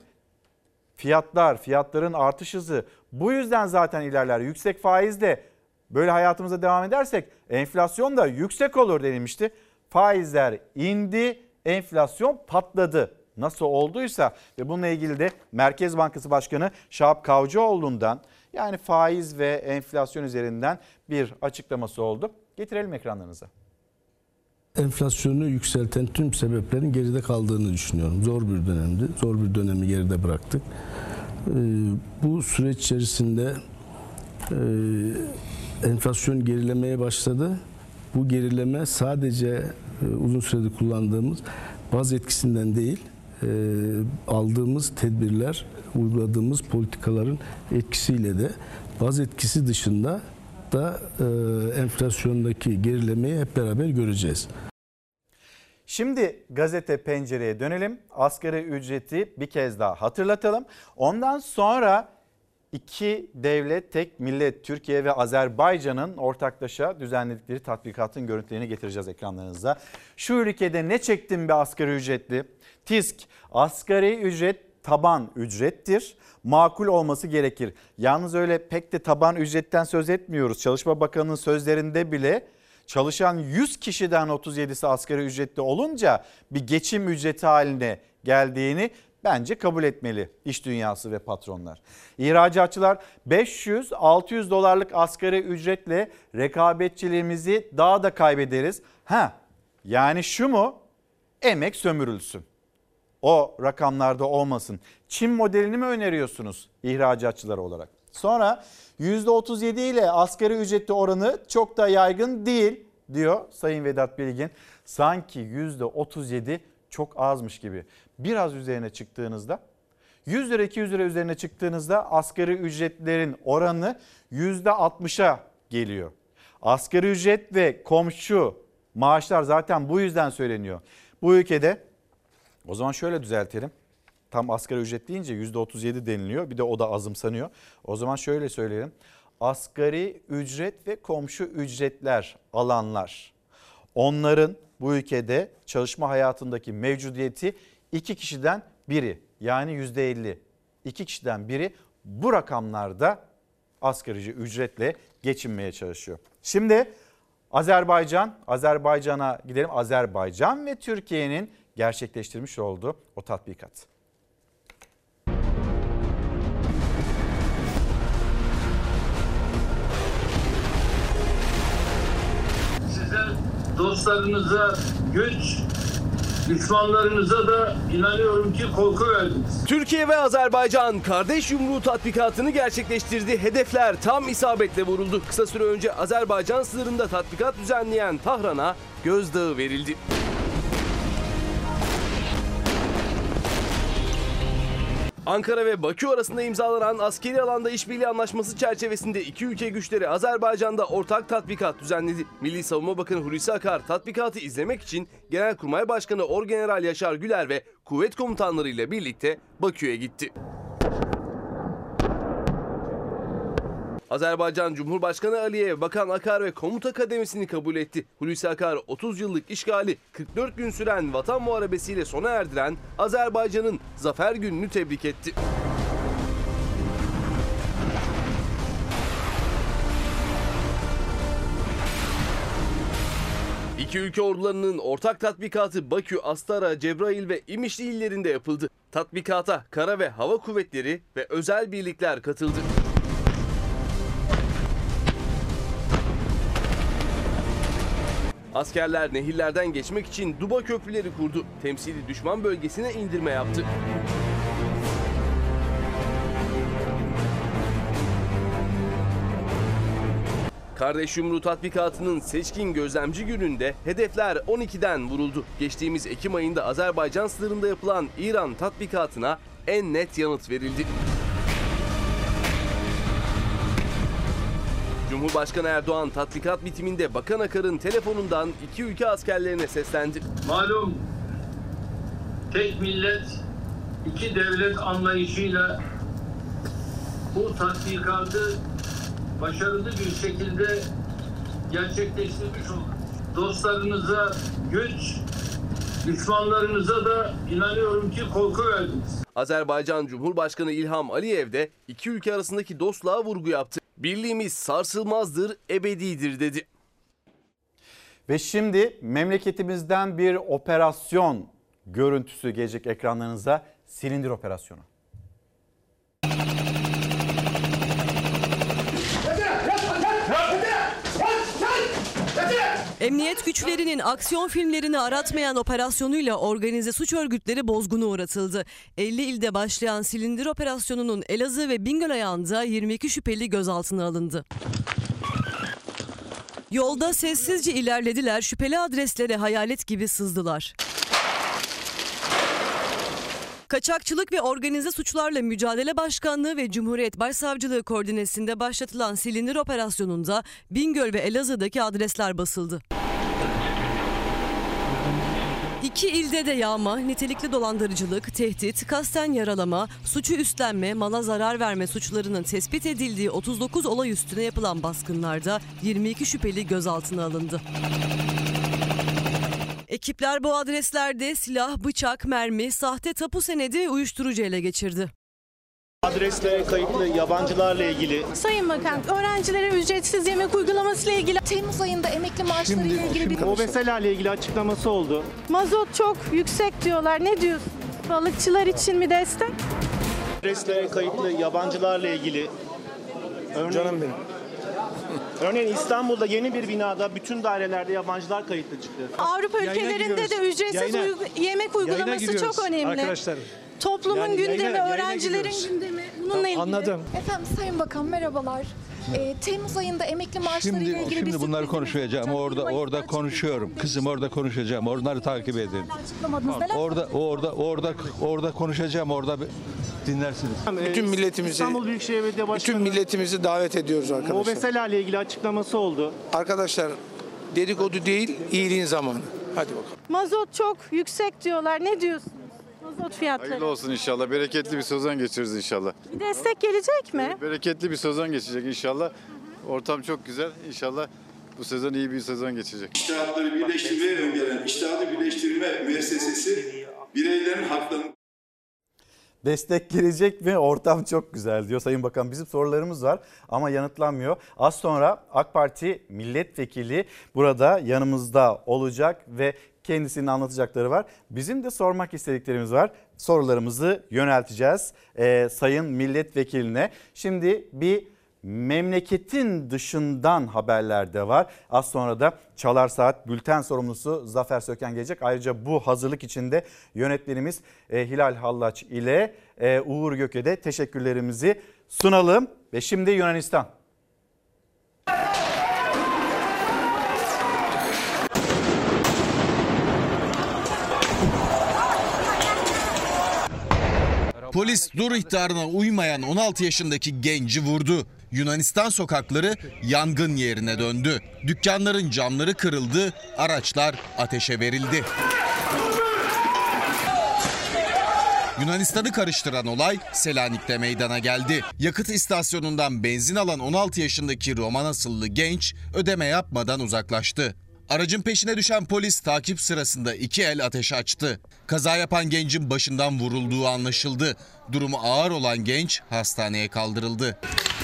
fiyatlar, fiyatların artış hızı bu yüzden zaten ilerler. Yüksek faizle böyle hayatımıza devam edersek enflasyon da yüksek olur denilmişti. Faizler indi, enflasyon patladı. Nasıl olduysa ve bununla ilgili de Merkez Bankası Başkanı Şahap Kavcıoğlu'ndan yani faiz ve enflasyon üzerinden bir açıklaması oldu. Getirelim ekranlarınıza. Enflasyonu yükselten tüm sebeplerin geride kaldığını düşünüyorum. Zor bir dönemdi. Zor bir dönemi geride bıraktık. Bu süreç içerisinde enflasyon gerilemeye başladı. Bu gerileme sadece uzun süredir kullandığımız baz etkisinden değil, aldığımız tedbirler, uyguladığımız politikaların etkisiyle de baz etkisi dışında da enflasyondaki gerilemeyi hep beraber göreceğiz. Şimdi gazete pencereye dönelim. Asgari ücreti bir kez daha hatırlatalım. Ondan sonra iki devlet tek millet Türkiye ve Azerbaycan'ın ortaklaşa düzenledikleri tatbikatın görüntülerini getireceğiz ekranlarınıza. Şu ülkede ne çektim be asgari ücretli? TİSK, asgari ücret taban ücrettir. Makul olması gerekir. Yalnız öyle pek de taban ücretten söz etmiyoruz. Çalışma Bakanı'nın sözlerinde bile çalışan yüz kişiden otuz yedisi asgari ücretli olunca bir geçim ücreti haline geldiğini bence kabul etmeli iş dünyası ve patronlar. İhracatçılar beş yüz altı yüz dolarlık asgari ücretle rekabetçiliğimizi daha da kaybederiz. Ha, yani şu mu? Emek sömürülsün. O rakamlarda olmasın. Çin modelini mi öneriyorsunuz ihracatçılar olarak? Sonra yüzde otuz yedi ile asgari ücretli oranı çok da yaygın değil diyor Sayın Vedat Bilgin. Sanki yüzde otuz yedi çok azmış gibi. Biraz üzerine çıktığınızda yüz lira iki yüz lira üzerine çıktığınızda asgari ücretlerin oranı yüzde altmışa geliyor. Asgari ücret ve komşu maaşlar zaten bu yüzden söyleniyor. Bu ülkede o zaman şöyle düzeltelim. Tam asgari ücret deyince yüzde otuz yedi deniliyor. Bir de o da azımsanıyor. O zaman şöyle söyleyelim. Asgari ücret ve komşu ücretler alanlar. Onların bu ülkede çalışma hayatındaki mevcudiyeti iki kişiden biri. Yani yüzde elli. İki kişiden biri bu rakamlarda asgari ücretle geçinmeye çalışıyor. Şimdi Azerbaycan, Azerbaycan'a gidelim. Azerbaycan ve Türkiye'nin gerçekleştirmiş olduğu o tatbikat. Dostlarınıza güç, düşmanlarınıza da inanıyorum ki korku verdiniz. Türkiye ve Azerbaycan kardeş yumruğu tatbikatını gerçekleştirdi. Hedefler tam isabetle vuruldu. Kısa süre önce Azerbaycan sınırında tatbikat düzenleyen Tahran'a gözdağı verildi. Ankara ve Bakü arasında imzalanan askeri alanda işbirliği anlaşması çerçevesinde iki ülke güçleri Azerbaycan'da ortak tatbikat düzenledi. Milli Savunma Bakanı Hulusi Akar tatbikatı izlemek için Genelkurmay Başkanı Orgeneral Yaşar Güler ve kuvvet komutanlarıyla birlikte Bakü'ye gitti. Azerbaycan Cumhurbaşkanı Aliyev, Bakan Akar ve komuta kademesini kabul etti. Hulusi Akar otuz yıllık işgali kırk dört gün süren vatan muharebesiyle sona erdiren Azerbaycan'ın Zafer Günü'nü tebrik etti. İki ülke ordularının ortak tatbikatı Bakü, Astara, Cebrail ve İmişli illerinde yapıldı. Tatbikata kara ve hava kuvvetleri ve özel birlikler katıldı. Askerler nehirlerden geçmek için duba köprüleri kurdu. Temsili düşman bölgesine indirme yaptı. Kardeş Yumruğu tatbikatının seçkin gözlemci gününde hedefler on ikiden vuruldu. Geçtiğimiz Ekim ayında Azerbaycan sınırında yapılan İran tatbikatına en net yanıt verildi. Cumhurbaşkanı Erdoğan tatbikat bitiminde Bakan Akar'ın telefonundan iki ülke askerlerine seslendi. Malum tek millet, iki devlet anlayışıyla bu tatbikatı başarılı bir şekilde gerçekleştirmiş olduk. Dostlarınıza güç, düşmanlarınıza da inanıyorum ki korku verdiniz. Azerbaycan Cumhurbaşkanı İlham Aliyev de iki ülke arasındaki dostluğa vurgu yaptı. Birliğimiz sarsılmazdır, ebedidir dedi. Ve şimdi memleketimizden bir operasyon görüntüsü gelecek ekranlarınıza. Silindir operasyonu. Emniyet güçlerinin aksiyon filmlerini aratmayan operasyonuyla organize suç örgütleri bozguna uğratıldı. elli ilde başlayan Silindir operasyonunun Elazığ ve Bingöl ayağında yirmi iki şüpheli gözaltına alındı. Yolda sessizce ilerlediler, şüpheli adreslere hayalet gibi sızdılar. Kaçakçılık ve Organize Suçlarla Mücadele Başkanlığı ve Cumhuriyet Başsavcılığı koordinesinde başlatılan Silindir operasyonunda Bingöl ve Elazığ'daki adresler basıldı. İki ilde de yağma, nitelikli dolandırıcılık, tehdit, kasten yaralama, suçu üstlenme, mala zarar verme suçlarının tespit edildiği otuz dokuz olay üstüne yapılan baskınlarda yirmi iki şüpheli gözaltına alındı. Ekipler bu adreslerde silah, bıçak, mermi, sahte tapu senedi, uyuşturucu ele geçirdi. Adreslere kayıtlı yabancılarla ilgili. Sayın Bakan, öğrencilere ücretsiz yemek uygulaması ile ilgili Temmuz ayında emekli maaşları ile ilgili bir O mesela ile ilgili açıklaması oldu. Mazot çok yüksek diyorlar. Ne diyorsun? Balıkçılar için mi destek? Adreslere kayıtlı yabancılarla ilgili. Örneğin, Canım benim. Örneğin İstanbul'da yeni bir binada bütün dairelerde yabancılar kayıtlı çıktı. Avrupa ülkelerinde de ücretsiz Yayına. uygu- yemek uygulaması çok önemli. Arkadaşlar. Toplumun Yani gündemi, yayına, öğrencilerin yayına gündemi. Bununla tamam, ilgili. Anladım. Efendim Sayın Bakan merhabalar. Ee, Temmuz ayında emekli maaşları ile ilgili Şimdi bir bunları sürprizimiz konuşacağım. olacak. Orada Mayıs'ta orada konuşuyorum. Kızım orada konuşacağım. Onları takip edin. açıklamadınız. Neler Orada orada orada orada konuşacağım. Orada bir dinlersiniz. Bütün milletimizi İstanbul Büyükşehir Belediye Başkanı bütün milletimizi davet ediyoruz arkadaşlar. O mesela ile ilgili açıklaması oldu. Arkadaşlar dedikodu değil, iyiliğin zamanı. Hadi bakalım. Mazot çok yüksek diyorlar. Ne diyorsunuz? Mazot fiyatları. Hayırlı olsun inşallah. Bereketli bir sezon geçiririz inşallah. Bir destek gelecek mi? Bereketli bir sezon geçecek inşallah. Ortam çok güzel. İnşallah bu sezon iyi bir sezon geçecek. İştihatları birleştirmeye öngören İştihatı Birleştirme Müessesesi bireylerin haklarını Destek gelecek mi? Ortam çok güzel diyor Sayın Bakan. Bizim sorularımız var ama yanıtlanmıyor. Az sonra AK Parti milletvekili burada yanımızda olacak ve kendisinin anlatacakları var. Bizim de sormak istediklerimiz var. Sorularımızı yönelteceğiz ee, Sayın Milletvekiline. Şimdi bir memleketin dışından haberler de var. Az sonra da Çalar Saat bülten sorumlusu Zafer Söken gelecek. Ayrıca bu hazırlık içinde yönetmenimiz e, Hilal Hallaç ile e, Uğur Gök'e de teşekkürlerimizi sunalım. Ve şimdi Yunanistan. Polis dur ihtarına uymayan on altı yaşındaki genci vurdu. Yunanistan sokakları yangın yerine döndü. Dükkanların camları kırıldı, araçlar ateşe verildi. Yunanistan'ı karıştıran olay Selanik'te meydana geldi. Yakıt istasyonundan benzin alan on altı yaşındaki Roman asıllı genç ödeme yapmadan uzaklaştı. Aracın peşine düşen polis takip sırasında iki el ateş açtı. Kaza yapan gencin başından vurulduğu anlaşıldı. Durumu ağır olan genç hastaneye kaldırıldı.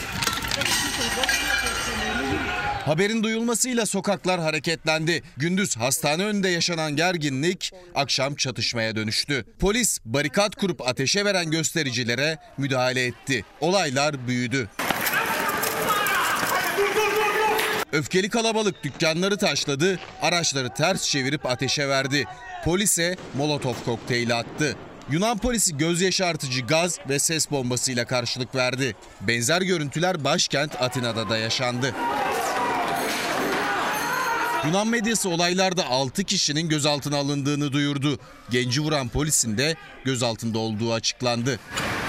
Haberin duyulmasıyla sokaklar hareketlendi. Gündüz hastane önünde yaşanan gerginlik akşam çatışmaya dönüştü. Polis barikat kurup ateşe veren göstericilere müdahale etti. Olaylar büyüdü. Öfkeli kalabalık dükkanları taşladı, araçları ters çevirip ateşe verdi. Polise molotof kokteyli attı. Yunan polisi göz yaşartıcı gaz ve ses bombasıyla karşılık verdi. Benzer görüntüler başkent Atina'da da yaşandı. Yunan medyası olaylarda altı kişinin gözaltına alındığını duyurdu. Genci vuran polisin de gözaltında olduğu açıklandı.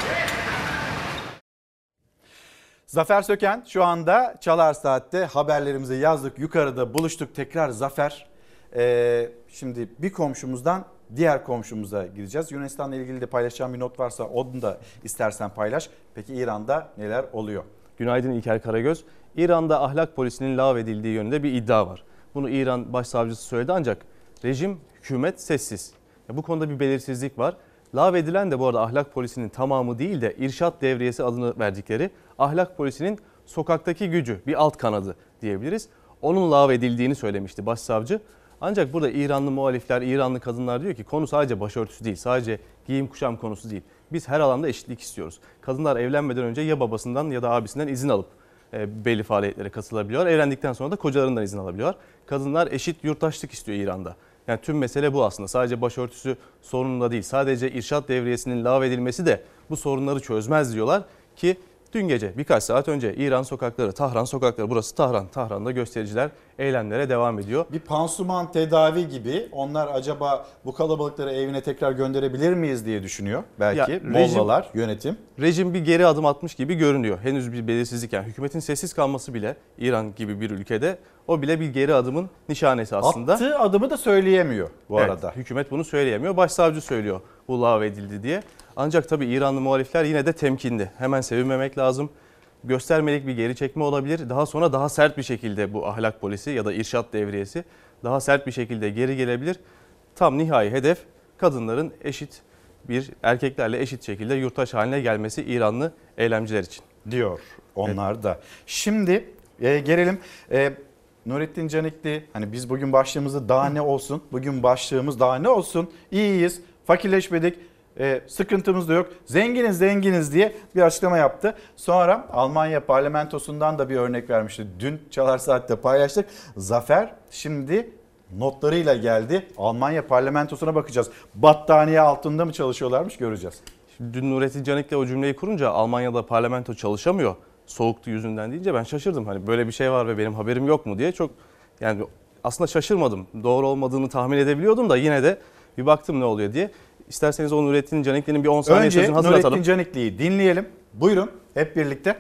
Zafer Söken şu anda Çalar Saat'te haberlerimizi yazdık. Yukarıda buluştuk tekrar Zafer. Ee, şimdi bir komşumuzdan diğer komşumuza gideceğiz. Yunanistan'la ilgili de paylaşacağım bir not varsa onu da istersen paylaş. Peki İran'da neler oluyor? Günaydın İlker Karagöz. İran'da ahlak polisinin lağvedildiği yönünde bir iddia var. Bunu İran başsavcısı söyledi ancak rejim, hükümet sessiz. Bu konuda bir belirsizlik var. Lağvedilen de bu arada ahlak polisinin tamamı değil de irşat devriyesi adını verdikleri ahlak polisinin sokaktaki gücü, bir alt kanadı diyebiliriz. Onun lağvedildiğini söylemişti başsavcı. Ancak burada İranlı muhalifler, İranlı kadınlar diyor ki konu sadece başörtüsü değil, sadece giyim kuşam konusu değil. Biz her alanda eşitlik istiyoruz. Kadınlar evlenmeden önce ya babasından ya da abisinden izin alıp e, belli faaliyetlere katılabiliyorlar. Evlendikten sonra da kocalarından izin alabiliyorlar. Kadınlar eşit yurttaşlık istiyor İran'da. Yani tüm mesele bu aslında. Sadece başörtüsü sorununda değil. Sadece irşat devriyesinin lağvedilmesi de bu sorunları çözmez diyorlar ki dün gece birkaç saat önce İran sokakları, Tahran sokakları, burası Tahran. Tahran'da göstericiler eylemlere devam ediyor. Bir pansuman tedavi gibi onlar acaba bu kalabalıkları evine tekrar gönderebilir miyiz diye düşünüyor. Belki ya, Mollalar, rejim, yönetim. Rejim bir geri adım atmış gibi görünüyor. Henüz bir belirsizlik, yani hükümetin sessiz kalması bile İran gibi bir ülkede o bile bir geri adımın nişanesi aslında. Attığı adımı da söyleyemiyor bu evet, arada. Hükümet bunu söyleyemiyor. Başsavcı söylüyor bu lağvedildi diye. Ancak tabii İranlı muhalifler yine de temkinli. Hemen sevinmemek lazım. Göstermelik bir geri çekme olabilir. Daha sonra daha sert bir şekilde bu ahlak polisi ya da irşat devriyesi daha sert bir şekilde geri gelebilir. Tam nihai hedef kadınların eşit bir erkeklerle eşit şekilde yurttaş haline gelmesi İranlı eylemciler için. Diyor onlar evet. da. Şimdi e, gelelim. E, Nurettin Canikli, hani biz bugün başlığımızda daha ne olsun? Bugün başlığımız daha ne olsun? İyiyiz, fakirleşmedik. E, sıkıntımız da yok. Zenginiz zenginiz diye bir açıklama yaptı. Sonra Almanya parlamentosundan da bir örnek vermişti. Dün Çalar Saat'te paylaştık. Zafer şimdi notlarıyla geldi. Almanya parlamentosuna bakacağız. Battaniye altında mı çalışıyorlarmış göreceğiz. Şimdi dün Nurettin Canik'le o cümleyi kurunca Almanya'da parlamento çalışamıyor. Soğuktu yüzünden deyince ben şaşırdım. Hani böyle bir şey var ve benim haberim yok mu diye çok yani aslında şaşırmadım. Doğru olmadığını tahmin edebiliyordum da yine de bir baktım ne oluyor diye. İsterseniz o Nurettin Canikli'nin bir on saniye sözünü hazırlatalım. Önce Nurettin Canikli'yi dinleyelim. Buyurun hep birlikte.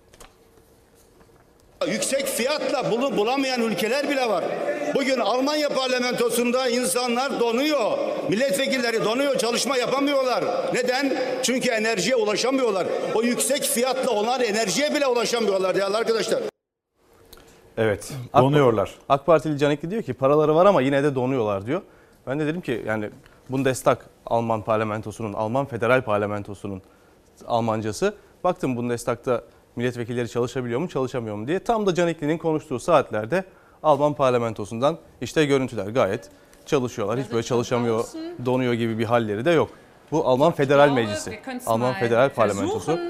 Yüksek fiyatla bunu bulamayan ülkeler bile var. Bugün Almanya parlamentosunda insanlar donuyor. Milletvekilleri donuyor, çalışma yapamıyorlar. Neden? Çünkü enerjiye ulaşamıyorlar. O yüksek fiyatla onlar enerjiye bile ulaşamıyorlar değerli arkadaşlar. Evet, donuyorlar. AK, AK Partili Canikli diyor ki paraları var ama yine de donuyorlar diyor. Ben de dedim ki yani Bundestag Alman parlamentosunun, Alman federal parlamentosunun Almancası. Baktım Bundestag'da milletvekilleri çalışabiliyor mu, çalışamıyor mu diye. Tam da Canikli'nin konuştuğu saatlerde Alman parlamentosundan işte görüntüler gayet çalışıyorlar. Hiç böyle çalışamıyor, donuyor gibi bir halleri de yok. Bu Alman Federal Meclisi, Alman Federal Parlamentosu.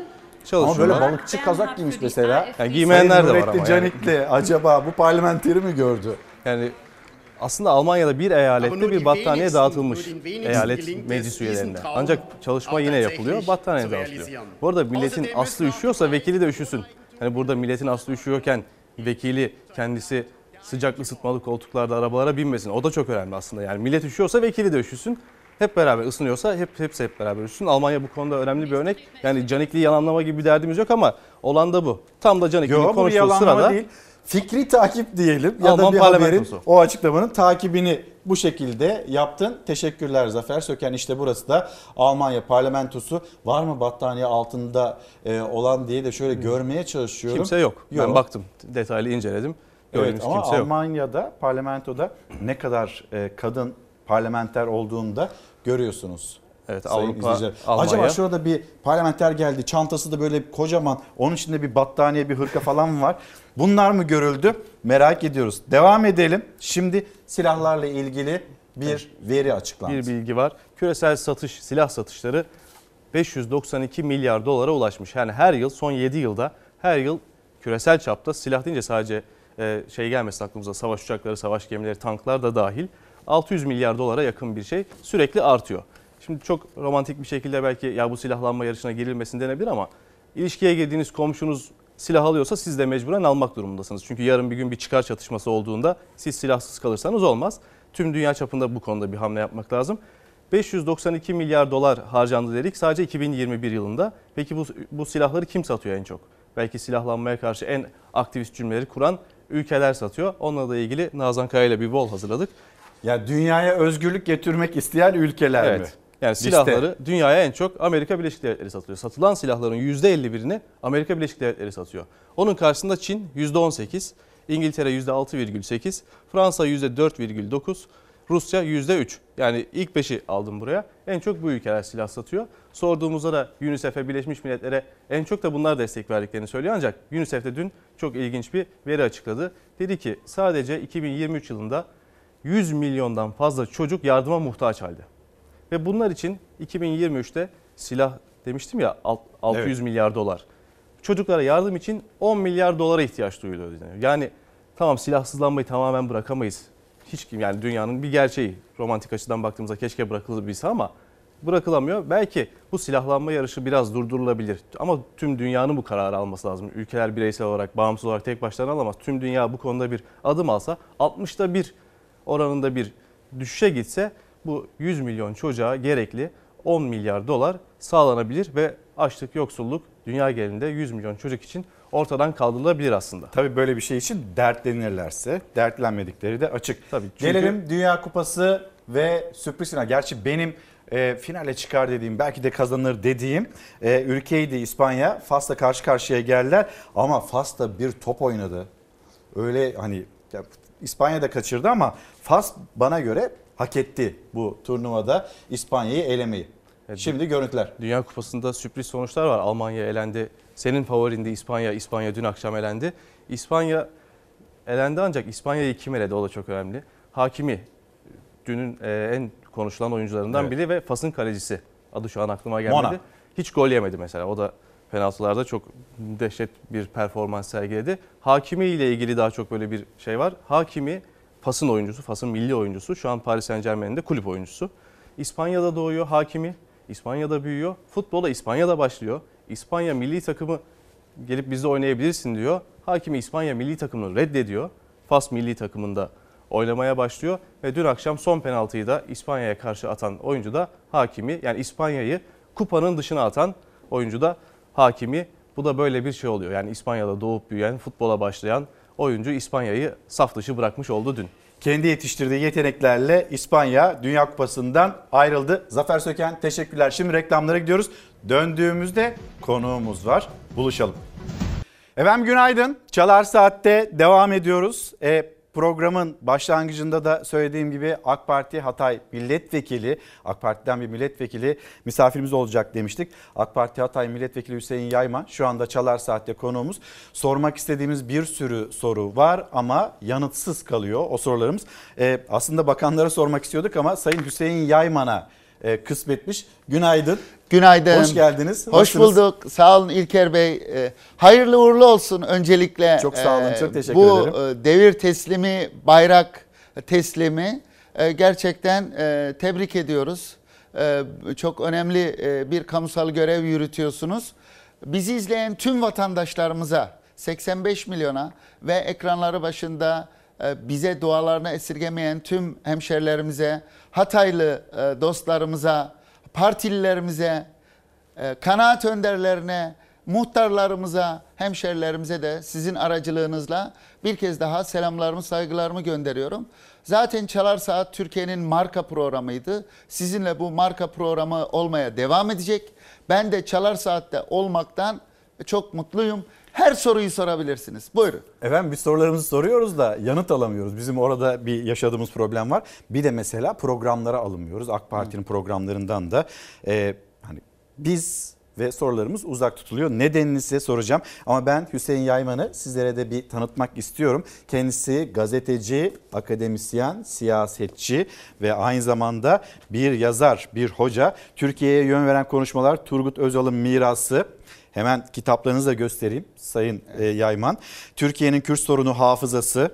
çalışıyorlar. Ama böyle balıkçı kazak giymiş mesela. Yani giymeyenler de var ama Nurettin yani. Canikli acaba bu parlamenteri mi gördü? Yani aslında Almanya'da bir eyalette bir battaniye dağıtılmış eyalet meclis üyelerine. Ancak çalışma yine yapılıyor, battaniye dağıtılıyor. Bu arada milletin aslı üşüyorsa vekili de üşüsün. Hani burada milletin aslı üşüyorken vekili kendisi sıcaklı ısıtmalı koltuklarda arabalara binmesin. O da çok önemli aslında. Yani millet üşüyorsa vekili de üşüsün. Hep beraber ısınıyorsa hep hepsi hep beraber üşüsün. Almanya bu konuda önemli bir örnek. Yani Canikli'yi yalanlama gibi bir derdimiz yok ama olan da bu. Tam da Canikli'nin Yok, bu bir konuştuğu yalanlama sırada değil. Fikri takip diyelim ya Alman da bir haberin parlamentosu. o açıklamanın takibini bu şekilde yaptın. Teşekkürler Zafer Söken. İşte burası da Almanya parlamentosu. Var mı battaniye altında e, olan diye de şöyle görmeye çalışıyorum. Kimse yok. yok. Ben baktım, detaylı inceledim. Evet ama kimse yok. Almanya'da parlamentoda ne kadar e, kadın parlamenter olduğunu da görüyorsunuz. Evet, Sayın Avrupa, izleyiciler. Almanya. Acaba şurada bir parlamenter geldi. Çantası da böyle kocaman. Onun içinde bir battaniye, bir hırka falan mı var? Bunlar mı görüldü? Merak ediyoruz. Devam edelim. Şimdi silahlarla ilgili bir veri açıklandı. Bir bilgi var. Küresel satış, silah satışları beş yüz doksan iki milyar dolara ulaşmış. Yani her yıl, son yedi yılda her yıl küresel çapta, silah deyince sadece e, şey gelmesin aklımıza, savaş uçakları, savaş gemileri, tanklar da dahil, altı yüz milyar dolara yakın bir şey sürekli artıyor. Şimdi çok romantik bir şekilde belki ya bu silahlanma yarışına girilmesin denebilir ama ilişkiye girdiğiniz komşunuz silah alıyorsa siz de mecburen almak durumundasınız. Çünkü yarın bir gün bir çıkar çatışması olduğunda siz silahsız kalırsanız olmaz. Tüm dünya çapında bu konuda bir hamle yapmak lazım. beş yüz doksan iki milyar dolar harcandı dedik sadece iki bin yirmi bir yılında. Peki bu, bu silahları kim satıyor en çok? Belki silahlanmaya karşı en aktivist cümleleri kuran ülkeler satıyor. Onunla da ilgili Nazan Kaya ile bir bol hazırladık. Ya dünyaya özgürlük getirmek isteyen ülkeler evet. mi? Yani Liste. silahları dünyaya en çok Amerika Birleşik Devletleri satıyor. Satılan silahların yüzde elli birini Amerika Birleşik Devletleri satıyor. Onun karşısında Çin yüzde on sekiz, İngiltere yüzde altı virgül sekiz, Fransa yüzde dört virgül dokuz, Rusya yüzde üç. Yani ilk beşi aldım buraya. En çok bu ülkeler silah satıyor. Sorduğumuzda da UNICEF'e, Birleşmiş Milletler'e en çok da bunlar destek verdiklerini söylüyor. Ancak UNICEF de dün çok ilginç bir veri açıkladı. Dedi ki sadece iki bin yirmi üç yılında yüz milyondan fazla çocuk yardıma muhtaç halde. Ve bunlar için iki bin yirmi üçte silah demiştim ya altı yüz evet. milyar dolar. Çocuklara yardım için on milyar dolara ihtiyaç duyuluyor. Yani tamam silahsızlanmayı tamamen bırakamayız. Hiç kim yani dünyanın bir gerçeği. Romantik açıdan baktığımızda keşke bırakılabilse ama bırakılamıyor. Belki bu silahlanma yarışı biraz durdurulabilir. Ama tüm dünyanın bu kararı alması lazım. Ülkeler bireysel olarak, bağımsız olarak tek başlarına alamaz. Tüm dünya bu konuda bir adım alsa, altmışta bir oranında bir düşüşe gitse bu yüz milyon çocuğa gerekli on milyar dolar sağlanabilir ve açlık, yoksulluk dünya genelinde yüz milyon çocuk için ortadan kaldırılabilir aslında. Tabii böyle bir şey için dertlenirlerse dertlenmedikleri de açık. Tabii çünkü... Gelelim Dünya Kupası ve sürpriz final. Gerçi benim e, finale çıkar dediğim, belki de kazanır dediğim e, ülkeydi İspanya. Fas'la karşı karşıya geldiler ama Fas da bir top oynadı. Öyle hani ya, İspanya da kaçırdı ama Fas bana göre hak etti bu turnuvada İspanya'yı elemeyi. Evet, şimdi görüntüler. Dünya Kupası'nda sürpriz sonuçlar var. Almanya elendi. Senin favorindi İspanya. İspanya dün akşam elendi. İspanya elendi ancak İspanya'yı kim eledi? O da çok önemli. Hakimi dünün en konuşulan oyuncularından evet. biri ve Fas'ın kalecisi. Adı şu an aklıma gelmedi. Mona. Hiç gol yemedi mesela. O da penaltılarda çok dehşet bir performans sergiledi. Hakimi ile ilgili daha çok böyle bir şey var. Hakimi Fas'ın oyuncusu, Fas'ın milli oyuncusu. Şu an Paris Saint-Germain'in de kulüp oyuncusu. İspanya'da doğuyor Hakimi. İspanya'da büyüyor. Futbola İspanya'da başlıyor. İspanya milli takımı gelip bizde oynayabilirsin diyor. Hakimi İspanya milli takımını reddediyor. Fas milli takımında oynamaya başlıyor. Ve dün akşam son penaltıyı da İspanya'ya karşı atan oyuncu da Hakimi. Yani İspanya'yı kupanın dışına atan oyuncu da Hakimi. Bu da böyle bir şey oluyor. Yani İspanya'da doğup büyüyen, futbola başlayan oyuncu İspanya'yı saf dışı bırakmış oldu dün. Kendi yetiştirdiği yeteneklerle İspanya Dünya Kupası'ndan ayrıldı. Zafer Söken teşekkürler. Şimdi reklamlara gidiyoruz. Döndüğümüzde konuğumuz var. Buluşalım. Efendim günaydın. Çalar Saat'te devam ediyoruz. E, programın başlangıcında da söylediğim gibi AK Parti Hatay Milletvekili, AK Parti'den bir milletvekili misafirimiz olacak demiştik. AK Parti Hatay Milletvekili Hüseyin Yayman şu anda Çalar Saat'te konuğumuz. Sormak istediğimiz bir sürü soru var ama yanıtsız kalıyor o sorularımız. Ee, aslında bakanlara sormak istiyorduk ama Sayın Hüseyin Yayman'a e, kısmetmiş. Günaydın. Günaydın. Hoş geldiniz. Hoş Nasılsınız? bulduk. Sağ olun İlker Bey. Ee, hayırlı uğurlu olsun öncelikle. Çok sağ olun. e, Çok teşekkür bu, ederim. Bu e, devir teslimi, bayrak teslimi e, gerçekten e, tebrik ediyoruz. E, çok önemli e, bir kamusal görev yürütüyorsunuz. Bizi izleyen tüm vatandaşlarımıza, seksen beş milyona ve ekranları başında e, bize dualarını esirgemeyen tüm hemşerilerimize, Hataylı e, dostlarımıza, partililerimize, e, kanaat önderlerine, muhtarlarımıza, hemşerilerimize de sizin aracılığınızla bir kez daha selamlarımı, saygılarımı gönderiyorum. Zaten Çalar Saat Türkiye'nin marka programıydı. Sizinle bu marka programı olmaya devam edecek. Ben de Çalar Saat'te olmaktan çok mutluyum. Her soruyu sorabilirsiniz. Buyurun. Efendim biz sorularımızı soruyoruz da yanıt alamıyoruz. Bizim orada bir yaşadığımız problem var. Bir de mesela programlara alınmıyoruz. AK Parti'nin programlarından da e, hani biz ve sorularımız uzak tutuluyor. Nedenini size soracağım. Ama ben Hüseyin Yayman'ı sizlere de bir tanıtmak istiyorum. Kendisi gazeteci, akademisyen, siyasetçi ve aynı zamanda bir yazar, bir hoca. Türkiye'ye yön veren konuşmalar, Turgut Özal'ın mirası. Hemen kitaplarınızı da göstereyim Sayın Yayman. Türkiye'nin Kürt sorunu hafızası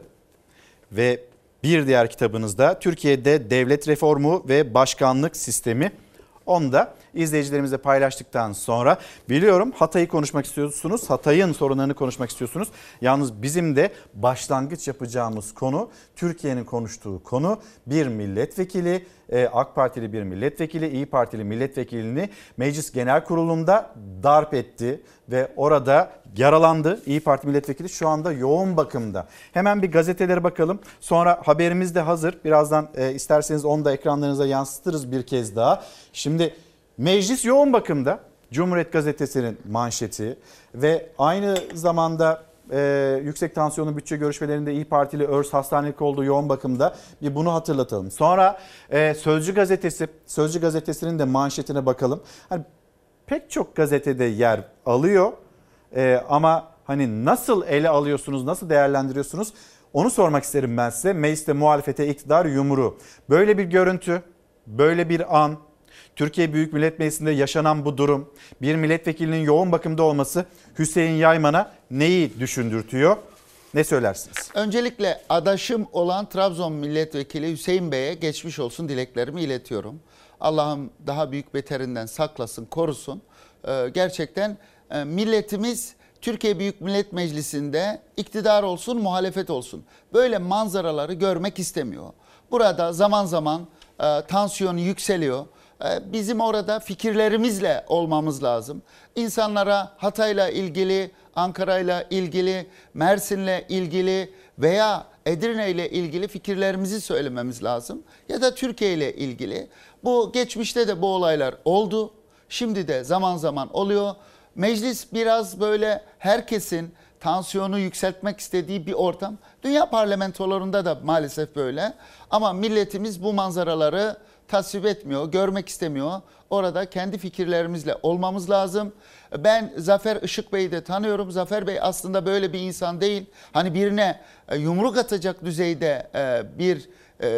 ve bir diğer kitabınızda Türkiye'de devlet reformu ve başkanlık sistemi. Onu da izleyicilerimizle paylaştıktan sonra biliyorum Hatay'ı konuşmak istiyorsunuz. Hatay'ın sorunlarını konuşmak istiyorsunuz. Yalnız bizim de başlangıç yapacağımız konu Türkiye'nin konuştuğu konu bir milletvekili, AK Partili bir milletvekili, İyi Partili milletvekilini Meclis Genel Kurulu'nda darp etti ve orada yaralandı. İyi Parti milletvekili şu anda yoğun bakımda. Hemen bir gazetelere bakalım. Sonra haberimiz de hazır. Birazdan e, isterseniz onu da ekranlarınıza yansıtırız bir kez daha. Şimdi meclis yoğun bakımda. Cumhuriyet Gazetesi'nin manşeti ve aynı zamanda e, yüksek tansiyonlu bütçe görüşmelerinde İyi Partili Örs hastanelik olduğu yoğun bakımda. Bir bunu hatırlatalım. Sonra e, Sözcü Gazetesi, Sözcü Gazetesi'nin de manşetine bakalım. Hani pek çok gazetede yer alıyor e, ama hani nasıl ele alıyorsunuz, nasıl değerlendiriyorsunuz? Onu sormak isterim ben size. Mecliste muhalefete iktidar yumruğu. Böyle bir görüntü, böyle bir an, Türkiye Büyük Millet Meclisi'nde yaşanan bu durum, bir milletvekilinin yoğun bakımda olması Hüseyin Yayman'a neyi düşündürtüyor? Ne söylersiniz? Öncelikle adaşım olan Trabzon Milletvekili Hüseyin Bey'e geçmiş olsun dileklerimi iletiyorum. Allah'ım daha büyük beterinden saklasın, korusun. Ee, gerçekten e, milletimiz Türkiye Büyük Millet Meclisi'nde iktidar olsun, muhalefet olsun, böyle manzaraları görmek istemiyor. Burada zaman zaman e, tansiyon yükseliyor. E, bizim orada fikirlerimizle olmamız lazım. İnsanlara Hatay'la ilgili, Ankara'yla ilgili, Mersin'le ilgili veya Edirne ile ilgili fikirlerimizi söylememiz lazım. Ya da Türkiye ile ilgili. Bu geçmişte de bu olaylar oldu. Şimdi de zaman zaman oluyor. Meclis biraz böyle herkesin tansiyonu yükseltmek istediği bir ortam. Dünya parlamentolarında da maalesef böyle. Ama milletimiz bu manzaraları tasvip etmiyor, görmek istemiyor. Orada kendi fikirlerimizle olmamız lazım. Ben Zafer Işık Bey'i de tanıyorum. Zafer Bey aslında böyle bir insan değil. Hani birine yumruk atacak düzeyde bir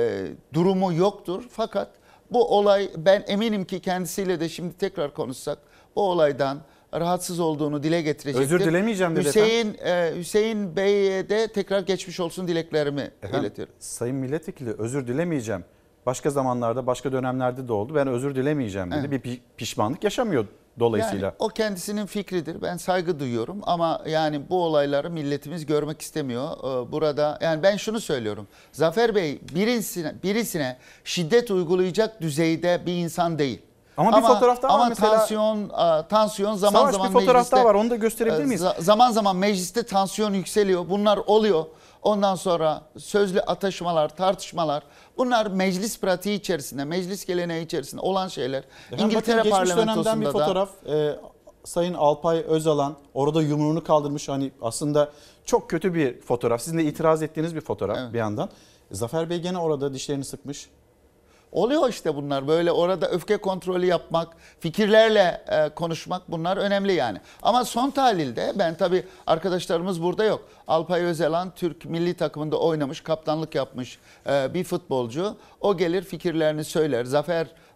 durumu yoktur. Fakat bu olay, ben eminim ki kendisiyle de şimdi tekrar konuşsak bu olaydan rahatsız olduğunu dile getirecektir. Özür dilemeyeceğim dedi Hüseyin, e, Hüseyin Bey'e de tekrar geçmiş olsun dileklerimi efendim, iletiyorum. Sayın Milletvekili özür dilemeyeceğim. Başka zamanlarda, başka dönemlerde de oldu. Ben özür dilemeyeceğim dedi. Evet. Bir pişmanlık yaşamıyor dolayısıyla. Yani o kendisinin fikridir. Ben saygı duyuyorum ama yani bu olayları milletimiz görmek istemiyor. Burada yani ben şunu söylüyorum. Zafer Bey birisine, birisine şiddet uygulayacak düzeyde bir insan değil. Ama, ama bir fotoğrafta ama var mesela. tansiyon tansiyon zaman Savaş, zaman bir fotoğrafta mecliste var. Onu da gösterebilir miyiz? Zaman zaman mecliste tansiyon yükseliyor. Bunlar oluyor. Ondan sonra sözlü atışmalar, tartışmalar, bunlar meclis pratiği içerisinde, meclis geleneği içerisinde olan şeyler. Efendim, İngiltere bakın, parlamentosunda geçmiş dönemden bir fotoğraf. E, Sayın Alpay Özalan orada yumruğunu kaldırmış. Hani aslında çok kötü bir fotoğraf. Sizin de itiraz ettiğiniz bir fotoğraf evet. Bir yandan. Zafer Bey gene orada dişlerini sıkmış. Oluyor işte bunlar, böyle orada öfke kontrolü yapmak, fikirlerle e, konuşmak, bunlar önemli yani. Ama son tahlilde ben tabii arkadaşlarımız burada yok. Alpay Özalan Türk milli takımında oynamış, kaptanlık yapmış e, bir futbolcu. O gelir fikirlerini söyler. Zafer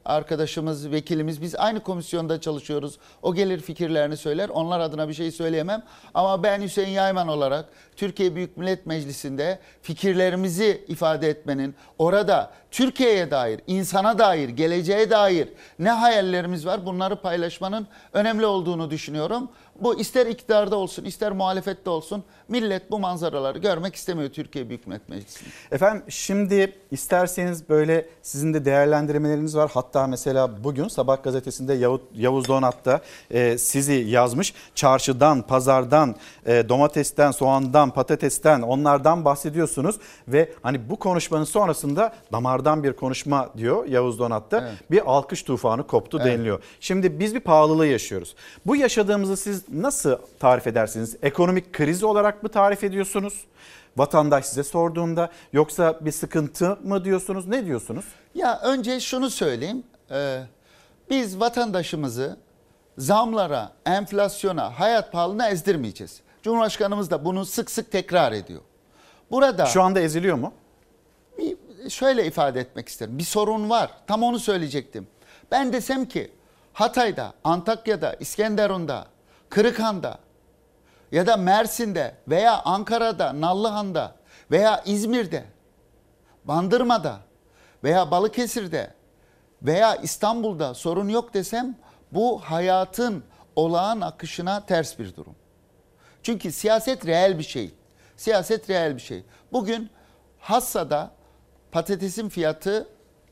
arkadaşımız, vekilimiz, biz aynı komisyonda çalışıyoruz. O gelir fikirlerini söyler. Onlar adına bir şey söyleyemem. Ama ben Hüseyin Yayman olarak Türkiye Büyük Millet Meclisi'nde fikirlerimizi ifade etmenin, orada Türkiye'ye dair, insana dair, geleceğe dair ne hayallerimiz var bunları paylaşmanın önemli olduğunu düşünüyorum. Bu ister iktidarda olsun, ister muhalefette olsun, millet bu manzaraları görmek istemiyor Türkiye Büyük Millet Meclisi'nde. Efendim şimdi isterseniz böyle sizin de değerlendirmeleriniz var. Hatta mesela bugün Sabah gazetesinde Yavuz, Yavuz Donat da e, sizi yazmış. Çarşıdan, pazardan, e, domatesten, soğandan, patatesten, onlardan bahsediyorsunuz. Ve hani bu konuşmanın sonrasında damardan bir konuşma diyor Yavuz Donat da. Evet. Bir alkış tufanı koptu evet. deniliyor. Şimdi biz bir pahalılığı yaşıyoruz. Bu yaşadığımızı siz nasıl tarif edersiniz? Ekonomik kriz olarak mı tarif ediyorsunuz? Vatandaş size sorduğunda, yoksa bir sıkıntı mı diyorsunuz? Ne diyorsunuz? Ya önce şunu söyleyeyim. Ee, biz vatandaşımızı zamlara, enflasyona, hayat pahalılığına ezdirmeyeceğiz. Cumhurbaşkanımız da bunu sık sık tekrar ediyor. Burada şu anda eziliyor mu? Bir, şöyle ifade etmek isterim. Bir sorun var. Tam onu söyleyecektim. Ben desem ki Hatay'da, Antakya'da, İskenderun'da, Kırıkhan'da ya da Mersin'de veya Ankara'da, Nallıhan'da veya İzmir'de, Bandırma'da veya Balıkesir'de veya İstanbul'da sorun yok desem bu hayatın olağan akışına ters bir durum. Çünkü siyaset reel bir şey. Siyaset reel bir şey. Bugün Hassa'da patatesin fiyatı,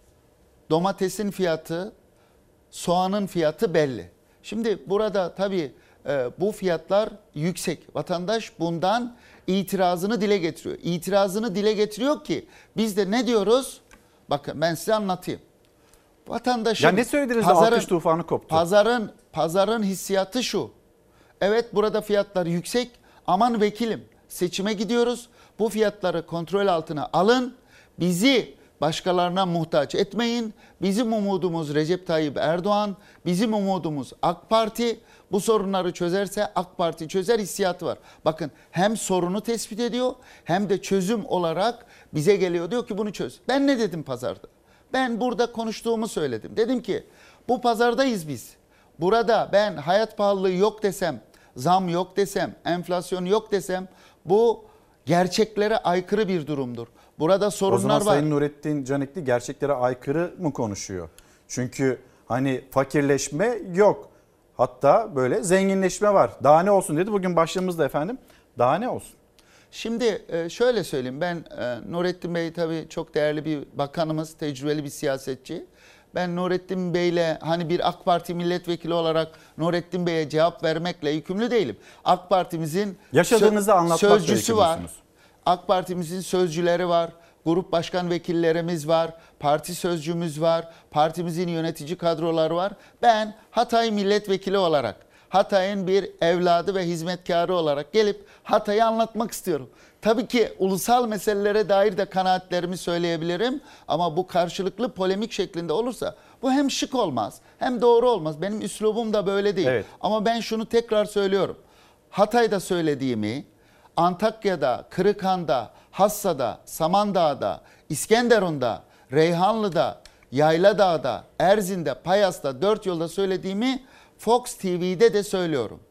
domatesin fiyatı, soğanın fiyatı belli. Şimdi burada tabii e, bu fiyatlar yüksek. Vatandaş bundan itirazını dile getiriyor. İtirazını dile getiriyor ki biz de ne diyoruz? Bakın ben size anlatayım. Vatandaşın ya ne söylediniz de alkış tufanı koptu? Pazarın, pazarın hissiyatı şu. Evet burada fiyatlar yüksek. Aman vekilim seçime gidiyoruz. Bu fiyatları kontrol altına alın. Bizi başkalarına muhtaç etmeyin. Bizim umudumuz Recep Tayyip Erdoğan. Bizim umudumuz AK Parti. Bu sorunları çözerse AK Parti çözer hissiyatı var. Bakın hem sorunu tespit ediyor hem de çözüm olarak bize geliyor. Diyor ki bunu çöz. Ben ne dedim pazarda? Ben burada konuştuğumu söyledim. Dedim ki bu pazardayız biz. Burada ben hayat pahalılığı yok desem, zam yok desem, enflasyon yok desem bu gerçeklere aykırı bir durumdur. Burada sorunlar var. O zaman Sayın Nurettin Canikli gerçeklere aykırı mı konuşuyor? Çünkü hani fakirleşme yok. Hatta böyle zenginleşme var. Daha ne olsun dedi bugün başlığımızda efendim. Daha ne olsun? Şimdi şöyle söyleyeyim, ben Nurettin Bey tabii çok değerli bir bakanımız, tecrübeli bir siyasetçi. Ben Nurettin Bey'le hani bir AK Parti milletvekili olarak Nurettin Bey'e cevap vermekle yükümlü değilim. AK Partimizin yaşadığınızı anlatmakla sözcüsü var. AK Partimizin sözcüleri var. Grup başkan vekillerimiz var. Parti sözcümüz var. Partimizin yönetici kadroları var. Ben Hatay milletvekili olarak, Hatay'ın bir evladı ve hizmetkarı olarak gelip Hatay'ı anlatmak istiyorum. Tabii ki ulusal meselelere dair de kanaatlerimi söyleyebilirim. Ama bu karşılıklı polemik şeklinde olursa bu hem şık olmaz hem doğru olmaz. Benim üslubum da böyle değil. Evet. Ama ben şunu tekrar söylüyorum. Hatay'da söylediğimi Antakya'da, Kırıkhan'da, Hassa'da, Samandağ'da, İskenderun'da, Reyhanlı'da, Yayladağ'da, Erzin'de, Payas'ta, Dört Yolda söylediğimi Fox T V'de de söylüyorum.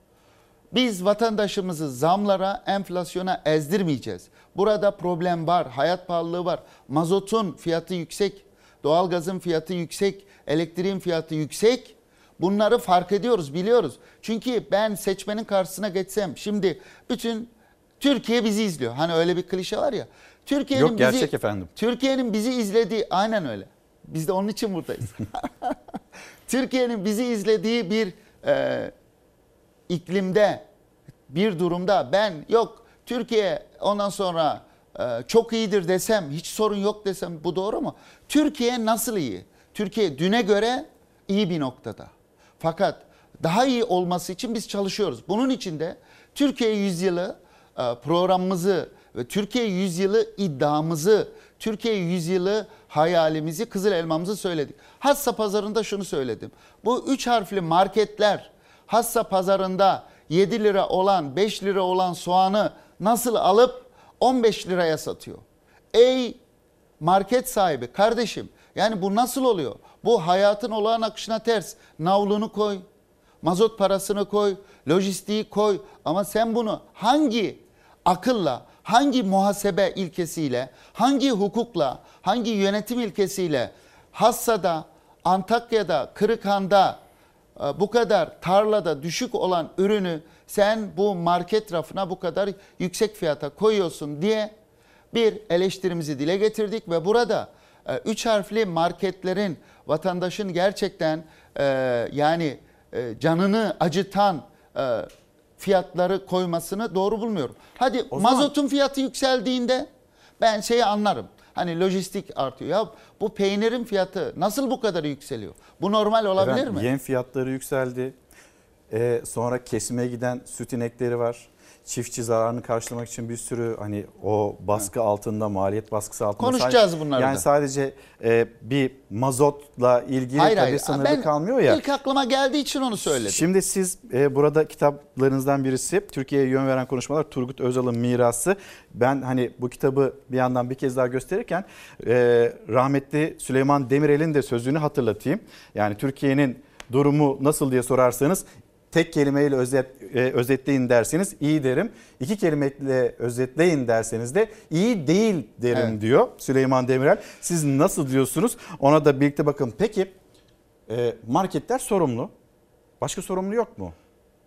Biz vatandaşımızı zamlara, enflasyona ezdirmeyeceğiz. Burada problem var, hayat pahalılığı var. Mazotun fiyatı yüksek, doğalgazın fiyatı yüksek, elektriğin fiyatı yüksek. Bunları fark ediyoruz, biliyoruz. Çünkü ben seçmenin karşısına geçsem, şimdi bütün Türkiye bizi izliyor. Hani öyle bir klişe var ya. Türkiye'nin Yok gerçek bizi, efendim. Türkiye'nin bizi izlediği, aynen öyle. Biz de onun için buradayız. Türkiye'nin bizi izlediği bir e, iklimde, bir durumda ben yok Türkiye ondan sonra e, çok iyidir desem, hiç sorun yok desem bu doğru mu? Türkiye nasıl iyi? Türkiye düne göre iyi bir noktada. Fakat daha iyi olması için biz çalışıyoruz. Bunun için de Türkiye Yüzyılı e, programımızı ve Türkiye Yüzyılı iddiamızı, Türkiye Yüzyılı hayalimizi, Kızıl Elmamızı söyledik. Hassa pazarında şunu söyledim. Bu üç harfli marketler Hassa pazarında yedi lira olan, beş lira olan soğanı nasıl alıp on beş liraya satıyor? Ey market sahibi kardeşim, yani bu nasıl oluyor? Bu hayatın olağan akışına ters. Navlunu koy, mazot parasını koy, lojistiği koy. Ama sen bunu hangi akılla, hangi muhasebe ilkesiyle, hangi hukukla, hangi yönetim ilkesiyle Hassa'da, Antakya'da, Kırıkhan'da bu kadar tarlada düşük olan ürünü sen bu market rafına bu kadar yüksek fiyata koyuyorsun diye bir eleştirimizi dile getirdik ve burada üç harfli marketlerin vatandaşın gerçekten e, yani e, canını acıtan e, fiyatları koymasını doğru bulmuyorum. Hadi O mazotun zaman... fiyatı yükseldiğinde ben şeyi anlarım. Hani lojistik artıyor. Ya bu peynirin fiyatı nasıl bu kadar yükseliyor? Bu normal olabilir Efendim, mi? Yem fiyatları yükseldi. Ee, sonra kesime giden süt inekleri var. Çiftçi zararını karşılamak için bir sürü hani o baskı evet. altında, maliyet baskısı altında. Konuşacağız sadece, bunları Yani da. sadece e, bir mazotla ilgili hayır, tabii hayır. sınırlı ben kalmıyor ya. İlk aklıma geldiği için onu söyledim. Şimdi siz e, burada kitaplarınızdan birisi Türkiye'ye yön veren konuşmalar, Turgut Özal'ın mirası. Ben hani bu kitabı bir yandan bir kez daha gösterirken e, rahmetli Süleyman Demirel'in de sözünü hatırlatayım. Yani Türkiye'nin durumu nasıl diye sorarsanız tek kelimeyle özet, e, özetleyin derseniz iyi derim. İki kelimeyle özetleyin derseniz de iyi değil derim evet. diyor Süleyman Demirel. Siz nasıl diyorsunuz? Ona da birlikte bakın. Peki e, marketler sorumlu. Başka sorumlu yok mu?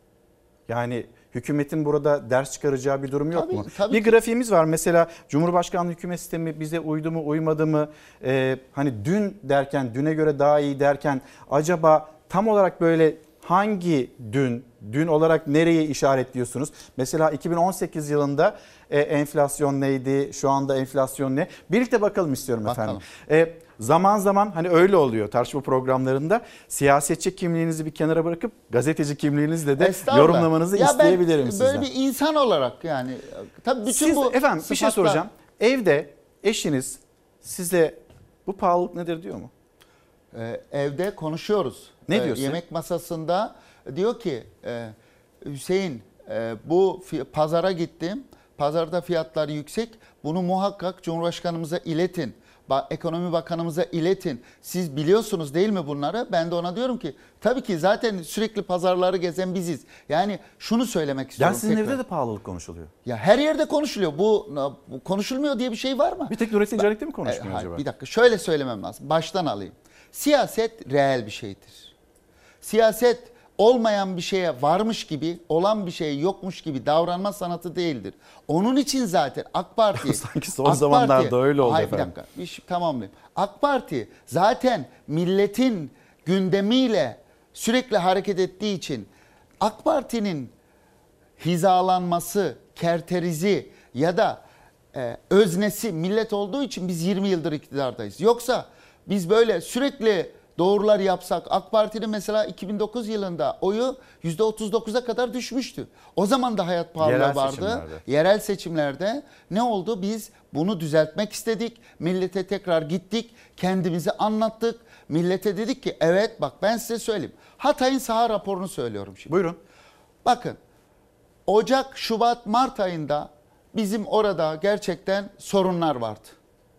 Yani hükümetin burada ders çıkaracağı bir durum yok tabii, mu? Tabii bir ki. grafiğimiz var. Mesela Cumhurbaşkanlığı hükümet sistemi bize uydu mu uymadı mı? E, hani dün derken, düne göre daha iyi derken acaba tam olarak böyle hangi dün, dün olarak nereye işaretliyorsunuz? Mesela iki bin on sekiz yılında e, enflasyon neydi? Şu anda enflasyon ne? Birlikte bakalım istiyorum bakalım. efendim. E, zaman zaman hani öyle oluyor tartışma programlarında. Siyasetçi kimliğinizi bir kenara bırakıp gazeteci kimliğinizle de yorumlamanızı ya isteyebilirim ben sizden. Böyle bir insan olarak yani. Tabii bütün Siz, bu efendim sıfatlar... bir şey soracağım. Evde eşiniz size bu pahalılık nedir diyor mu? Ee, evde konuşuyoruz. Ne ee, diyorsun? Yemek masasında diyor ki e, Hüseyin e, bu pazara gittim. Pazarda fiyatlar yüksek. Bunu muhakkak Cumhurbaşkanımıza iletin. Ba- Ekonomi Bakanımıza iletin. Siz biliyorsunuz değil mi bunları? Ben de ona diyorum ki tabii ki zaten sürekli pazarları gezen biziz. Yani şunu söylemek istiyorum. Ya sizin tekrar. evde de pahalılık konuşuluyor. Ya her yerde konuşuluyor. Bu, bu konuşulmuyor diye bir şey var mı? Bir tek Nurettin Canik'te mi konuşmuyor e, acaba? Bir dakika şöyle söylemem lazım. Baştan alayım. Siyaset reel bir şeydir. Siyaset olmayan bir şeye varmış gibi, olan bir şeye yokmuş gibi davranma sanatı değildir. Onun için zaten AK Parti... Sanki son AK zamanlarda Parti, öyle oldu hayır, efendim. Bir dakika, bir şey tamamlayayım. AK Parti zaten milletin gündemiyle sürekli hareket ettiği için AK Parti'nin hizalanması, kerterizi ya da e, öznesi millet olduğu için biz yirmi yıldır iktidardayız. Yoksa biz böyle sürekli doğrular yapsak AK Parti'nin mesela iki bin dokuz yılında oyu yüzde otuz dokuza kadar düşmüştü. O zaman da hayat pahalılığı Yerel vardı. seçimlerde. Yerel seçimlerde ne oldu? Biz bunu düzeltmek istedik. Millete tekrar gittik. Kendimizi anlattık. Millete dedik ki evet bak ben size söyleyeyim. Hatay'ın saha raporunu söylüyorum şimdi. Buyurun. Bakın Ocak, Şubat, Mart ayında bizim orada gerçekten sorunlar vardı.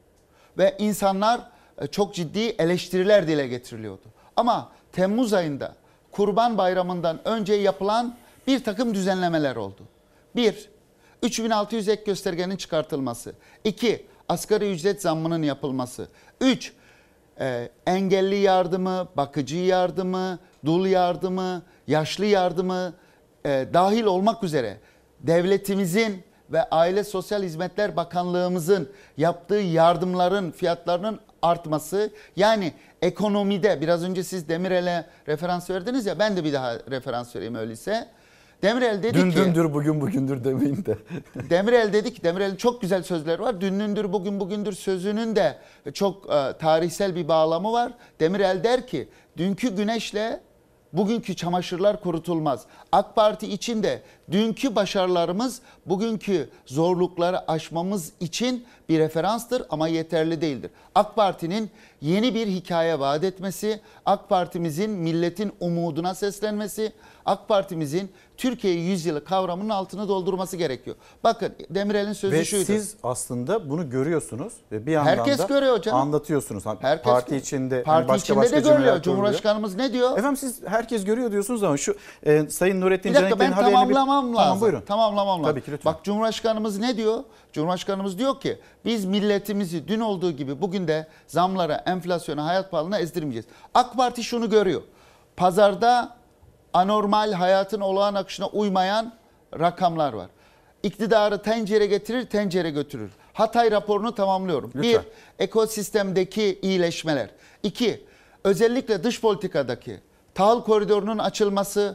Ve insanlar çok ciddi eleştiriler dile getiriliyordu. Ama Temmuz ayında Kurban Bayramı'ndan önce yapılan bir takım düzenlemeler oldu. Bir, üç bin altı yüz ek göstergenin çıkartılması. İki, asgari ücret zammının yapılması. Üç, e, engelli yardımı, bakıcı yardımı, dul yardımı, yaşlı yardımı e, dahil olmak üzere devletimizin ve Aile Sosyal Hizmetler Bakanlığımızın yaptığı yardımların fiyatlarının artması, yani ekonomide biraz önce siz Demirel'e referans verdiniz ya, ben de bir daha referans vereyim öyleyse. Demirel dedi dün ki... Dün dündür bugün bugündür demeyin de. Demirel dedi ki, Demirel'in çok güzel sözleri var. Dün dündür bugün bugündür sözünün de çok e, tarihsel bir bağlamı var. Demirel der ki dünkü güneşle bugünkü çamaşırlar kurutulmaz. AK Parti için de Dünkü başarılarımız bugünkü zorlukları aşmamız için bir referanstır ama yeterli değildir. AK Parti'nin yeni bir hikaye vaat etmesi, AK Parti'mizin milletin umuduna seslenmesi, AK Parti'mizin Türkiye yüzyılı kavramının altını doldurması gerekiyor. Bakın Demirel'in sözü ve şuydu. Siz aslında bunu görüyorsunuz ve bir yandan Herkes da görüyor hocam. anlatıyorsunuz. Herkes parti görüyor. içinde Parti başka içinde başka de görüyor. cümleler Cumhurbaşkanımız ne diyor? Efendim siz herkes görüyor diyorsunuz ama şu e, Sayın Nurettin Bir dakika Canikli'nin ben haberini tamamlamam bir... lazım. Tamam buyurun. Tamamlamam lazım. Tabii ki lütfen. Bak Cumhurbaşkanımız ne diyor? Cumhurbaşkanımız diyor ki biz milletimizi dün olduğu gibi bugün de zamlara, enflasyona, hayat pahalılığına ezdirmeyeceğiz. AK Parti şunu görüyor. Pazarda anormal hayatın olağan akışına uymayan rakamlar var. İktidarı tencere getirir, tencere götürür. Hatay raporunu tamamlıyorum. Lütfen. Bir, ekosistemdeki iyileşmeler. İki, özellikle dış politikadaki tahıl koridorunun açılması,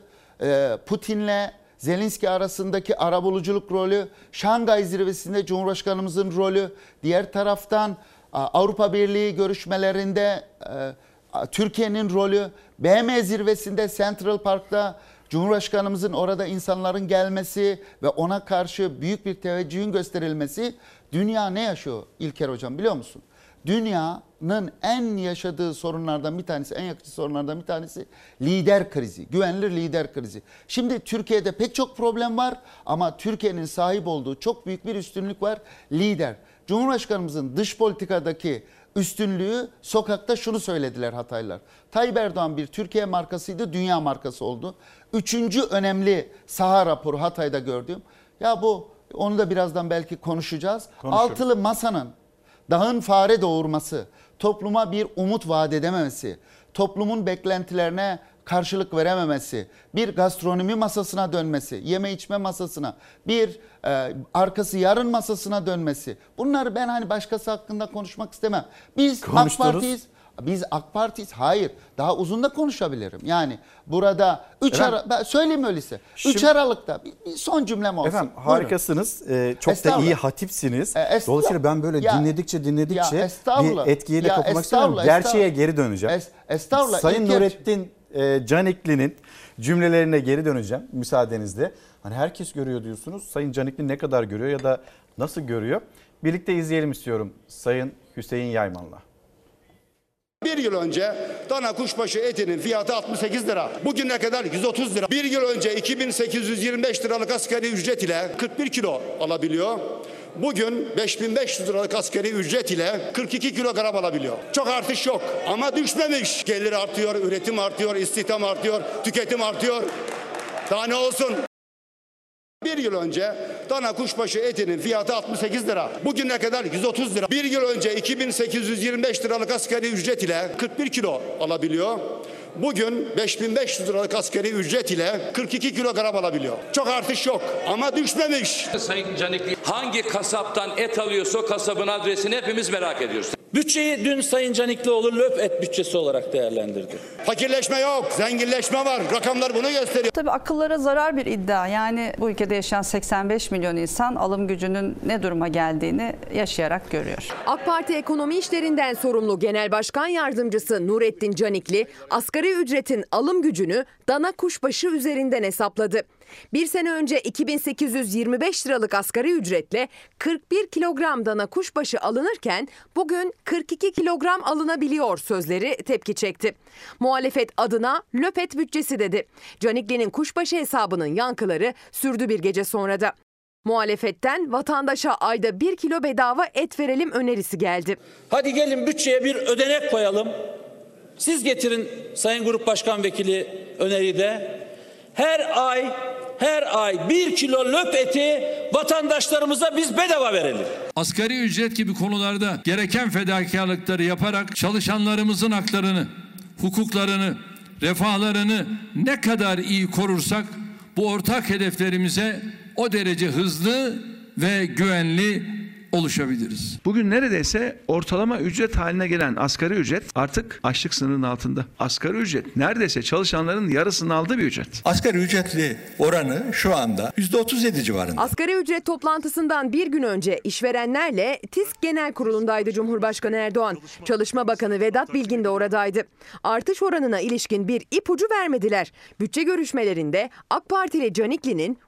Putin'le Zelenski arasındaki arabuluculuk rolü, Şangay zirvesinde Cumhurbaşkanımızın rolü, diğer taraftan Avrupa Birliği görüşmelerinde Türkiye'nin rolü, B M zirvesinde Central Park'ta Cumhurbaşkanımızın orada insanların gelmesi ve ona karşı büyük bir teveccühün gösterilmesi. Dünya ne yaşıyor İlker Hocam biliyor musun? Dünyanın en yaşadığı sorunlardan bir tanesi, en yakıcı sorunlardan bir tanesi lider krizi, güvenilir lider krizi. Şimdi Türkiye'de pek çok problem var ama Türkiye'nin sahip olduğu çok büyük bir üstünlük var, lider. Cumhurbaşkanımızın dış politikadaki üstünlüğü sokakta şunu söylediler Hataylılar. Tayyip Erdoğan bir Türkiye markasıydı, dünya markası oldu. Üçüncü önemli saha raporu Hatay'da gördüğüm. Ya bu onu da birazdan belki konuşacağız. Konuşuruz. Altılı masanın dağın fare doğurması, topluma bir umut vaat edememesi, toplumun beklentilerine karşılık verememesi, bir gastronomi masasına dönmesi, yeme içme masasına, bir e, arkası yarın masasına dönmesi. Bunları ben hani başkası hakkında konuşmak istemem. Biz AK Parti'yiz. Biz AK Parti'yiz. Hayır. Daha uzun da konuşabilirim. Yani burada üç Ara ben söyleyeyim öyleyse. üç Şimdi, Aralık'ta bir, bir son cümlem olsun. Efendim harikasınız. Ee, çok da iyi hatipsiniz. E, Dolayısıyla ben böyle ya, dinledikçe dinledikçe ya, bir etkiye de ya, kapılmak istemiyorum. Gerçeğe geri döneceğim. Es, estağfurullah. Sayın İlker... Nurettin e, Canikli'nin cümlelerine geri döneceğim müsaadenizle. Hani herkes görüyor diyorsunuz. Sayın Canikli ne kadar görüyor ya da nasıl görüyor? Birlikte izleyelim istiyorum Sayın Hüseyin Yayman'la. Bir yıl önce dana kuşbaşı etinin fiyatı altmış sekiz lira. Bugüne kadar yüz otuz lira. Bir yıl önce iki bin sekiz yüz yirmi beş liralık asgari ücret ile kırk bir kilo alabiliyor. Bugün beş bin beş yüz liralık asgari ücret ile kırk iki kilogram alabiliyor. Çok artış yok ama düşmemiş. Gelir artıyor, üretim artıyor, istihdam artıyor, tüketim artıyor. Daha ne olsun? Bir yıl önce dana kuşbaşı etinin fiyatı altmış sekiz lira. Bugüne kadar yüz otuz lira. Bir yıl önce iki bin sekiz yüz yirmi beş liralık asgari ücret ile kırk bir kilo alabiliyor. Bugün beş bin beş yüz liralık asgari ücret ile kırk iki kilogram alabiliyor. Çok artış yok ama düşmemiş. Sayın Canikli hangi kasaptan et alıyorsa o kasabın adresini hepimiz merak ediyoruz. Bütçeyi dün Sayın Caniklioğlu löp et bütçesi olarak değerlendirdi. Fakirleşme yok, zenginleşme var. Rakamlar bunu gösteriyor. Tabii akıllara zarar bir iddia. Yani bu ülkede yaşayan seksen beş milyon insan alım gücünün ne duruma geldiğini yaşayarak görüyor. AK Parti ekonomi işlerinden sorumlu Genel Başkan Yardımcısı Nurettin Canikli, asgari ücretin alım gücünü dana kuşbaşı üzerinden hesapladı. Bir sene önce iki bin sekiz yüz yirmi beş liralık asgari ücretle kırk bir kilogram dana kuşbaşı alınırken bugün kırk iki kilogram alınabiliyor sözleri tepki çekti. Muhalefet adına löpet bütçesi dedi. Canikli'nin kuşbaşı hesabının yankıları sürdü bir gece sonra da. Muhalefetten vatandaşa ayda bir kilo bedava et verelim önerisi geldi. Hadi gelin bütçeye bir ödenek koyalım. Siz getirin Sayın Grup Başkan Vekili öneriyi de. Her ay her ay bir kilo löp eti vatandaşlarımıza biz bedava verelim. Asgari ücret gibi konularda gereken fedakarlıkları yaparak çalışanlarımızın haklarını, hukuklarını, refahlarını ne kadar iyi korursak bu ortak hedeflerimize o derece hızlı ve güvenli oluşabiliriz. Bugün neredeyse ortalama ücret haline gelen asgari ücret artık açlık sınırının altında. Asgari ücret neredeyse çalışanların yarısını aldığı bir ücret. Asgari ücretli oranı şu anda yüzde otuz yedi civarında. Asgari ücret toplantısından bir gün önce işverenlerle TİSK Genel Kurulu'ndaydı Cumhurbaşkanı Erdoğan. Çalışma Bakanı Vedat Bilgin de oradaydı. Artış oranına ilişkin bir ipucu vermediler. Bütçe görüşmelerinde AK Partili Canikli'nin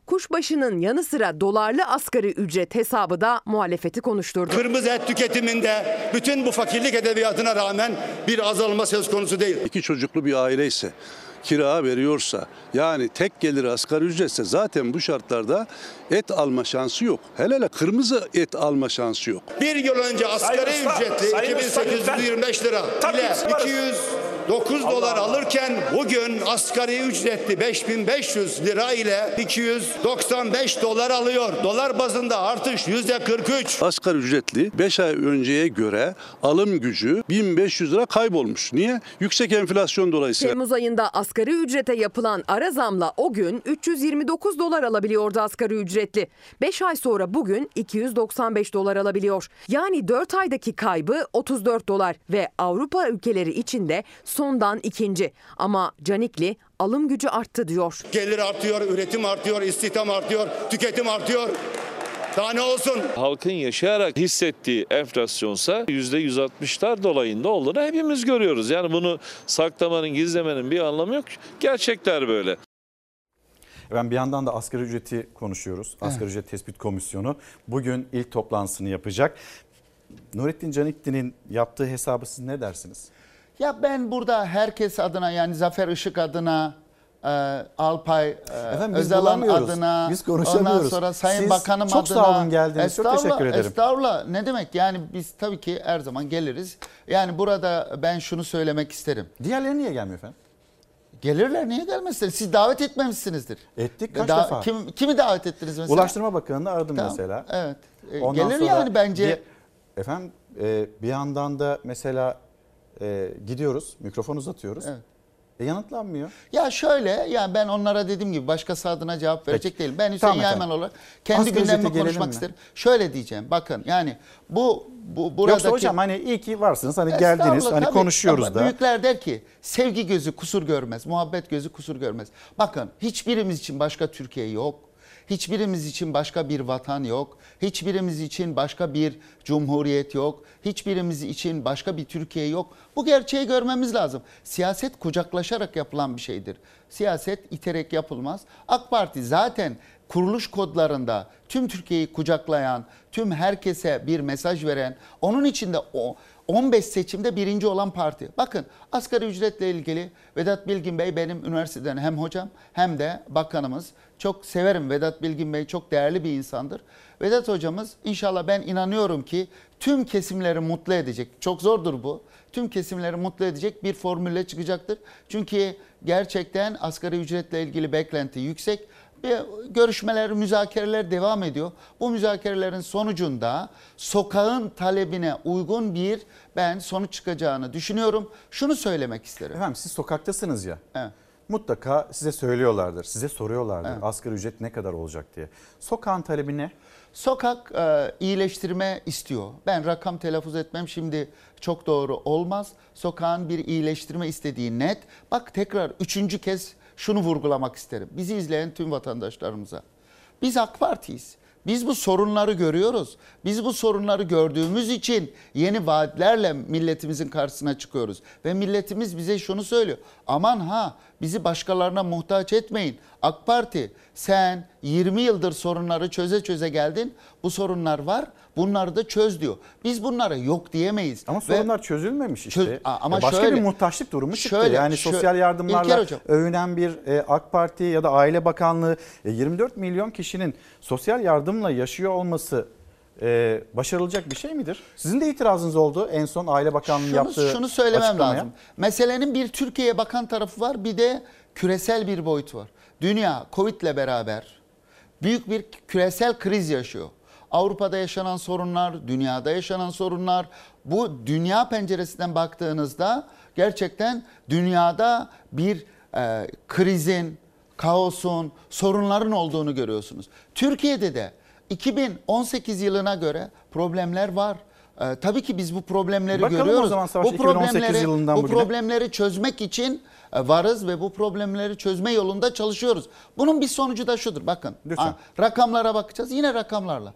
Kuşbaşının yanı sıra dolarlı asgari ücret hesabı da muhalefeti konuşturdu. Kırmızı et tüketiminde bütün bu fakirlik edebiyatına rağmen bir azalma söz konusu değil. İki çocuklu bir aile ise, kira veriyorsa, yani tek geliri asgari ücretse zaten bu şartlarda et alma şansı yok. Hele hele kırmızı et alma şansı yok. Bir yıl önce asgari ücretli iki bin sekiz yüz yirmi beş lira ile iki yüz dokuz dolar alırken bugün asgari ücretli beş bin beş yüz lira ile iki yüz doksan beş dolar alıyor. Dolar bazında artış yüzde kırk üç. Asgari ücretli beş ay önceye göre alım gücü bin beş yüz lira kaybolmuş. Niye? Yüksek enflasyon dolayısıyla. Temmuz ayında asgari ücrete yapılan ara zamla o gün üç yüz yirmi dokuz dolar alabiliyordu asgari ücretli. beş ay sonra bugün iki yüz doksan beş dolar alabiliyor. Yani dört aydaki kaybı otuz dört dolar ve Avrupa ülkeleri içinde sondan ikinci. Ama Canikli alım gücü arttı diyor. Gelir artıyor, üretim artıyor, istihdam artıyor, tüketim artıyor. Daha ne olsun? Halkın yaşayarak hissettiği enflasyonsa yüzde yüz altmışlar dolayında olduğunu hepimiz görüyoruz. Yani bunu saklamanın, gizlemenin bir anlamı yok. Gerçekler böyle. Ben bir yandan da asgari ücreti konuşuyoruz. Asgari evet. Ücret Tespit Komisyonu bugün ilk toplantısını yapacak. Nurettin Canikli'nin yaptığı hesabı siz ne dersiniz? Ya ben burada herkes adına, yani Zafer Işık adına, e, Alpay e, Özalan adına, biz konuşamıyoruz. Ondan sonra Sayın siz Bakanım çok adına. Çok sağ olun geldiniz. Çok teşekkür ederim. Estağfurullah. Ne demek? Yani biz tabii ki her zaman geliriz. Yani burada ben şunu söylemek isterim. Diğerleri niye gelmiyor efendim? Gelirler, niye gelmezler? Siz davet etmemişsinizdir. Ettik kaç da, defa? Kim, kimi davet ettiniz mesela? Ulaştırma Bakanı'nı aradım tamam. mesela. Evet. E, Ondan gelir yani bence. Bir, efendim e, bir yandan da mesela e, gidiyoruz, mikrofon uzatıyoruz. Evet. E, yanıtlanmıyor. Ya şöyle, yani ben onlara dediğim gibi başkası adına cevap verecek Peki. değilim. Ben Hüseyin tamam Yayman olarak kendi gündemimi konuşmak isterim. Şöyle diyeceğim, bakın yani bu, bu buradaki... Yoksa hocam hani iyi ki varsınız, hani geldiniz, hani tabii, konuşuyoruz da. Büyükler der ki sevgi gözü kusur görmez, muhabbet gözü kusur görmez. Bakın hiçbirimiz için başka Türkiye yok. Hiçbirimiz için başka bir vatan yok. Hiçbirimiz için başka bir cumhuriyet yok. Hiçbirimiz için başka bir Türkiye yok. Bu gerçeği görmemiz lazım. Siyaset kucaklaşarak yapılan bir şeydir. Siyaset iterek yapılmaz. AK Parti zaten kuruluş kodlarında tüm Türkiye'yi kucaklayan, tüm herkese bir mesaj veren, onun içinde o on beş seçimde birinci olan parti. Bakın asgari ücretle ilgili Vedat Bilgin Bey benim üniversiteden hem hocam hem de bakanımız. Çok severim Vedat Bilgin Bey, çok değerli bir insandır. Vedat hocamız inşallah, ben inanıyorum ki tüm kesimleri mutlu edecek. Çok zordur bu. Tüm kesimleri mutlu edecek bir formülle çıkacaktır. Çünkü gerçekten asgari ücretle ilgili beklenti yüksek. Görüşmeler, müzakereler devam ediyor. Bu müzakerelerin sonucunda sokağın talebine uygun bir ben sonuç çıkacağını düşünüyorum. Şunu söylemek isterim. Efendim siz sokaktasınız ya. Evet. Mutlaka size söylüyorlardır, size soruyorlardır evet. asgari ücret ne kadar olacak diye. Sokağın talebi ne? Sokak e, iyileştirme istiyor. Ben rakam telaffuz etmem şimdi çok doğru olmaz. Sokağın bir iyileştirme istediği net. Bak tekrar üçüncü kez şunu vurgulamak isterim. Bizi izleyen tüm vatandaşlarımıza. Biz AK Parti'yiz. Biz bu sorunları görüyoruz. Biz bu sorunları gördüğümüz için yeni vaatlerle milletimizin karşısına çıkıyoruz. Ve milletimiz bize şunu söylüyor. Aman ha, bizi başkalarına muhtaç etmeyin. AK Parti, sen yirmi yıldır sorunları çöze çöze geldin. Bu sorunlar var. Bunları da çöz diyor. Biz bunlara yok diyemeyiz. Ama sorunlar Ve, çözülmemiş işte. Çöz, ama başka şöyle, bir muhtaçlık durumu çıktı. Şöyle, yani şöyle, sosyal yardımlarla övünen bir e, AK Parti ya da Aile Bakanlığı e, yirmi dört milyon kişinin sosyal yardımla yaşıyor olması e, başarılacak bir şey midir? Sizin de itirazınız oldu en son Aile Bakanlığı şunu, yaptığı Şunu söylemem açıklamaya. lazım. Meselenin bir Türkiye'ye bakan tarafı var, bir de küresel bir boyut var. Dünya Covid'le beraber büyük bir küresel kriz yaşıyor. Avrupa'da yaşanan sorunlar, dünyada yaşanan sorunlar, bu dünya penceresinden baktığınızda gerçekten dünyada bir e, krizin, kaosun, sorunların olduğunu görüyorsunuz. Türkiye'de de iki bin on sekiz yılına göre problemler var. Ee, tabii ki biz bu problemleri Bakalım görüyoruz. O zaman Savaş, bu problemleri yılından bu bugüne. problemleri çözmek için varız ve bu problemleri çözme yolunda çalışıyoruz. Bunun bir sonucu da şudur. Bakın, ha, rakamlara bakacağız. Yine rakamlarla.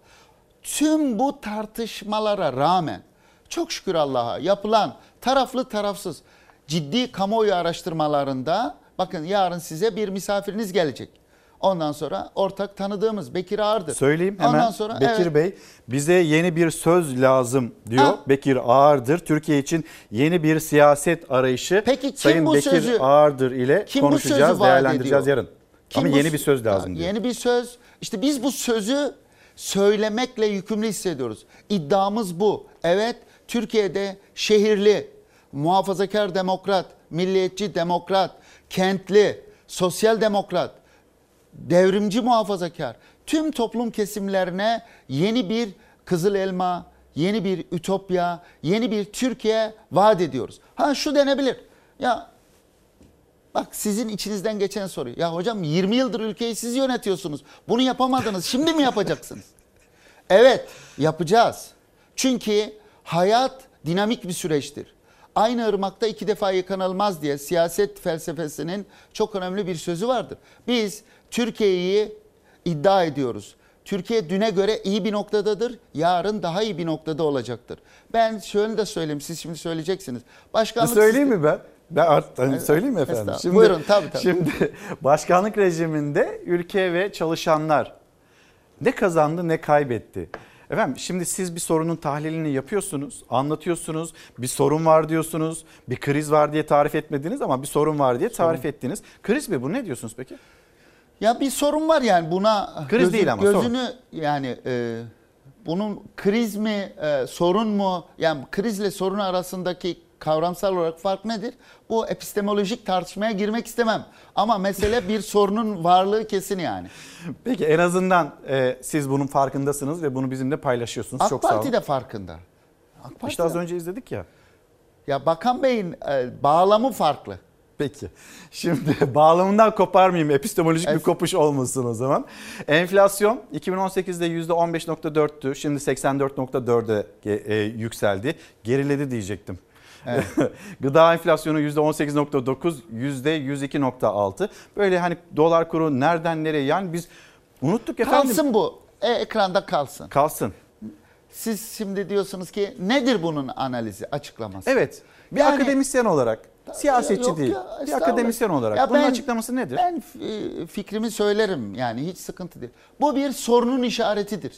Tüm bu tartışmalara rağmen çok şükür Allah'a yapılan taraflı tarafsız ciddi kamuoyu araştırmalarında, bakın yarın size bir misafiriniz gelecek. Ondan sonra ortak tanıdığımız Bekir Ağır'dır. Söyleyeyim hemen. Ondan sonra, Bekir evet. Bey bize yeni bir söz lazım diyor. Ha. Bekir Ağır'dır. Türkiye için yeni bir siyaset arayışı. Peki kim Sayın bu Bekir sözü- Ağır'dır ile Kim bu konuşacağız, sözü vaat değerlendireceğiz ediyor? yarın. Kim Ama bu yeni sö- bir söz lazım Ya, diyor. Yeni bir söz. İşte biz bu sözü söylemekle yükümlü hissediyoruz. İddiamız bu. Evet, Türkiye'de şehirli, muhafazakar demokrat, milliyetçi demokrat, kentli, sosyal demokrat, devrimci muhafazakar tüm toplum kesimlerine yeni bir Kızıl Elma, yeni bir ütopya, yeni bir Türkiye vaat ediyoruz. Ha şu denebilir. Ya bak sizin içinizden geçen soru. Ya hocam yirmi yıldır ülkeyi siz yönetiyorsunuz. Bunu yapamadınız. Şimdi mi yapacaksınız? Evet, yapacağız. Çünkü hayat dinamik bir süreçtir. Aynı ırmakta iki defa yıkanılmaz diye siyaset felsefesinin çok önemli bir sözü vardır. Biz Türkiye'yi iddia ediyoruz. Türkiye düne göre iyi bir noktadadır. Yarın daha iyi bir noktada olacaktır. Ben şöyle de söyleyeyim. Siz şimdi söyleyeceksiniz. Başkanlık Söyleyeyim sistemi- mi ben? Ben art- hani Evet, söyleyeyim mi efendim? estağfurullah. Şimdi, Buyurun, tabii, tabii. Şimdi başkanlık rejiminde ülke ve çalışanlar ne kazandı ne kaybetti. Efendim şimdi siz bir sorunun tahlilini yapıyorsunuz, anlatıyorsunuz, bir sorun var diyorsunuz, bir kriz var diye tarif etmediniz ama bir sorun var diye tarif ettiniz. Kriz mi bu, ne diyorsunuz peki? Ya bir sorun var yani buna Kriz gözü- değil ama gözünü sorun. yani e, bunun kriz mi e, sorun mu yani krizle sorun arasındaki kavramsal olarak fark nedir? Bu epistemolojik tartışmaya girmek istemem ama mesele bir sorunun varlığı kesin yani. Peki en azından e, siz bunun farkındasınız ve bunu bizimle paylaşıyorsunuz. AK Çok sağ olun. Parti de farkında. AK Parti İşte az de- önce izledik ya. Ya Bakan Bey'in e, bağlamı farklı. Peki. Şimdi bağlamından koparmayayım. Epistemolojik bir kopuş olmasın o zaman. Enflasyon iki bin on sekizde yüzde on beş nokta dörttü. Şimdi seksen dört nokta dörde e, yükseldi. Geriledi diyecektim. Evet. Gıda enflasyonu yüzde on sekiz nokta dokuz, yüzde yüz iki nokta altı. Böyle hani dolar kuru nereden nereye, yani biz unuttuk efendim. Kalsın bu. E, ekranda kalsın. Kalsın. Siz şimdi diyorsunuz ki nedir bunun analizi, açıklaması? Evet. Bir Yani- akademisyen olarak, siyasetçi Yok değil, ya, bir estağfurullah. akademisyen olarak Ya bunun ben- açıklaması nedir? Ben e, fikrimi söylerim yani hiç sıkıntı değil. Bu bir sorunun işaretidir.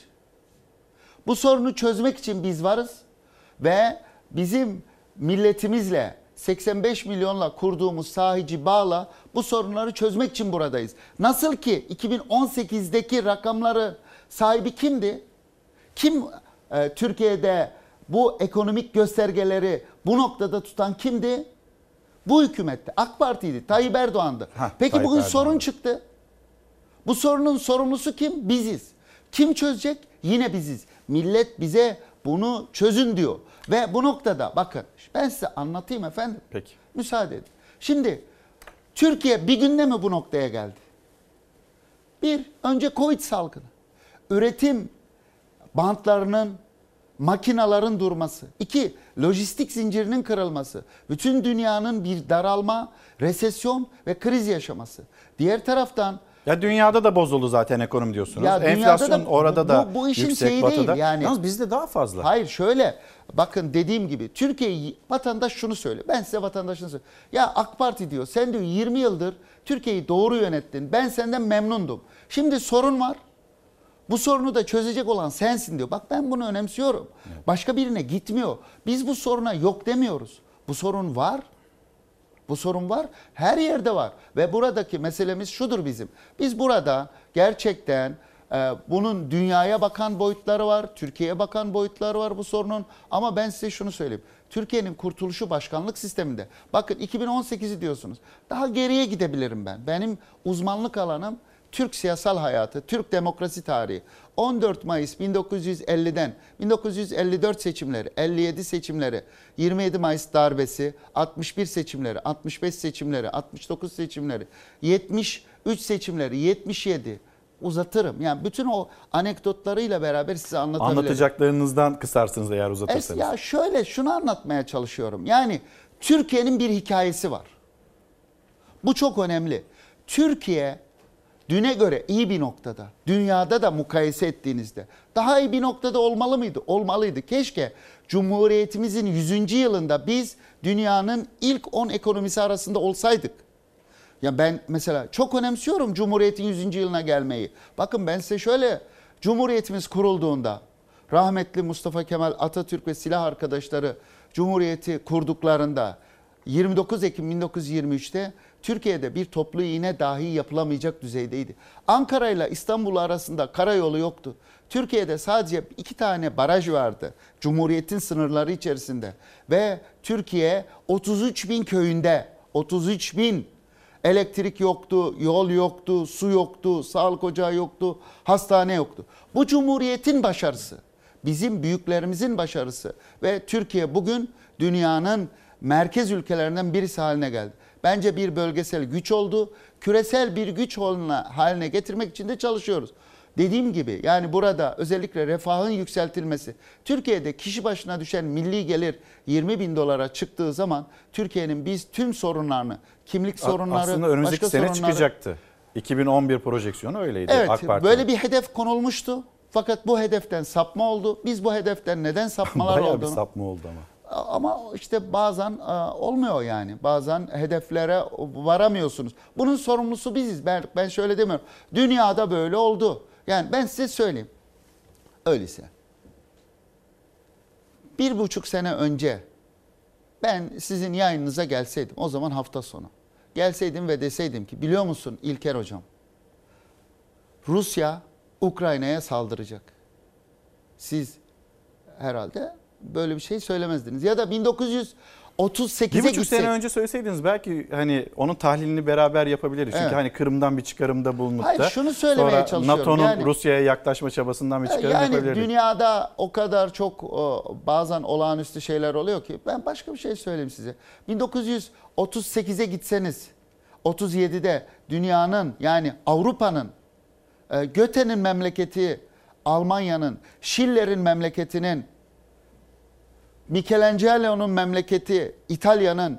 Bu sorunu çözmek için biz varız ve bizim milletimizle seksen beş milyonla kurduğumuz sahici bağla bu sorunları çözmek için buradayız. Nasıl ki iki bin on sekizdeki rakamları sahibi kimdi? Kim e, Türkiye'de bu ekonomik göstergeleri bu noktada tutan kimdi? Bu hükümetti. AK Parti'ydi. Tayyip Erdoğan'dı. Hah, Peki Tayyip bugün Erdoğan. sorun çıktı. Bu sorunun sorumlusu kim? Biziz. Kim çözecek? Yine biziz. Millet bize bunu çözün diyor. Ve bu noktada bakın ben size anlatayım efendim. Peki. Müsaade edin. Şimdi Türkiye bir günde mi bu noktaya geldi? Bir, önce Covid salgını. Üretim bantlarının, makinaların durması. İki, lojistik zincirinin kırılması. Bütün dünyanın bir daralma, resesyon ve kriz yaşaması. Diğer taraftan Ya dünyada da bozuldu zaten ekonomi diyorsunuz. Ya dünyada Enflasyon da- orada bu- da bu işin yüksek, şeyi batıda. değil yani. Yalnız bizde daha fazla. Hayır şöyle bakın dediğim gibi Türkiye'yi vatandaş şunu söyle. Ben size vatandaşını söyle. Ya AK Parti diyor sen diyor yirmi yıldır Türkiye'yi doğru yönettin. Ben senden memnundum. Şimdi sorun var. Bu sorunu da çözecek olan sensin diyor. Bak ben bunu önemsiyorum. Başka birine gitmiyor. Biz bu soruna yok demiyoruz. Bu sorun var. Bu sorun var. Her yerde var. Ve buradaki meselemiz şudur bizim. Biz burada gerçekten e, bunun dünyaya bakan boyutları var. Türkiye'ye bakan boyutları var bu sorunun. Ama ben size şunu söyleyeyim. Türkiye'nin kurtuluşu başkanlık sisteminde. Bakın iki bin on sekizi diyorsunuz. Daha geriye gidebilirim ben. Benim uzmanlık alanım Türk siyasal hayatı, Türk demokrasi tarihi. on dört Mayıs bin dokuz yüz elliden bin dokuz yüz elli dört seçimleri, elli yedi seçimleri, yirmi yedi Mayıs darbesi, altmış bir seçimleri, altmış beş seçimleri, altmış dokuz seçimleri, yetmiş üç seçimleri, yetmiş yedi uzatırım. Yani bütün o anekdotlarıyla beraber size anlatabilirim. Anlatacaklarınızdan kısarsınız eğer Es, uzatırsanız. ya şöyle şunu anlatmaya çalışıyorum. Yani Türkiye'nin bir hikayesi var. Bu çok önemli. Türkiye düne göre iyi bir noktada. Dünyada da mukayese ettiğinizde daha iyi bir noktada olmalı mıydı? Olmalıydı. Keşke Cumhuriyetimizin yüzüncü yılında biz dünyanın ilk on ekonomisi arasında olsaydık. Ya ben mesela çok önemsiyorum Cumhuriyet'in yüzüncü yılına gelmeyi. Bakın ben size şöyle, Cumhuriyetimiz kurulduğunda rahmetli Mustafa Kemal Atatürk ve silah arkadaşları Cumhuriyeti kurduklarında yirmi dokuz Ekim bin dokuz yüz yirmi üç'te Türkiye'de bir toplu iğne dahi yapılamayacak düzeydeydi. Ankara ile İstanbul arasında karayolu yoktu. Türkiye'de sadece iki tane baraj vardı Cumhuriyet'in sınırları içerisinde. Ve Türkiye otuz üç bin köyünde, otuz üç bin, elektrik yoktu, yol yoktu, su yoktu, sağlık ocağı yoktu, hastane yoktu. Bu Cumhuriyet'in başarısı, bizim büyüklerimizin başarısı ve Türkiye bugün dünyanın merkez ülkelerinden birisi haline geldi. Bence bir bölgesel güç oldu, küresel bir güç haline getirmek için de çalışıyoruz. Dediğim gibi yani burada özellikle refahın yükseltilmesi, Türkiye'de kişi başına düşen milli gelir yirmi bin dolara çıktığı zaman Türkiye'nin biz tüm sorunlarını, kimlik sorunları, aslında önümüzdeki başka sene sorunları, çıkacaktı. iki bin on bir projeksiyonu öyleydi. Evet, AK Parti. böyle bir hedef konulmuştu. Fakat bu hedeften sapma oldu. Biz bu hedeften neden sapmalar Bayağı olduğunu... bir sapma oldu ama. Ama işte bazen olmuyor yani. Bazen hedeflere varamıyorsunuz. Bunun sorumlusu biziz. Ben, ben şöyle demiyorum. Dünyada böyle oldu. Yani ben size söyleyeyim. Öyleyse. Bir buçuk sene önce ben sizin yayınınıza gelseydim. O zaman hafta sonu. Gelseydim ve deseydim ki biliyor musun İlker Hocam? Rusya Ukrayna'ya saldıracak. Siz herhalde böyle bir şey söylemezdiniz. Ya da bin dokuz yüz otuz sekize Bir buçuk gitsek. sene önce söyleseydiniz belki hani onun tahlilini beraber yapabiliriz. Çünkü Evet. hani Kırım'dan bir çıkarımda bulunup Hayır, da şunu söylemeye sonra çalışıyorum. NATO'nun Yani- Rusya'ya yaklaşma çabasından bir çıkarım Yani yapabilirdik. dünyada o kadar çok o, bazen olağanüstü şeyler oluyor ki ben başka bir şey söyleyeyim size. bin dokuz yüz otuz sekize gitseniz, otuz yedide dünyanın yani Avrupa'nın, e, Goethe'nin memleketi, Almanya'nın, Schiller'in memleketinin, Michelangelo'nun memleketi, İtalya'nın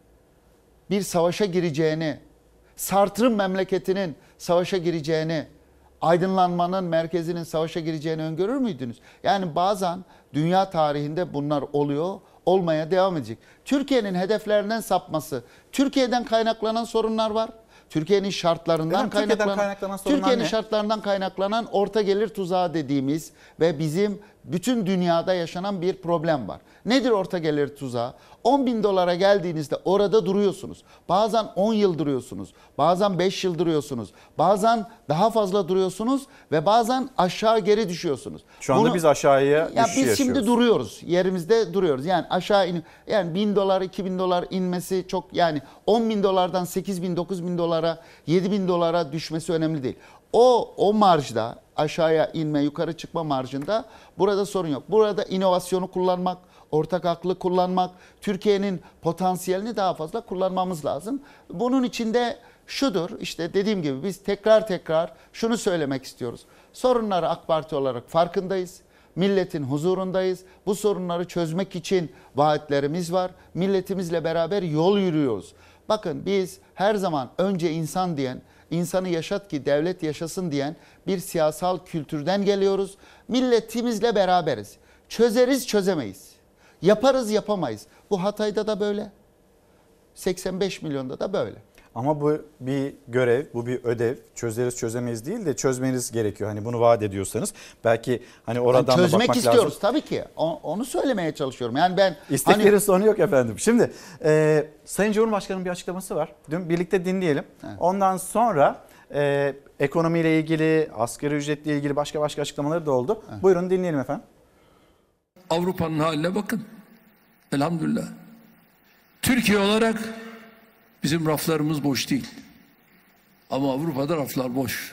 bir savaşa gireceğini, Sartre'ın memleketinin savaşa gireceğini, aydınlanmanın merkezinin savaşa gireceğini öngörür müydünüz? Yani bazen dünya tarihinde bunlar oluyor, olmaya devam edecek. Türkiye'nin hedeflerinden sapması, Türkiye'den kaynaklanan sorunlar var. Türkiye'nin şartlarından Efendim, Türkiye'den kaynaklanan, kaynaklanan sorunlar Türkiye'nin ne? şartlarından kaynaklanan orta gelir tuzağı dediğimiz ve bizim bütün dünyada yaşanan bir problem var. Nedir orta gelir tuzağı? on bin dolara geldiğinizde orada duruyorsunuz. Bazen on yıl duruyorsunuz. Bazen beş yıl duruyorsunuz. Bazen daha fazla duruyorsunuz ve bazen aşağı geri düşüyorsunuz. Şu anda Bunu- biz aşağıya ya düşüş biz yaşıyoruz. şimdi duruyoruz. Yerimizde duruyoruz. Yani aşağı in, yani bin dolar, iki bin dolar inmesi çok yani on bin dolardan sekiz bin, dokuz bin dolara, yedi bin dolara düşmesi önemli değil. O o marjda aşağıya inme, yukarı çıkma marjında burada sorun yok. Burada inovasyonu kullanmak, ortak aklı kullanmak, Türkiye'nin potansiyelini daha fazla kullanmamız lazım. Bunun içinde şudur, işte dediğim gibi biz tekrar tekrar şunu söylemek istiyoruz. Sorunları AK Parti olarak farkındayız. Milletin huzurundayız. Bu sorunları çözmek için vaatlerimiz var. Milletimizle beraber yol yürüyoruz. Bakın biz her zaman önce insan diyen, insanı yaşat ki devlet yaşasın diyen bir siyasal kültürden geliyoruz. Milletimizle beraberiz. Çözeriz çözemeyiz. Yaparız yapamayız. Bu Hatay'da da böyle. seksen beş milyonda da böyle. Ama bu bir görev, bu bir ödev. Çözeriz çözemeyiz değil de çözmeniz gerekiyor. Hani bunu vaat ediyorsanız belki hani oradan Yani da çözmek bakmak istiyoruz lazım. tabii ki. O- Onu söylemeye çalışıyorum. Yani ben İsteklerin hani- sonu yok efendim. Şimdi e, Sayın Cumhurbaşkanı'nın bir açıklaması var. Dün birlikte dinleyelim. Ondan sonra e, ekonomiyle ilgili, asgari ücretle ilgili başka başka açıklamaları da oldu. Buyurun dinleyelim efendim. Avrupa'nın haline bakın. Elhamdülillah. Türkiye olarak bizim raflarımız boş değil. Ama Avrupa'da raflar boş.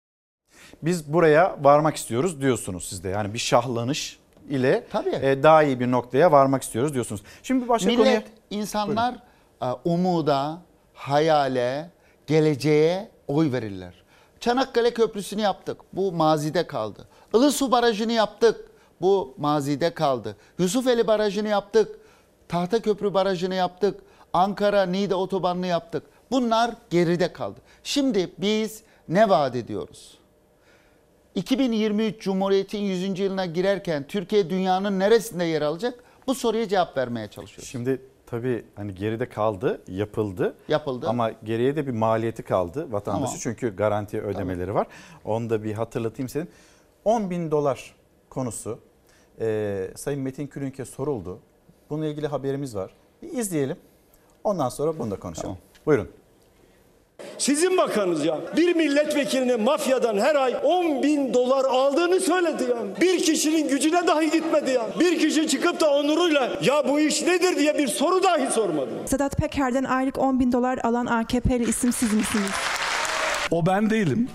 Biz buraya varmak istiyoruz diyorsunuz siz de. Yani bir şahlanış ile Tabii. e, daha iyi bir noktaya varmak istiyoruz diyorsunuz. Şimdi bir başka Millet, konuya... insanlar e, umuda, hayale, geleceğe oy verirler. Çanakkale Köprüsü'nü yaptık. Bu mazide kaldı. Ilısu Barajı'nı yaptık. Bu mazide kaldı. Yusufeli Barajı'nı yaptık. Tahtaköprü Barajı'nı yaptık. Ankara-Niğde otobanını yaptık. Bunlar geride kaldı. Şimdi biz ne vaat ediyoruz? iki bin yirmi üç Cumhuriyet'in yüzüncü yılına girerken Türkiye dünyanın neresinde yer alacak? Bu soruya cevap vermeye çalışıyoruz. Şimdi Tabii hani geride kaldı, yapıldı. Yapıldı. Ama geriye de bir maliyeti kaldı vatandaşı. Tamam. Çünkü garanti ödemeleri var. Onu da bir hatırlatayım senin. on bin dolar konusu e, Sayın Metin Külünk'e soruldu. Bununla ilgili haberimiz var. Bir izleyelim. Ondan sonra bunu da konuşalım. Tamam. Buyurun. Sizin bakanınız ya bir milletvekilinin mafyadan her ay on bin dolar aldığını söyledi ya. Bir kişinin gücüne dahi gitmedi ya. Bir kişi çıkıp da onuruyla ya bu iş nedir diye bir soru dahi sormadı. Sedat Peker'den aylık on bin dolar alan A K P'li isim siz misiniz? O ben değilim.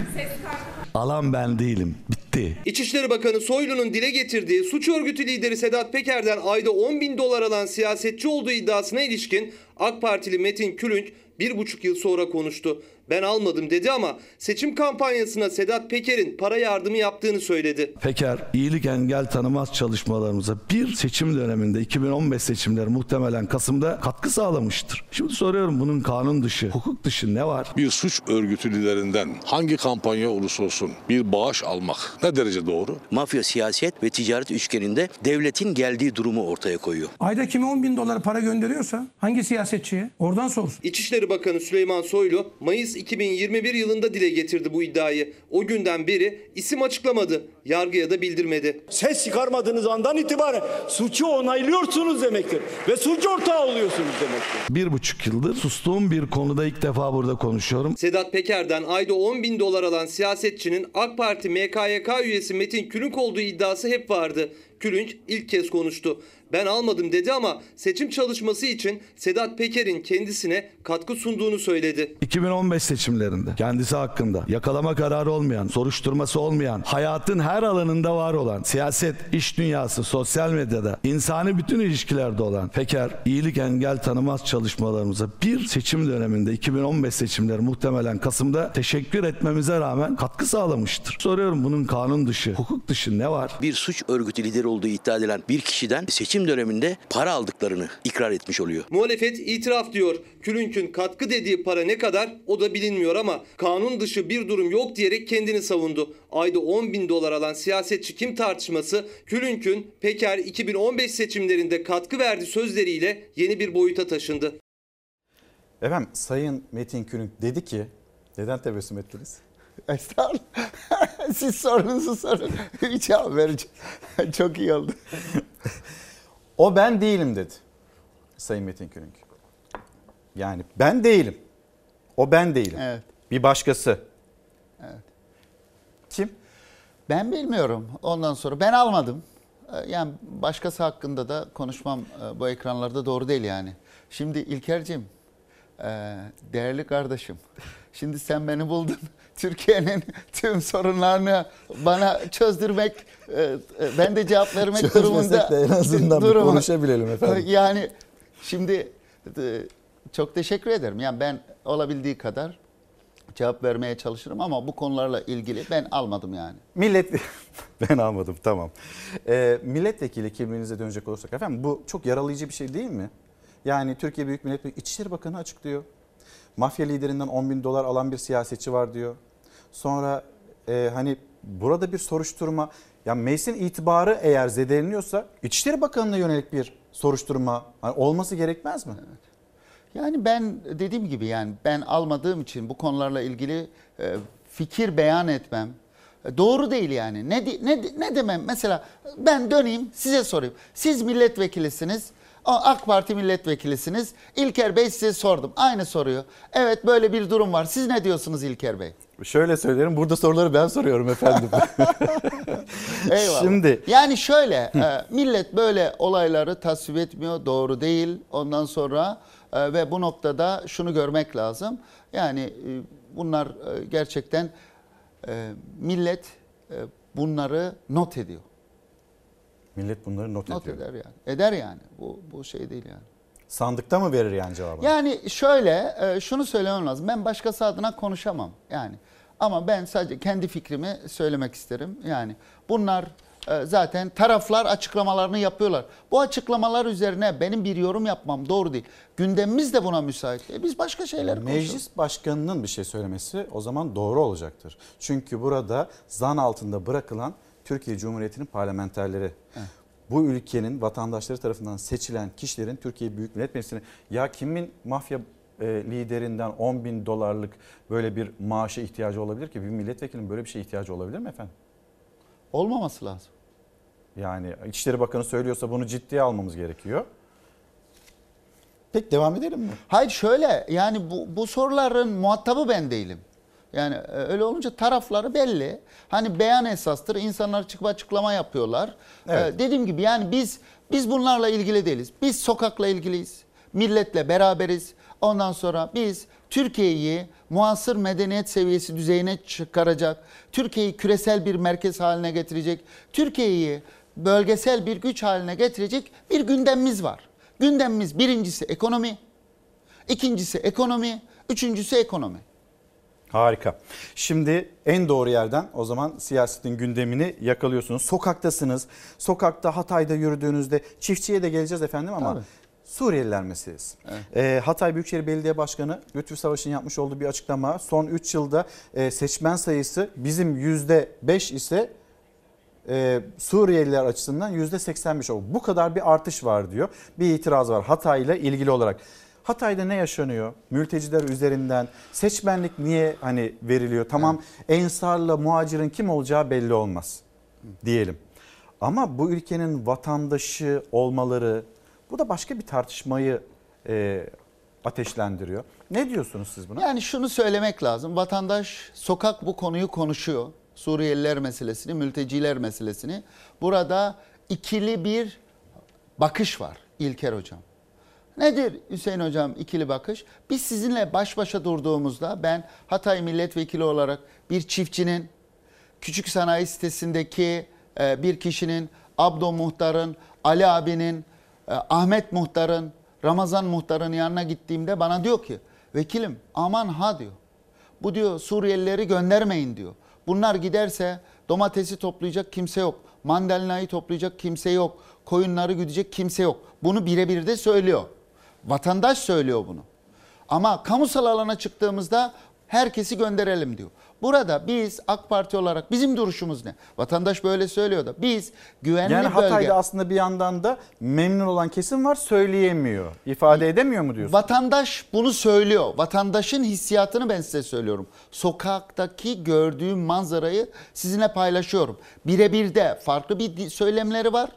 Alan ben değilim. Bitti. İçişleri Bakanı Soylu'nun dile getirdiği suç örgütü lideri Sedat Peker'den ayda on bin dolar alan siyasetçi olduğu iddiasına ilişkin AK Partili Metin Külünk bir buçuk yıl sonra konuştu. Ben almadım dedi ama seçim kampanyasına Sedat Peker'in para yardımı yaptığını söyledi. Peker, iyilik engel tanımaz çalışmalarımıza bir seçim döneminde iki bin on beş seçimleri muhtemelen Kasım'da katkı sağlamıştır. Şimdi soruyorum bunun kanun dışı, hukuk dışı ne var? Bir suç örgütü liderinden hangi kampanya olursa olsun bir bağış almak ne derece doğru? Mafya, siyaset ve ticaret üçgeninde devletin geldiği durumu ortaya koyuyor. Ayda kime on bin dolar para gönderiyorsa hangi siyasetçiye oradan sorsun. İçişleri Bakanı Süleyman Soylu Mayıs iki bin yirmi bir yılında dile getirdi bu iddiayı. O günden beri isim açıklamadı. Yargıya da bildirmedi. Ses çıkarmadığınız andan itibaren suçu onaylıyorsunuz demektir. Ve suç ortağı oluyorsunuz demektir. Bir buçuk yıldır sustuğum bir konuda ilk defa burada konuşuyorum. Sedat Peker'den ayda on bin dolar alan siyasetçinin AK Parti M K Y K üyesi Metin Külünk olduğu iddiası hep vardı. Külünk ilk kez konuştu. Ben almadım dedi ama seçim çalışması için Sedat Peker'in kendisine katkı sunduğunu söyledi. iki bin on beş seçimlerinde kendisi hakkında yakalama kararı olmayan, soruşturması olmayan, hayatın her alanında var olan, siyaset, iş dünyası, sosyal medyada, insani bütün ilişkilerde olan Peker, iyilik engel tanımaz çalışmalarımıza bir seçim döneminde iki bin on beş seçimleri muhtemelen Kasım'da teşekkür etmemize rağmen katkı sağlamıştır. Soruyorum bunun kanun dışı, hukuk dışı ne var? Bir suç örgütü lideri olduğu iddia edilen bir kişiden seçim döneminde para aldıklarını ikrar etmiş oluyor. Muhalefet itiraf diyor. Külünk'ün katkı dediği para ne kadar o da bilinmiyor ama kanun dışı bir durum yok diyerek kendini savundu. Ayda on bin dolar alan siyasetçi kim tartışması Külünk'ün Peker iki bin on beş seçimlerinde katkı verdi sözleriyle yeni bir boyuta taşındı. Efendim Sayın Metin Külünk dedi ki, neden tebessüm ettiniz? Estağfurullah. Siz sorunuzu sorun. Bir cevap vereceğim. Çok iyi oldu. O ben değilim dedi Sayın Metin Külünk. Yani ben değilim. O ben değilim. Evet. Bir başkası. Evet. Kim? Ben bilmiyorum. Ondan sonra ben almadım. Yani başkası hakkında da konuşmam bu ekranlarda doğru değil yani. Şimdi İlker'cim, değerli kardeşim. Şimdi sen beni buldun. Türkiye'nin tüm sorunlarını bana çözdürmek, ben de cevap vermek durumunda. De en azından bir konuşabilelim efendim. Yani şimdi çok teşekkür ederim. Yani ben olabildiği kadar cevap vermeye çalışırım ama bu konularla ilgili ben almadım yani. Millet ben almadım tamam. Ee, milletvekili kimliğinize dönecek olursak efendim bu çok yaralayıcı bir şey değil mi? Yani Türkiye Büyük Millet Meclisi İçişleri Bakanı açıklıyor. Mafya liderinden on bin dolar alan bir siyasetçi var diyor. Sonra e, hani burada bir soruşturma, ya meclisin itibarı eğer zedeleniyorsa İçişleri Bakanı'na yönelik bir soruşturma hani olması gerekmez mi? Evet. Yani ben dediğim gibi yani ben almadığım için bu konularla ilgili e, fikir beyan etmem e, doğru değil yani. Ne, ne, ne demem mesela ben döneyim size sorayım. Siz milletvekilisiniz. AK Parti milletvekilisiniz. İlker Bey size sordum. Aynı soruyu. Evet böyle bir durum var. Siz ne diyorsunuz İlker Bey? Şöyle söylerim. Burada soruları ben soruyorum efendim. Eyvallah. Şimdi yani şöyle e, millet böyle olayları tasvip etmiyor. Doğru değil. Ondan sonra e, ve bu noktada şunu görmek lazım. Yani e, bunlar e, gerçekten e, millet e, bunları not ediyor. Millet bunları not, not ediyor. eder yani. Eder yani. Bu bu şey değil yani. Sandıkta mı verir yani cevabını? Yani şöyle şunu söylemem lazım. Ben başkası adına konuşamam yani. Ama ben sadece kendi fikrimi söylemek isterim. Yani bunlar zaten taraflar açıklamalarını yapıyorlar. Bu açıklamalar üzerine benim bir yorum yapmam doğru değil. Gündemimiz de buna müsait değil. Biz başka şeyler konuşuyoruz. Meclis başkanının bir şey söylemesi o zaman doğru olacaktır. Çünkü burada zan altında bırakılan Türkiye Cumhuriyeti'nin parlamenterleri. Evet. bu ülkenin vatandaşları tarafından seçilen kişilerin Türkiye Büyük Millet Meclisi'ne ya kimin mafya e, liderinden on bin dolarlık böyle bir maaşa ihtiyacı olabilir ki? Bir milletvekilinin böyle bir şeye ihtiyacı olabilir mi efendim? Olmaması lazım. Yani İçişleri Bakanı söylüyorsa bunu ciddiye almamız gerekiyor. Peki devam edelim mi? Hayır şöyle yani bu, bu soruların muhatabı ben değilim. Yani öyle olunca tarafları belli. Hani beyan esastır. İnsanlar çıkıp açıklama yapıyorlar. Evet. Ee, dediğim gibi yani biz biz bunlarla ilgili değiliz. Biz sokakla ilgiliyiz. Milletle beraberiz. Ondan sonra biz Türkiye'yi muasır medeniyet seviyesi düzeyine çıkaracak, Türkiye'yi küresel bir merkez haline getirecek, Türkiye'yi bölgesel bir güç haline getirecek bir gündemimiz var. Gündemimiz birincisi ekonomi, ikincisi ekonomi, üçüncüsü ekonomi. Harika. Şimdi en doğru yerden o zaman siyasetin gündemini yakalıyorsunuz. Sokaktasınız. Sokakta Hatay'da yürüdüğünüzde çiftçiye de geleceğiz efendim ama tabii. Suriyeliler meselesi. Evet. Ee, Hatay Büyükşehir Belediye Başkanı Lütfü Savaş'ın yapmış olduğu bir açıklama. Son üç yılda e, seçmen sayısı bizim yüzde beş ise e, Suriyeliler açısından yüzde seksen beş oldu. Bu kadar bir artış var diyor. Bir itiraz var Hatay ile ilgili olarak. Hatay'da ne yaşanıyor? Mülteciler üzerinden seçmenlik niye hani veriliyor? Tamam evet. Ensarla muhacirin kim olacağı belli olmaz diyelim. Ama bu ülkenin vatandaşı olmaları bu da başka bir tartışmayı e, ateşlendiriyor. Ne diyorsunuz siz buna? Yani şunu söylemek lazım. Vatandaş sokak bu konuyu konuşuyor. Suriyeliler meselesini, mülteciler meselesini. Burada ikili bir bakış var İlker Hocam. Nedir Hüseyin Hocam ikili bakış? Biz sizinle baş başa durduğumuzda ben Hatay milletvekili olarak bir çiftçinin, küçük sanayi sitesindeki bir kişinin, Abdo muhtarın, Ali abinin, Ahmet muhtarın, Ramazan muhtarın yanına gittiğimde bana diyor ki vekilim aman ha diyor. Bu diyor Suriyelileri göndermeyin diyor. Bunlar giderse domatesi toplayacak kimse yok. Mandalinayı toplayacak kimse yok. Koyunları güdecek kimse yok. Bunu birebir de söylüyor. Vatandaş söylüyor bunu. Ama kamusal alana çıktığımızda herkesi gönderelim diyor. Burada biz AK Parti olarak bizim duruşumuz ne? Vatandaş böyle söylüyor da biz güvenli yani bölge... Yani Hatay'da aslında bir yandan da memnun olan kesim var söyleyemiyor. İfade edemiyor mu diyorsun? Vatandaş bunu söylüyor. Vatandaşın hissiyatını ben size söylüyorum. Sokaktaki gördüğüm manzarayı sizinle paylaşıyorum. Birebir de farklı bir söylemleri var.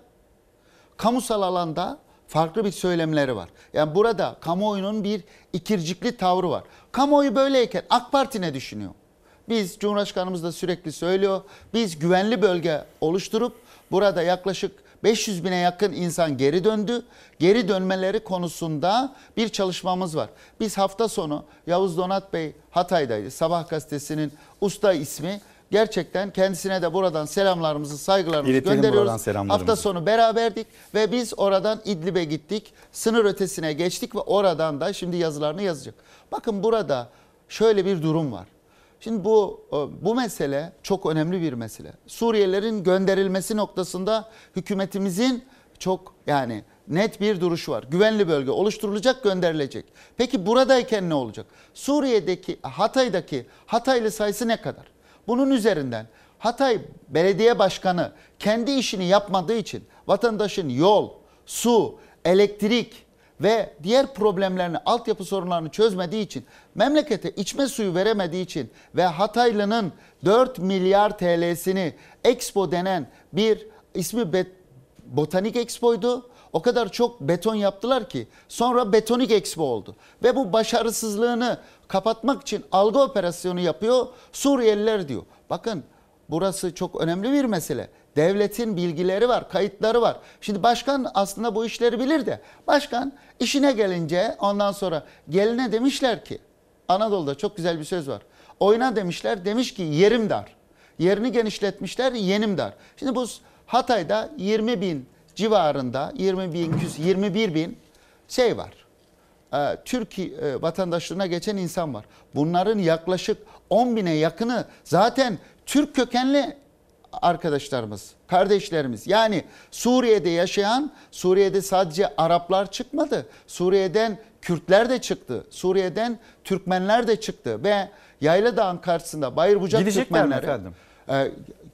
Kamusal alanda farklı bir söylemleri var. Yani burada kamuoyunun bir ikircikli tavrı var. Kamuoyu böyleyken AK Parti ne düşünüyor? Biz Cumhurbaşkanımız da sürekli söylüyor. Biz güvenli bölge oluşturup burada yaklaşık beş yüz bine yakın insan geri döndü. Geri dönmeleri konusunda bir çalışmamız var. Biz hafta sonu Yavuz Donat Bey Hatay'daydı. Sabah gazetesinin usta ismi. Gerçekten kendisine de buradan selamlarımızı, saygılarımızı İletelim gönderiyoruz. Hafta sonu beraberdik ve biz oradan İdlib'e gittik. Sınır ötesine geçtik ve oradan da şimdi yazılarını yazacak. Bakın burada şöyle bir durum var. Şimdi bu bu mesele çok önemli bir mesele. Suriyelilerin gönderilmesi noktasında hükümetimizin çok yani net bir duruşu var. Güvenli bölge oluşturulacak, gönderilecek. Peki buradayken ne olacak? Suriye'deki, Hatay'daki Hataylı sayısı ne kadar? Bunun üzerinden Hatay Belediye Başkanı kendi işini yapmadığı için vatandaşın yol, su, elektrik ve diğer problemlerini, altyapı sorunlarını çözmediği için, memlekete içme suyu veremediği için ve Hataylı'nın dört milyar T L'sini Expo denen bir ismi Bet, Botanik Expo'ydu. O kadar çok beton yaptılar ki sonra Betonik Expo oldu. Ve bu başarısızlığını kapatmak için algı operasyonu yapıyor Suriyeliler diyor. Bakın burası çok önemli bir mesele. Devletin bilgileri var, kayıtları var. Şimdi başkan aslında bu işleri bilir de başkan işine gelince ondan sonra geline demişler ki Anadolu'da çok güzel bir söz var. Oyna demişler, demiş ki yerim dar. Yerini genişletmişler, yenim dar. Şimdi bu Hatay'da yirmi bin civarında yirmi bin, yirmi bir bin şey var. Ee, Türk e, vatandaşlığına geçen insan var. Bunların yaklaşık on bine yakını zaten Türk kökenli arkadaşlarımız, kardeşlerimiz. Yani Suriye'de yaşayan, Suriye'de sadece Araplar çıkmadı. Suriye'den Kürtler de çıktı. Suriye'den Türkmenler de çıktı ve Yayladağ'ın karşısında Bayır Bucak Gidecekler Türkmenleri. mi efendim? E,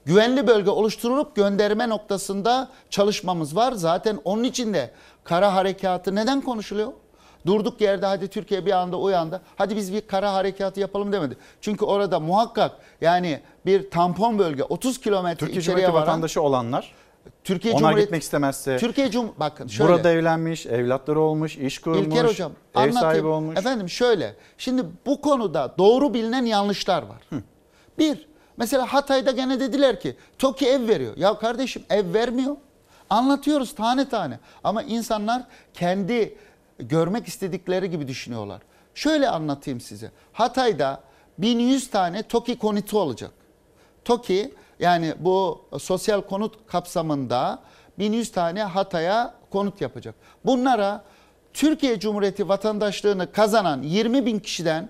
güvenli bölge oluşturulup gönderme noktasında çalışmamız var. Zaten onun için de kara harekatı neden konuşuluyor? Durduk yerde hadi Türkiye bir anda uyandı. Hadi biz bir kara harekatı yapalım demedi. Çünkü orada muhakkak yani bir tampon bölge otuz kilometre Türkiye içeriye Cumhuriyeti varan. vatandaşı olanlar, Türkiye onlar Cumhuriyeti, gitmek istemezse, Türkiye Cum bakın şöyle. burada evlenmiş, evlatları olmuş, iş kurmuş, İlker Hocam, ev anlatayım. sahibi olmuş. Efendim şöyle, şimdi bu konuda doğru bilinen yanlışlar var. Hı. Bir, mesela Hatay'da gene dediler ki TOKİ ev veriyor. Ya kardeşim ev vermiyor. Anlatıyoruz tane tane. Ama insanlar kendi görmek istedikleri gibi düşünüyorlar. Şöyle anlatayım size. Hatay'da bin yüz tane TOKİ konutu olacak. TOKİ yani bu sosyal konut kapsamında bin yüz tane Hatay'a konut yapacak. Bunlara Türkiye Cumhuriyeti vatandaşlığını kazanan yirmi bin kişiden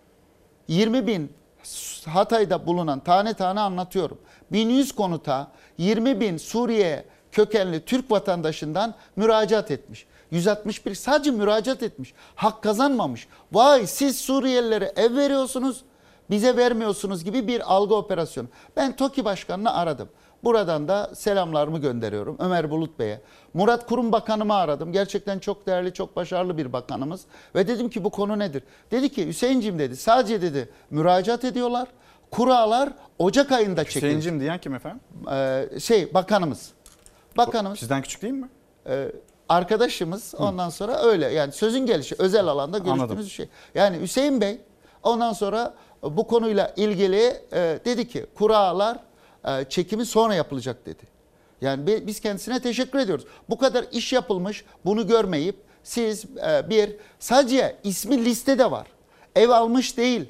yirmi bin Hatay'da bulunan tane tane anlatıyorum. bin yüz konuta yirmi bin Suriye kökenli Türk vatandaşından müracaat etmiş. yüz altmış bir sadece müracaat etmiş. Hak kazanmamış. Vay siz Suriyelilere ev veriyorsunuz, bize vermiyorsunuz gibi bir algı operasyonu. Ben TOKİ Başkanı'nı aradım. Buradan da selamlarımı gönderiyorum Ömer Bulut Bey'e. Murat Kurum Bakanımı aradım. Gerçekten çok değerli, çok başarılı bir bakanımız. Ve dedim ki bu konu nedir? Dedi ki Hüseyinciğim dedi sadece dedi müracaat ediyorlar. Kura'lar Ocak ayında çekilir. Hüseyinciğim diyen kim efendim? Ee, şey bakanımız. Bakanımız. Sizden küçük değil mi? Ee, arkadaşımız ondan sonra öyle yani sözün gelişi özel alanda görüştüğümüz Anladım. bir şey. Yani Hüseyin Bey ondan sonra bu konuyla ilgili e, dedi ki kuralar e, çekimi sonra yapılacak dedi. Yani biz kendisine teşekkür ediyoruz. Bu kadar iş yapılmış bunu görmeyip siz e, bir sadece ismi listede var. Ev almış değil.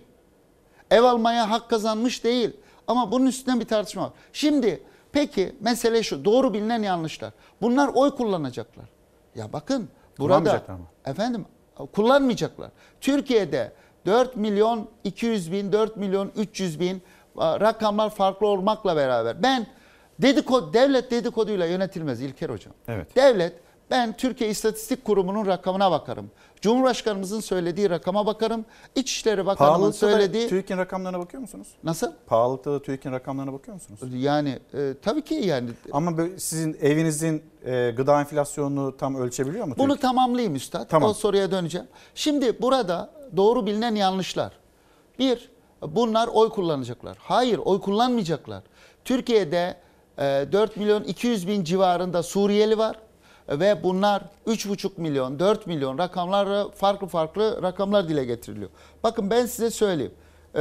Ev almaya hak kazanmış değil. Ama bunun üstünden bir tartışma var. Şimdi peki mesele şu doğru bilinen yanlışlar. Bunlar oy kullanacaklar. Ya bakın burada efendim kullanmayacaklar. Türkiye'de dört milyon iki yüz bin, dört milyon üç yüz bin rakamlar farklı olmakla beraber ben dedikodu, devlet dedikoduyla yönetilmez İlker Hocam. Evet. Devlet ben Türkiye İstatistik Kurumu'nun rakamına bakarım. Cumhurbaşkanımızın söylediği rakama bakarım. İçişleri Bakanı'nın Pahalılıkta söylediği... da TÜİK'in rakamlarına bakıyor musunuz? Nasıl? Pahalılıkta da TÜİK'in rakamlarına bakıyor musunuz? Yani e, tabii ki yani. Ama böyle sizin evinizin e, gıda enflasyonunu tam ölçebiliyor mu? Bunu TÜİK? tamamlayayım üstad. Tamam. O soruya döneceğim. Şimdi burada doğru bilinen yanlışlar. Bir, bunlar oy kullanacaklar. Hayır, oy kullanmayacaklar. Türkiye'de e, dört milyon iki yüz bin civarında Suriyeli var. Ve bunlar üç buçuk milyon, dört milyon rakamlarla farklı farklı rakamlar dile getiriliyor. Bakın ben size söyleyeyim.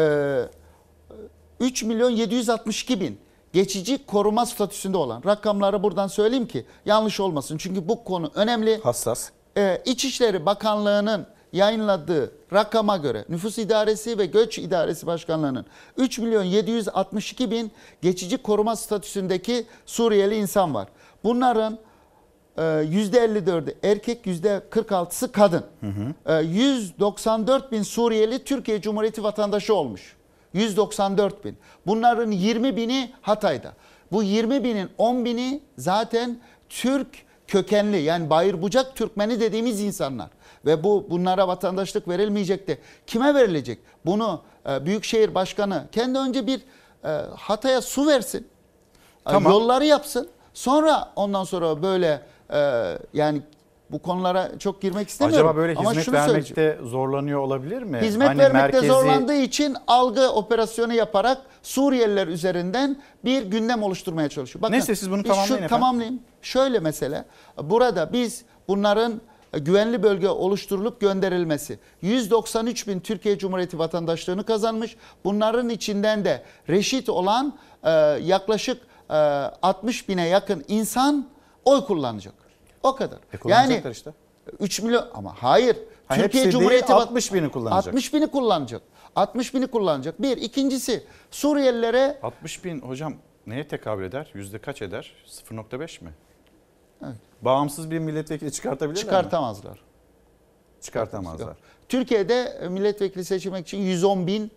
üç milyon yedi yüz altmış iki bin geçici koruma statüsünde olan rakamları buradan söyleyeyim ki yanlış olmasın. Çünkü bu konu önemli. Hassas. İçişleri Bakanlığı'nın yayınladığı rakama göre Nüfus İdaresi ve Göç İdaresi Başkanlığı'nın üç milyon yedi yüz altmış iki bin geçici koruma statüsündeki Suriyeli insan var. Bunların yüzde elli dördü erkek, yüzde kırk altısı kadın. Hı hı. yüz doksan dört bin Suriyeli Türkiye Cumhuriyeti vatandaşı olmuş. yüz doksan dört bin. Bunların yirmi bini Hatay'da. Bu yirmi binin on bini zaten Türk kökenli yani Bayırbucak Türkmeni dediğimiz insanlar. Ve bu bunlara vatandaşlık verilmeyecekti. Kime verilecek? Bunu e, Büyükşehir Başkanı kendi önce bir e, Hatay'a su versin. Tamam. Yolları yapsın. Sonra ondan sonra böyle e, yani bu konulara çok girmek istemiyorum. Acaba böyle Ama hizmet vermekte zorlanıyor olabilir mi? Hizmet hani vermekte merkezi... zorlandığı için algı operasyonu yaparak Suriyeliler üzerinden bir gündem oluşturmaya çalışıyor. Bakın, neyse siz bunu şu, tamamlayın efendim. Tamamlayayım. Şöyle mesele. Burada biz bunların güvenli bölge oluşturulup gönderilmesi. yüz doksan üç bin Türkiye Cumhuriyeti vatandaşlığını kazanmış. Bunların içinden de reşit olan e, yaklaşık e, altmış bine yakın insan oy kullanacak. O kadar. E, yani işte. üç milyon ama hayır. Ha, Türkiye Cumhuriyeti değil, altmış bini kullanacak. altmış bini kullanacak. altmış bini kullanacak. Bir. İkincisi Suriyelilere... altmış bin hocam neye tekabül eder? Yüzde kaç eder? sıfır nokta beş mi? Evet. Bağımsız bir milletvekili çıkartabilirler Çıkartamazlar. mi? Çıkartamazlar. Yok. Türkiye'de milletvekili seçmek için yüz on bin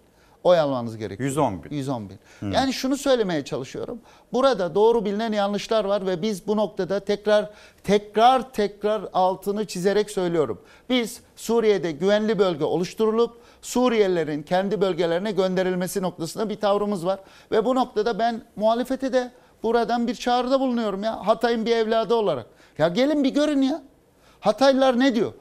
oy almanız gerekiyor. yüz on bin. yüz on bin. Hmm. Yani şunu söylemeye çalışıyorum. Burada doğru bilinen yanlışlar var ve biz bu noktada tekrar tekrar tekrar altını çizerek söylüyorum. Biz Suriye'de güvenli bölge oluşturulup Suriyelilerin kendi bölgelerine gönderilmesi noktasında bir tavrımız var. Ve bu noktada ben muhalefete de buradan bir çağrıda bulunuyorum ya. Hatay'ın bir evladı olarak. Ya gelin bir görün ya. Hataylılar ne diyor?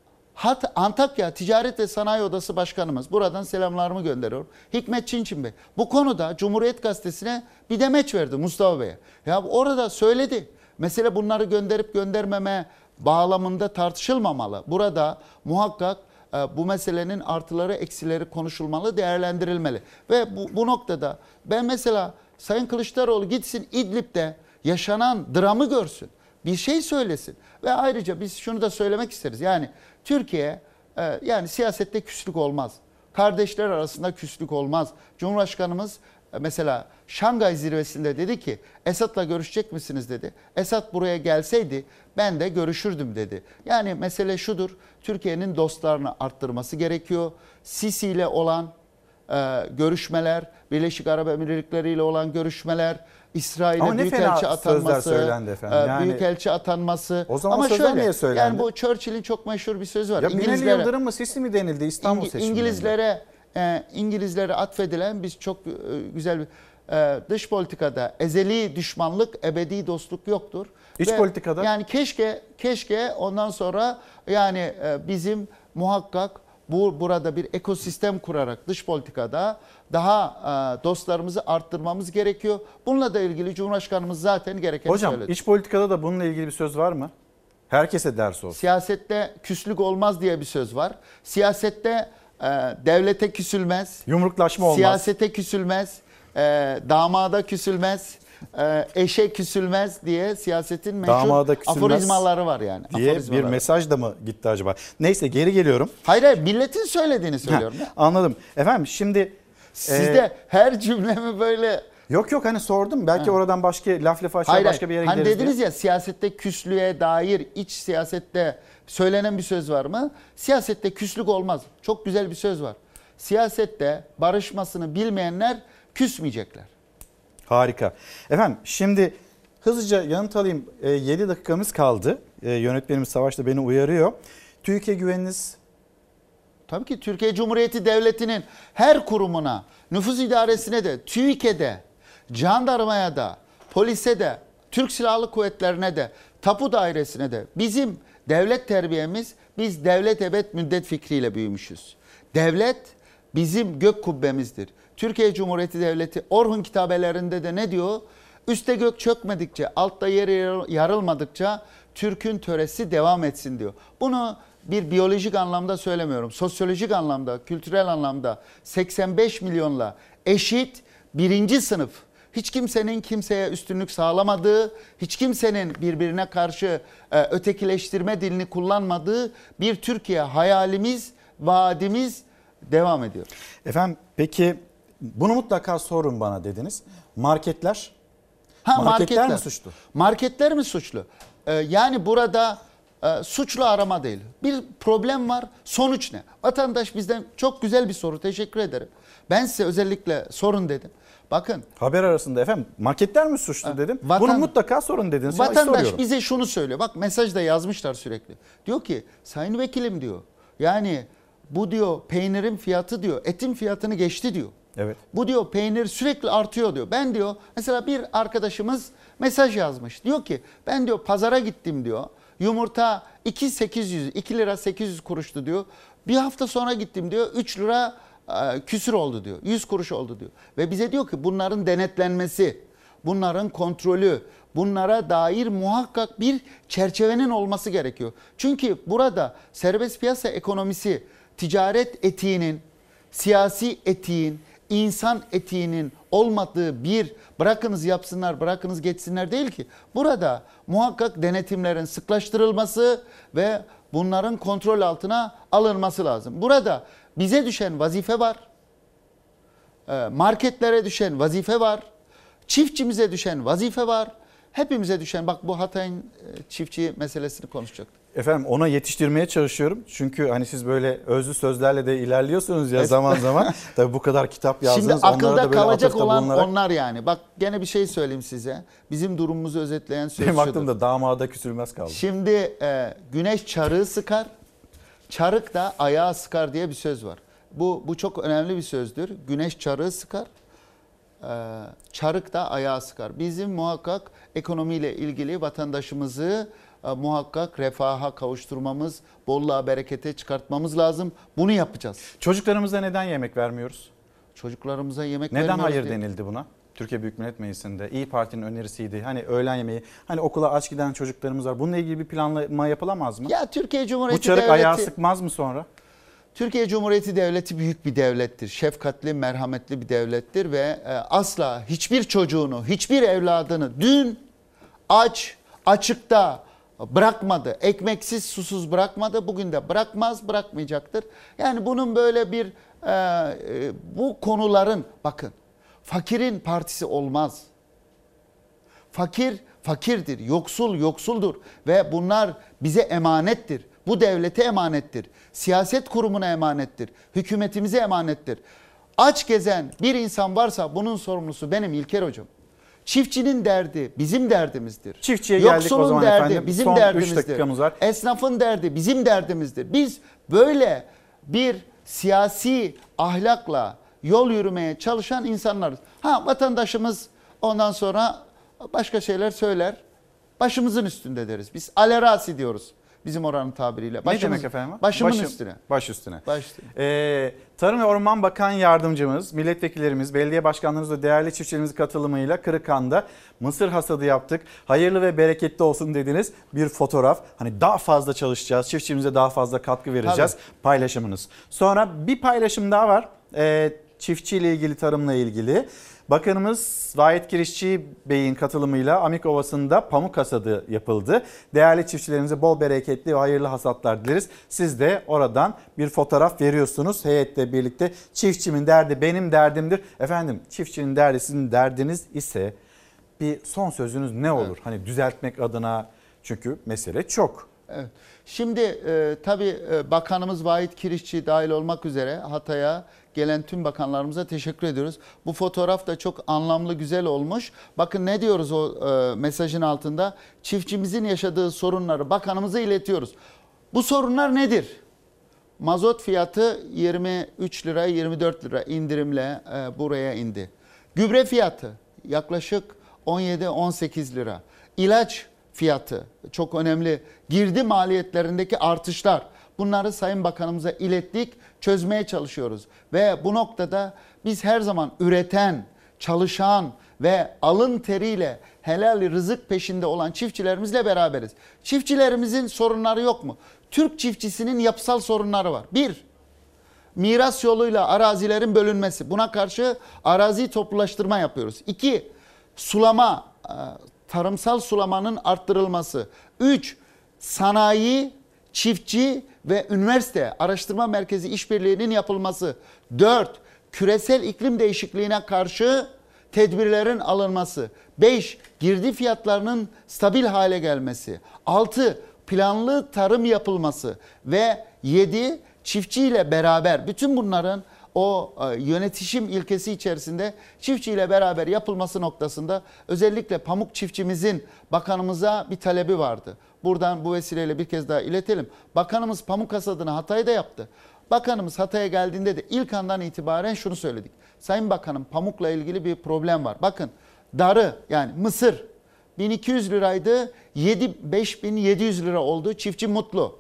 Hat Antakya Ticaret ve Sanayi Odası Başkanımız, buradan selamlarımı gönderiyorum, Hikmet Çinçin Bey, bu konuda Cumhuriyet Gazetesi'ne bir demeç verdi Mustafa Bey'e. Ya orada söyledi. Mesele bunları gönderip göndermeme bağlamında tartışılmamalı. Burada muhakkak bu meselenin artıları eksileri konuşulmalı, değerlendirilmeli. Ve bu, bu noktada ben mesela Sayın Kılıçdaroğlu gitsin İdlib'de yaşanan dramı görsün. Bir şey söylesin. Ve ayrıca biz şunu da söylemek isteriz. Yani Türkiye e, yani siyasette küslük olmaz. Kardeşler arasında küslük olmaz. Cumhurbaşkanımız e, mesela Şangay zirvesinde dedi ki Esad'la görüşecek misiniz dedi. Esad buraya gelseydi ben de görüşürdüm dedi. Yani mesele şudur. Türkiye'nin dostlarını arttırması gerekiyor. Sisi ile olan e, görüşmeler, Birleşik Arap Emirlikleri ile olan görüşmeler, İsrail'e büyükelçi atanması, yani, büyükelçi atanması. O zaman ama sözler şöyle, niye söylendi? Yani bu Churchill'in çok meşhur bir sözü var. Ya Binali Yıldırım mı Sisi mi denildi İstanbul İng- seçimlerinde? İngilizlere e, İngilizlere atfedilen biz çok e, güzel bir e, dış politikada ezeli düşmanlık, ebedi dostluk yoktur. İç Ve politikada? Yani keşke keşke ondan sonra yani e, bizim muhakkak bu burada bir ekosistem kurarak dış politikada daha e, dostlarımızı arttırmamız gerekiyor. Bununla da ilgili Cumhurbaşkanımız zaten gerekeni Hocam, söyledi. iç politikada da bununla ilgili bir söz var mı? Herkese ders olsun. Siyasette küslük olmaz diye bir söz var. Siyasette e, devlete küsülmez. Yumruklaşma olmaz. Siyasete küsülmez. E, damada küsülmez. E, eşe küsülmez diye siyasetin meşhur aforizmaları var yani. Diye aforizmaları. bir mesaj da mı gitti acaba? Neyse geri geliyorum. Hayır hayır milletin söylediğini söylüyorum. Ha, anladım. Efendim şimdi... Sizde e, her cümlemi böyle... Yok yok hani sordum. Belki ha. oradan başka laf lafı açar başka bir yere hani gideriz dediniz diye. ya siyasette küslüğe dair iç siyasette söylenen bir söz var mı? Siyasette küslük olmaz. Çok güzel bir söz var. Siyasette barışmasını bilmeyenler küsmeyecekler. Harika. Efendim şimdi hızlıca yanıt alayım. E, yedi dakikamız kaldı. E, yönetmenimiz Savaş da beni uyarıyor. TÜİK'e güveniniz? Tabii ki Türkiye Cumhuriyeti Devleti'nin her kurumuna, nüfus idaresine de, TÜİK'e de, jandarmaya da, polise de, Türk Silahlı Kuvvetlerine de, tapu dairesine de bizim devlet terbiyemiz, biz devlet ebed müddet fikriyle büyümüşüz. Devlet bizim gök kubbemizdir. Türkiye Cumhuriyeti Devleti Orhun kitabelerinde de ne diyor? Üste gök çökmedikçe, altta yer yarılmadıkça Türk'ün töresi devam etsin diyor. Bunu bir biyolojik anlamda söylemiyorum. Sosyolojik anlamda, kültürel anlamda seksen beş milyonla eşit birinci sınıf. Hiç kimsenin kimseye üstünlük sağlamadığı, hiç kimsenin birbirine karşı e, ötekileştirme dilini kullanmadığı bir Türkiye hayalimiz, vaadimiz devam ediyor. Efendim peki bunu mutlaka sorun bana dediniz. Marketler? Ha, marketler, marketler mi suçlu? Marketler mi suçlu? Ee, yani burada e, suçlu arama değil. Bir problem var. Sonuç ne? Vatandaş bizden çok güzel bir soru. Teşekkür ederim. Ben size özellikle sorun dedim. Bakın. Haber arasında efendim marketler mi suçlu dedim. Vatan, Bunu mutlaka sorun dediniz. Vatandaş bize şunu söylüyor. Bak mesajda yazmışlar sürekli. Diyor ki sayın vekilim diyor. Yani bu diyor peynirin fiyatı diyor etin fiyatını geçti diyor. Evet. Bu diyor peynir sürekli artıyor diyor. Ben diyor mesela bir arkadaşımız mesaj yazmış. Diyor ki ben diyor pazara gittim diyor. Yumurta iki sekiz yüz, iki lira sekiz yüz kuruştu diyor. Bir hafta sonra gittim diyor üç lira e, küsür oldu diyor. yüz kuruş oldu diyor. Ve bize diyor ki bunların denetlenmesi, bunların kontrolü, bunlara dair muhakkak bir çerçevenin olması gerekiyor. Çünkü burada serbest piyasa ekonomisi ticaret etiğinin, siyasi etiğin, insan etiğinin olmadığı bir bırakınız yapsınlar, bırakınız geçsinler değil ki. Burada muhakkak denetimlerin sıklaştırılması ve bunların kontrol altına alınması lazım. Burada bize düşen vazife var, marketlere düşen vazife var, çiftçimize düşen vazife var. hepimize düşen, bak bu Hatay'ın çiftçi meselesini konuşacaktık. Efendim ona yetiştirmeye çalışıyorum. Çünkü hani siz böyle özlü sözlerle de ilerliyorsunuz ya zaman zaman. Tabii bu kadar kitap yazdınız. Şimdi akılda kalacak olan bulunarak... onlar yani. Bak gene bir şey söyleyeyim size. Bizim durumumuzu özetleyen söz Benim şudur. aklımda damada küsülmez kaldı. Şimdi e, güneş çarığı sıkar, çarık da ayağı sıkar diye bir söz var. Bu, bu çok önemli bir sözdür. Güneş çarığı sıkar, e, çarık da ayağı sıkar. Bizim muhakkak ekonomiyle ilgili vatandaşımızı e, muhakkak refaha kavuşturmamız, bolluğa, berekete çıkartmamız lazım. Bunu yapacağız. Çocuklarımıza neden yemek vermiyoruz? Çocuklarımıza yemek neden vermiyoruz hayır diye. denildi buna? Türkiye Büyük Millet Meclisi'nde İYİ Parti'nin önerisiydi. Hani öğlen yemeği, hani okula aç giden çocuklarımız var. Bununla ilgili bir planlama yapılamaz mı? Ya Türkiye Cumhuriyeti Bu çarık Devleti, ayağı sıkmaz mı sonra? Türkiye Cumhuriyeti Devleti büyük bir devlettir. Şefkatli, merhametli bir devlettir ve asla hiçbir çocuğunu, hiçbir evladını dün aç, açıkta bırakmadı. Ekmeksiz, susuz bırakmadı. Bugün de bırakmaz, bırakmayacaktır. Yani bunun böyle bir e, bu konuların, bakın, fakirin partisi olmaz. Fakir fakirdir, yoksul yoksuldur ve bunlar bize emanettir. Bu devlete emanettir. Siyaset kurumuna emanettir. Hükümetimize emanettir. Aç gezen bir insan varsa bunun sorumlusu benim İlker Hocam. Çiftçinin derdi bizim derdimizdir. Çiftçiye geldik Yoksulun o zaman derdi efendim. bizim Son derdimizdir. üç dakikamız var. Esnafın derdi bizim derdimizdir. Biz böyle bir siyasi ahlakla yol yürümeye çalışan insanlarız. Ha, vatandaşımız ondan sonra başka şeyler söyler. Başımızın üstünde deriz. Biz alerasi diyoruz. Bizim oranın tabiriyle. Başımız, ne demek efendim? Başımın Başım, üstüne. Baş üstüne. Baş üstüne. Ee, Tarım ve Orman Bakan Yardımcımız, milletvekillerimiz, belediye başkanlarımız ve değerli çiftçilerimizin katılımıyla Kırıkhan'da mısır hasadı yaptık. Hayırlı ve bereketli olsun dediniz. Bir fotoğraf. Hani daha fazla çalışacağız. Çiftçimize daha fazla katkı vereceğiz. Tabii. Paylaşımınız. Sonra bir paylaşım daha var. Ee, çiftçiyle ilgili, tarımla ilgili. Bakanımız Vahit Kirişçi Bey'in katılımıyla Amik Ovası'nda pamuk hasadı yapıldı. Değerli çiftçilerimize bol bereketli ve hayırlı hasatlar dileriz. Siz de oradan bir fotoğraf veriyorsunuz heyetle birlikte. Çiftçimin derdi benim derdimdir. Efendim çiftçinin derdi sizin derdiniz ise bir son sözünüz ne olur? Evet. Hani düzeltmek adına, çünkü mesele çok. Evet. Şimdi e, tabii e, Bakanımız Vahit Kirişçi dahil olmak üzere Hatay'a gelen tüm bakanlarımıza teşekkür ediyoruz. Bu fotoğraf da çok anlamlı, güzel olmuş. Bakın ne diyoruz o e, mesajın altında? Çiftçimizin yaşadığı sorunları bakanımıza iletiyoruz. Bu sorunlar nedir? Mazot fiyatı yirmi üç lira yirmi dört lira indirimle e, buraya indi. Gübre fiyatı yaklaşık on yedi on sekiz lira. İlaç fiyatı çok önemli. Girdi maliyetlerindeki artışlar. Bunları Sayın Bakanımıza ilettik, çözmeye çalışıyoruz. Ve bu noktada biz her zaman üreten, çalışan ve alın teriyle helal rızık peşinde olan çiftçilerimizle beraberiz. Çiftçilerimizin sorunları yok mu? Türk çiftçisinin yapısal sorunları var. Bir, miras yoluyla arazilerin bölünmesi. Buna karşı arazi toplulaştırma yapıyoruz. İki, sulama, tarımsal sulamanın arttırılması. Üç, sanayi, çiftçi ve üniversite araştırma merkezi işbirliğinin yapılması. Dört, küresel iklim değişikliğine karşı tedbirlerin alınması. Beş, girdi fiyatlarının stabil hale gelmesi. Altı, planlı tarım yapılması. Ve yedi, çiftçiyle beraber bütün bunların o yönetişim ilkesi içerisinde çiftçiyle beraber yapılması noktasında özellikle pamuk çiftçimizin bakanımıza bir talebi vardı. Buradan bu vesileyle bir kez daha iletelim. Bakanımız pamuk hasadını Hatay'da yaptı. Bakanımız Hatay'a geldiğinde de ilk andan itibaren şunu söyledik. Sayın Bakanım, pamukla ilgili bir problem var. Bakın darı, yani mısır bin iki yüz liraydı, beş bin yedi yüz lira oldu. Çiftçi mutlu.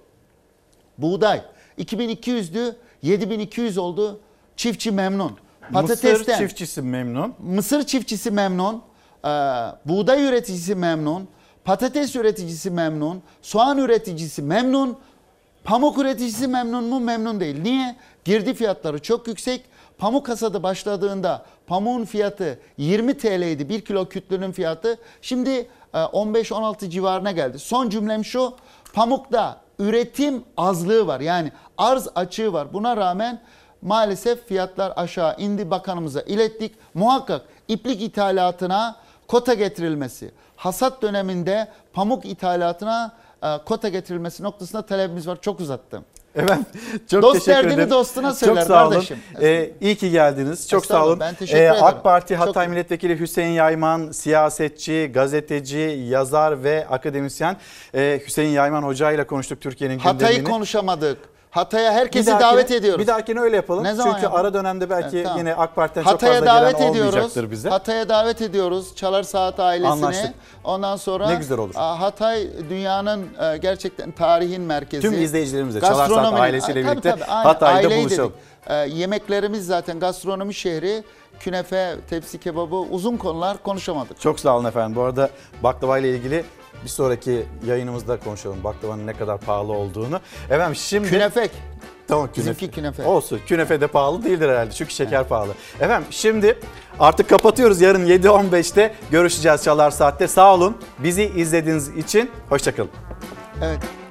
Buğday iki bin iki yüzdü, yedi bin iki yüz oldu. Çiftçi memnun. Patatesten, mısır çiftçisi memnun. Mısır çiftçisi memnun. Ee, buğday üreticisi memnun. Patates üreticisi memnun. Soğan üreticisi memnun. Pamuk üreticisi memnun mu? Memnun değil. Niye? Girdi fiyatları çok yüksek. Pamuk hasadı başladığında pamuğun fiyatı yirmi T L'ydi. bir kilo kütlünün fiyatı. Şimdi on beş on altı civarına geldi. Son cümlem şu. Pamukta üretim azlığı var. Yani arz açığı var. Buna rağmen maalesef fiyatlar aşağı indi, bakanımıza ilettik. Muhakkak iplik ithalatına kota getirilmesi, hasat döneminde pamuk ithalatına e, kota getirilmesi noktasında talebimiz var. Çok uzattım. Efendim çok Dost teşekkür ederim. derdini dostuna söyler çok sağ olun. kardeşim. Ee, iyi ki geldiniz. Çok sağ olun. Ben teşekkür ederim. AK Parti Hatay Çok... Milletvekili Hüseyin Yayman, siyasetçi, gazeteci, yazar ve akademisyen. Ee, Hüseyin Yayman Hoca ile konuştuk Türkiye'nin gündemini. Hatay'ı konuşamadık. Hatay'a herkesi Bir dahakine- davet ediyoruz. Bir dahakine öyle yapalım. Ne zaman Çünkü yapalım? ara dönemde belki Evet, tamam. yine AK Parti'den Hatay'a çok fazla davet gelen ediyoruz. olmayacaktır bize. Hatay'a davet ediyoruz. Çalar Saat ailesini. Anlaştık. Ondan sonra Ne güzel olur. Hatay dünyanın e, gerçekten tarihin merkezi. Tüm izleyicilerimizle Çalar Saat Gastronominin- ailesiyle Tabii, birlikte tabii, aynen, Hatay'da aileyi buluşalım. dedik. E, yemeklerimiz zaten gastronomi şehri. Künefe, tepsi kebabı, uzun konular konuşamadık. Çok sağ olun efendim. Bu arada baklava ile ilgili bir sonraki yayınımızda konuşalım. Baklavanın ne kadar pahalı olduğunu. Efendim şimdi... Künefek. Tamam künefe. Bizimki künefe. Olsun. Künefe de pahalı değildir herhalde. Çünkü şeker pahalı. Efendim şimdi artık kapatıyoruz. Yarın yedi on beşte görüşeceğiz Çalar Saat'te. Sağ olun. Bizi izlediğiniz için hoşça kalın. Evet.